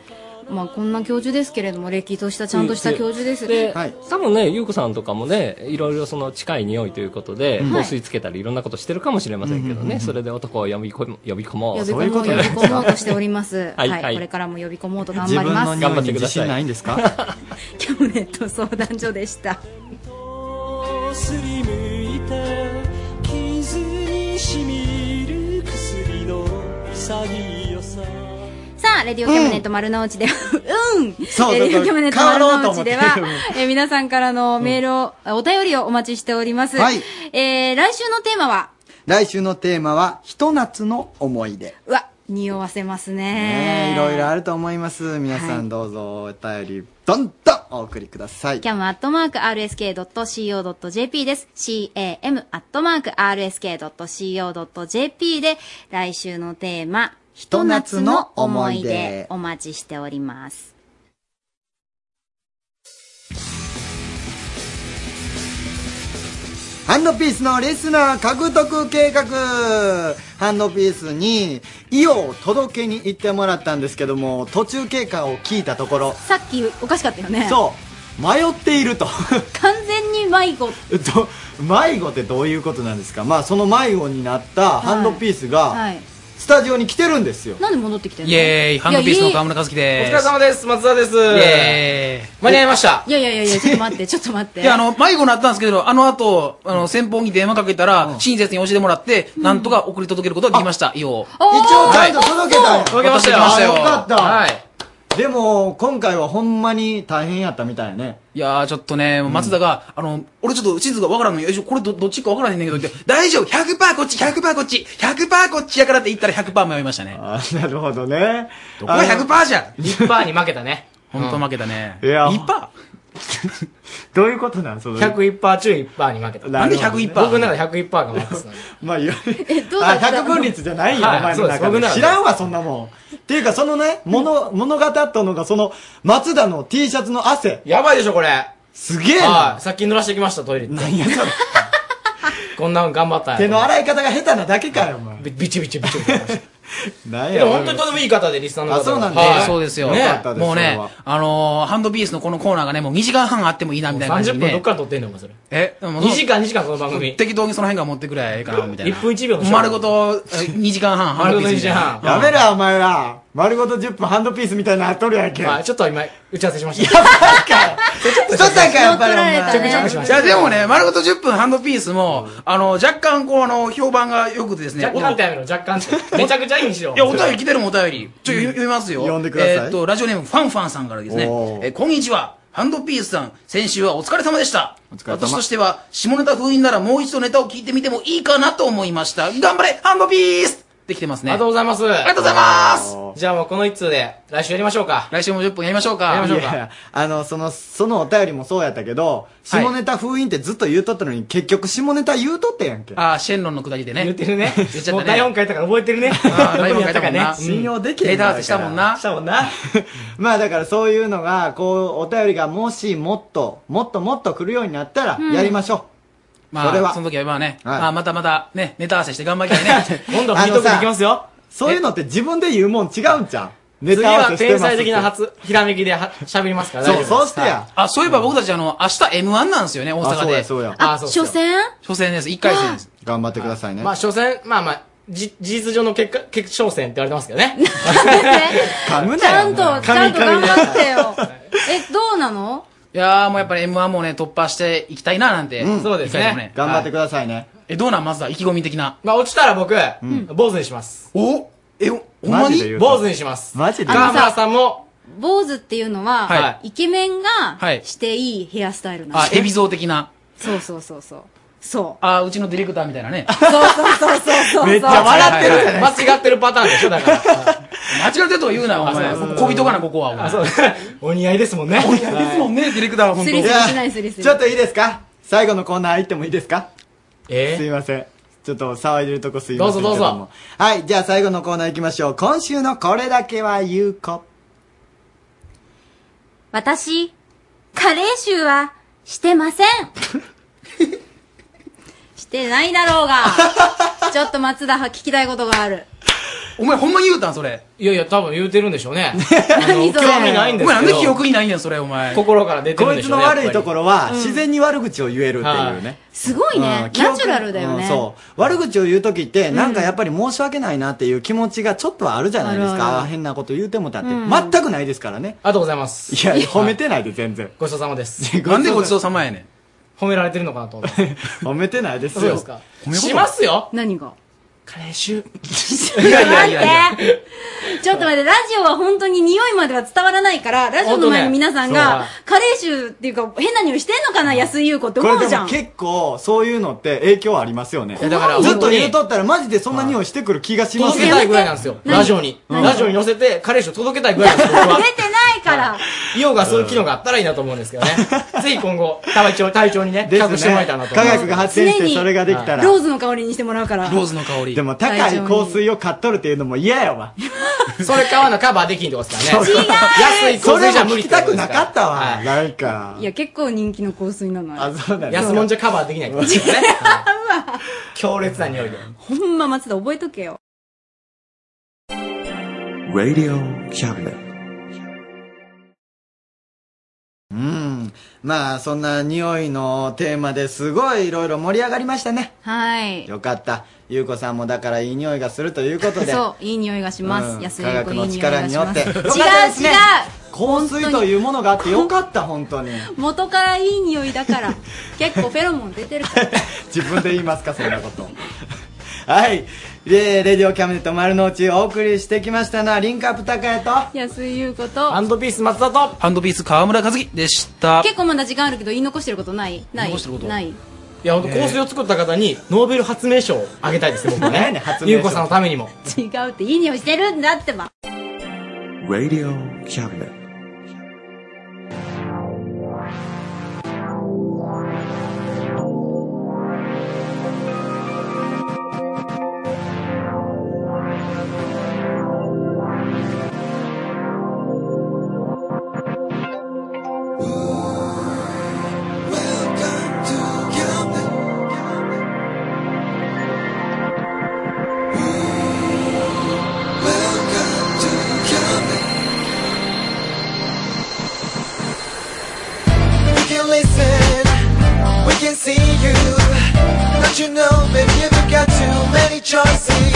まあこんな教授ですけれども、れっきとしたちゃんとした教授です。 で、 はい。 多分ね、ゆうこさんとかもね、いろいろその近い匂いということで、 うん香水つけたりいろんなことしてるかもしれませんけどね、それで男を呼び込む、呼び込もう。 呼び込もう、呼び込もうとしております。 はいはい。 はいこれからも呼び込もうと頑張ります。 自分の匂いに自信ないんですか？ キャムネット相談所でした。 すりむいて傷にしみる薬の潔さ。 さあ、レディオキャムネット丸の内では、うん、 そうレディオキャムネット丸の内では変わろうと思っ、てえー皆さんからのメールを、お便りをお待ちしております。 はいえー、来週のテーマは、 来週のテーマは、ひと夏の思い出。 うわ、匂わせますね。 ねえいろいろあると思います。皆さんどうぞお便り、どんどんお送りください。 キャムアットマーク アールエスケードットシーオードットジェーピー です。キャム アットマーク アールエスケードットシーオードットジェーピー で、来週のテーマ、ひと夏の思い出、お待ちしております。 ハンドピースのリスナー獲得計画。ハンドピースにイオを届けに行ってもらったんですけども、途中経過を聞いたところ、 さっきおかしかったよね。 そう迷っていると。 完全に迷子。 ど迷子ってどういうことなんですか？まあその迷子になったハンドピースが、 はい。 スタジオに来てるんですよ。 なんで戻ってきてるの？ イエーイ、ハンドピースの河村和樹でお疲れ様です、松田です。イエーイ。 間に合いました。 いやいやいやいや、ちょっと待って、ちょっと待って。 いや、あの、迷子になったんですけど、あの後、あの、先方に電話かけたら、親切に教えてもらって、なんとか送り届けることができました、イオ。 一応ちゃんと届けたんや。 届けましたよ。 あよかった。 はい。 でも、今回はほんまに大変やったみたいやね。 いやー、ちょっとね、松田が、あの、俺ちょっと地図がわからんのよ。これど、どっちかわからへんねんけどって、大丈夫 !ひゃくパーセント こっち !ひゃくパーセント こっち !ひゃくパーセント こっちやからって言ったら ひゃくパーセント 迷いましたね。 あなるほどね。 どこが ひゃくパーセント じゃんリッパーに負けたね。 ほんと負けたね。 いや、 リッパーどういうことなんそのひゃくいちパーセント中いちパーセントに負けた。 なんでひゃくいちパーセント僕ならひゃくいちパーセントがマックスなの。 まあ、いや、 どうあ、 だったひゃくぶん率じゃないよ、 はいお前のそうです中で。 僕なら知らんわ、そんなもん。っていうか、そのね、物、物語ったのが、その、松田の T シャツの汗。 やばいでしょ、これ。 すげえな。 はい。さっき濡らしてきました、トイレって。 何やそれ。 こんなん頑張ったんや。 手の洗い方が下手なだけかよ、お前。 ビビチビチビチビチ。 何でも本当にとてもいい方で、リスナーの方あそうなんー。 はいそうですよ。 ねもうね、あのー、ハンドピースのこのコーナーがね、もうにじかんはんあってもいいな、みたいな感じ 30 で、ね。 分どっから撮ってんのお前それ。 えでもにじかんにじかんこの番組。 適当にその辺が持ってくればええかな、みたいな。 いっぷんいちびょうの丸ごとにじかんはん、 丸ごとにじかんはんやめろよ、お前ら。丸ごとじゅっぷんハンドピースみたいなのっとるやんけ。 まあちょっと今、打ち合わせしました。 しとったんか、やっぱりお前。 ちょくちょくしまいや、 した。 でもね、丸ごとじゅっぷんハンドピースも、あの、若干、こう、あの、評判が良くてですね。 若干ってやめろ、若干って。めちゃくちゃいいにしよう。 いや、お便り来てるもんお便り。ちょ、読みますよ。 読んでくださいえーっと、ラジオネーム、ファンファンさんからですね。 おーえーこんにちは。ハンドピースさん、先週はお疲れ様でした。 疲れ様私としては、下ネタ封印ならもう一度ネタを聞いてみてもいいかなと思いました。頑張れハンドピースって来てますね。 ありがとうございます。ありがとうございますじゃあもうこの一通で、来週やりましょうか。 来週もじゅっぷんやりましょうか。 やりましょうかいやあの、その、そのお便りもそうやったけど、 はい下ネタ封印ってずっと言うとったのに、結局下ネタ言うとってやんけ。 あー、シェンロンのくだりでね。 言ってるね。 言っちゃったね。 もう台本書いたから覚えてるね。 あー台本書いたもんな。 信用できへんデータ合わせしたもんな。 したもんな。 まあだからそういうのが、こう、お便りがもしもっと、もっともっと来るようになったら、やりましょう。 まあ、 それはその時はまあね、 はいまあまたまたね、ネタ合わせして頑張りたいね。 今度はフリートークできますよ。 そういうのって自分で言うもん違うんちゃうネ次タ合わはせしてますって天才的な初、ひらめきでは喋りますからそう、 大丈夫ですそうしてや。 あ、そういえば僕たちあの、明日 エムワン なんですよね、大あ、そう阪でや、。そうや。 あ、 あ、 そうそう初戦初戦です。いっかい戦です。 頑張ってくださいね。 まあ、所詮、まあまあ、じ、事実上の結果、結勝戦って言われてますけどね。 噛むちゃなよ。 んと、ちゃんと頑張ってよ。え、どうなのいやーもうやっぱり エムワン もね、突破していきたいななんて。 うんそうですね一回も頑張ってくださいね。 え、どうなんまずは意気込み的な。 まあ、落ちたら僕、坊主にします。 おえ、ほんまにマジで言うと坊主にします。 マジで川村さんも、 坊主っていうのは、 はイケメンがはいしていいヘアスタイルなんあ、 ですよエビゾー的な。 そうそうそうそう。そあ、うちのディレクターみたいなね。 う。そうそうそうそうそう。 めっちゃ笑ってるじゃない。 間違ってるパターンでしょ、だから。 間違ってるとは言うな、お前。小人かな、ここは。お前あ、そう。お似合いですもんね。 お似合いですもんね、ディレクターは本当スリスいやリしないスリスリ。 ちょっといいですか最後のコーナー行ってもいいですかえすいません。ちょっと騒いでるとこすいませんけども。 どうぞどうぞはい、じゃあ最後のコーナー行きましょう。今週のこれだけは言う子。 私、加齢臭はしてません。してないだろうが。ちょっと松田は聞きたいことがある。 お前ほんまに言うたんそれ。 いやいや、多分言うてるんでしょうね。 何それ興味ないんですけど。 お前なんで記憶にないんやん、それ、お前。 心から出てるこんでしょうね。 いつの悪いところは、自然に悪口を言えるっていうね。 すごいね。ナチュラルだよね。 そう。悪口を言うときって、なんかやっぱり申し訳ないなっていう気持ちがちょっとはあるじゃないですか。変なこと言うてもたって。全くないですからね。 ありがとうございます。 いや、褒めてないで、全然。 ごちそうさまです。 なんでごちそうさまやねん。褒められてるのかなと思って。 褒めてないですよ。 そうですか。しますよ。 何がカレー臭。 いやいやいやいや。ちょっと待って、ラジオは本当に匂いまでは伝わらないから、ラジオの前の皆さんが、カレー臭っていうか、変な匂いしてんのかな、安井優子って思うじゃん。 これでも結構、そういうのって影響ありますよね。 だからずっと言うとったら、マジでそんな匂いしてくる気がします。 届けたいぐらいなんですよ。ラジオに。ラジオに乗せて、カレー臭届けたいぐらいなんですよ、僕は。 出てないから。 イオがそういう機能があったらいいなと思うんですけどね。ぜひ今後、体調、体調にね、企画してもらいたいなと思います。 科学が発展してそれができたら。 ローズの香りにしてもらうから。 ローズの香り。 でも高い香水を買っとるっていうのも嫌やわ。 それ買わなカバーできんってことですからね。 違う安い香水じゃ無理ってことですから。 それも聞きたくなかったわ。なんか。 いや、結構人気の香水なのあ、そうなん安物じゃカバーできないってことですよね。強烈な匂いで。 ほんま松田覚えとけよ。 Radio Cabinet。 うん。まあ、そんな匂いのテーマですごいいろいろ盛り上がりましたね。 はい。 よかった。ゆうこさんもだからいい匂いがするということで。 そう、いい匂いがします。安井優子いい匂いがします。 科学の力によって。違う違う香水というものがあってよかった、本当に。 元からいい匂いだから。結構フェロモン出てるから。 自分で言いますか、そんなこと。はい。で、レディオキャビネット丸の内お送りしてきましたのは、リンクアップ高谷と、 安井優子と、 ハンドピース松田と、 ハンドピース川村和樹でした。 結構まだ時間あるけど、言い残してることないない残してることない。 いや、ほんと香水を作った方に、ノーベル発明賞をあげたいですね、僕はね。ゆうこさんのためにも。 違うって、いい匂いしてるんだってば。 Radio Cabinet。 You know, baby, you've got too many choices.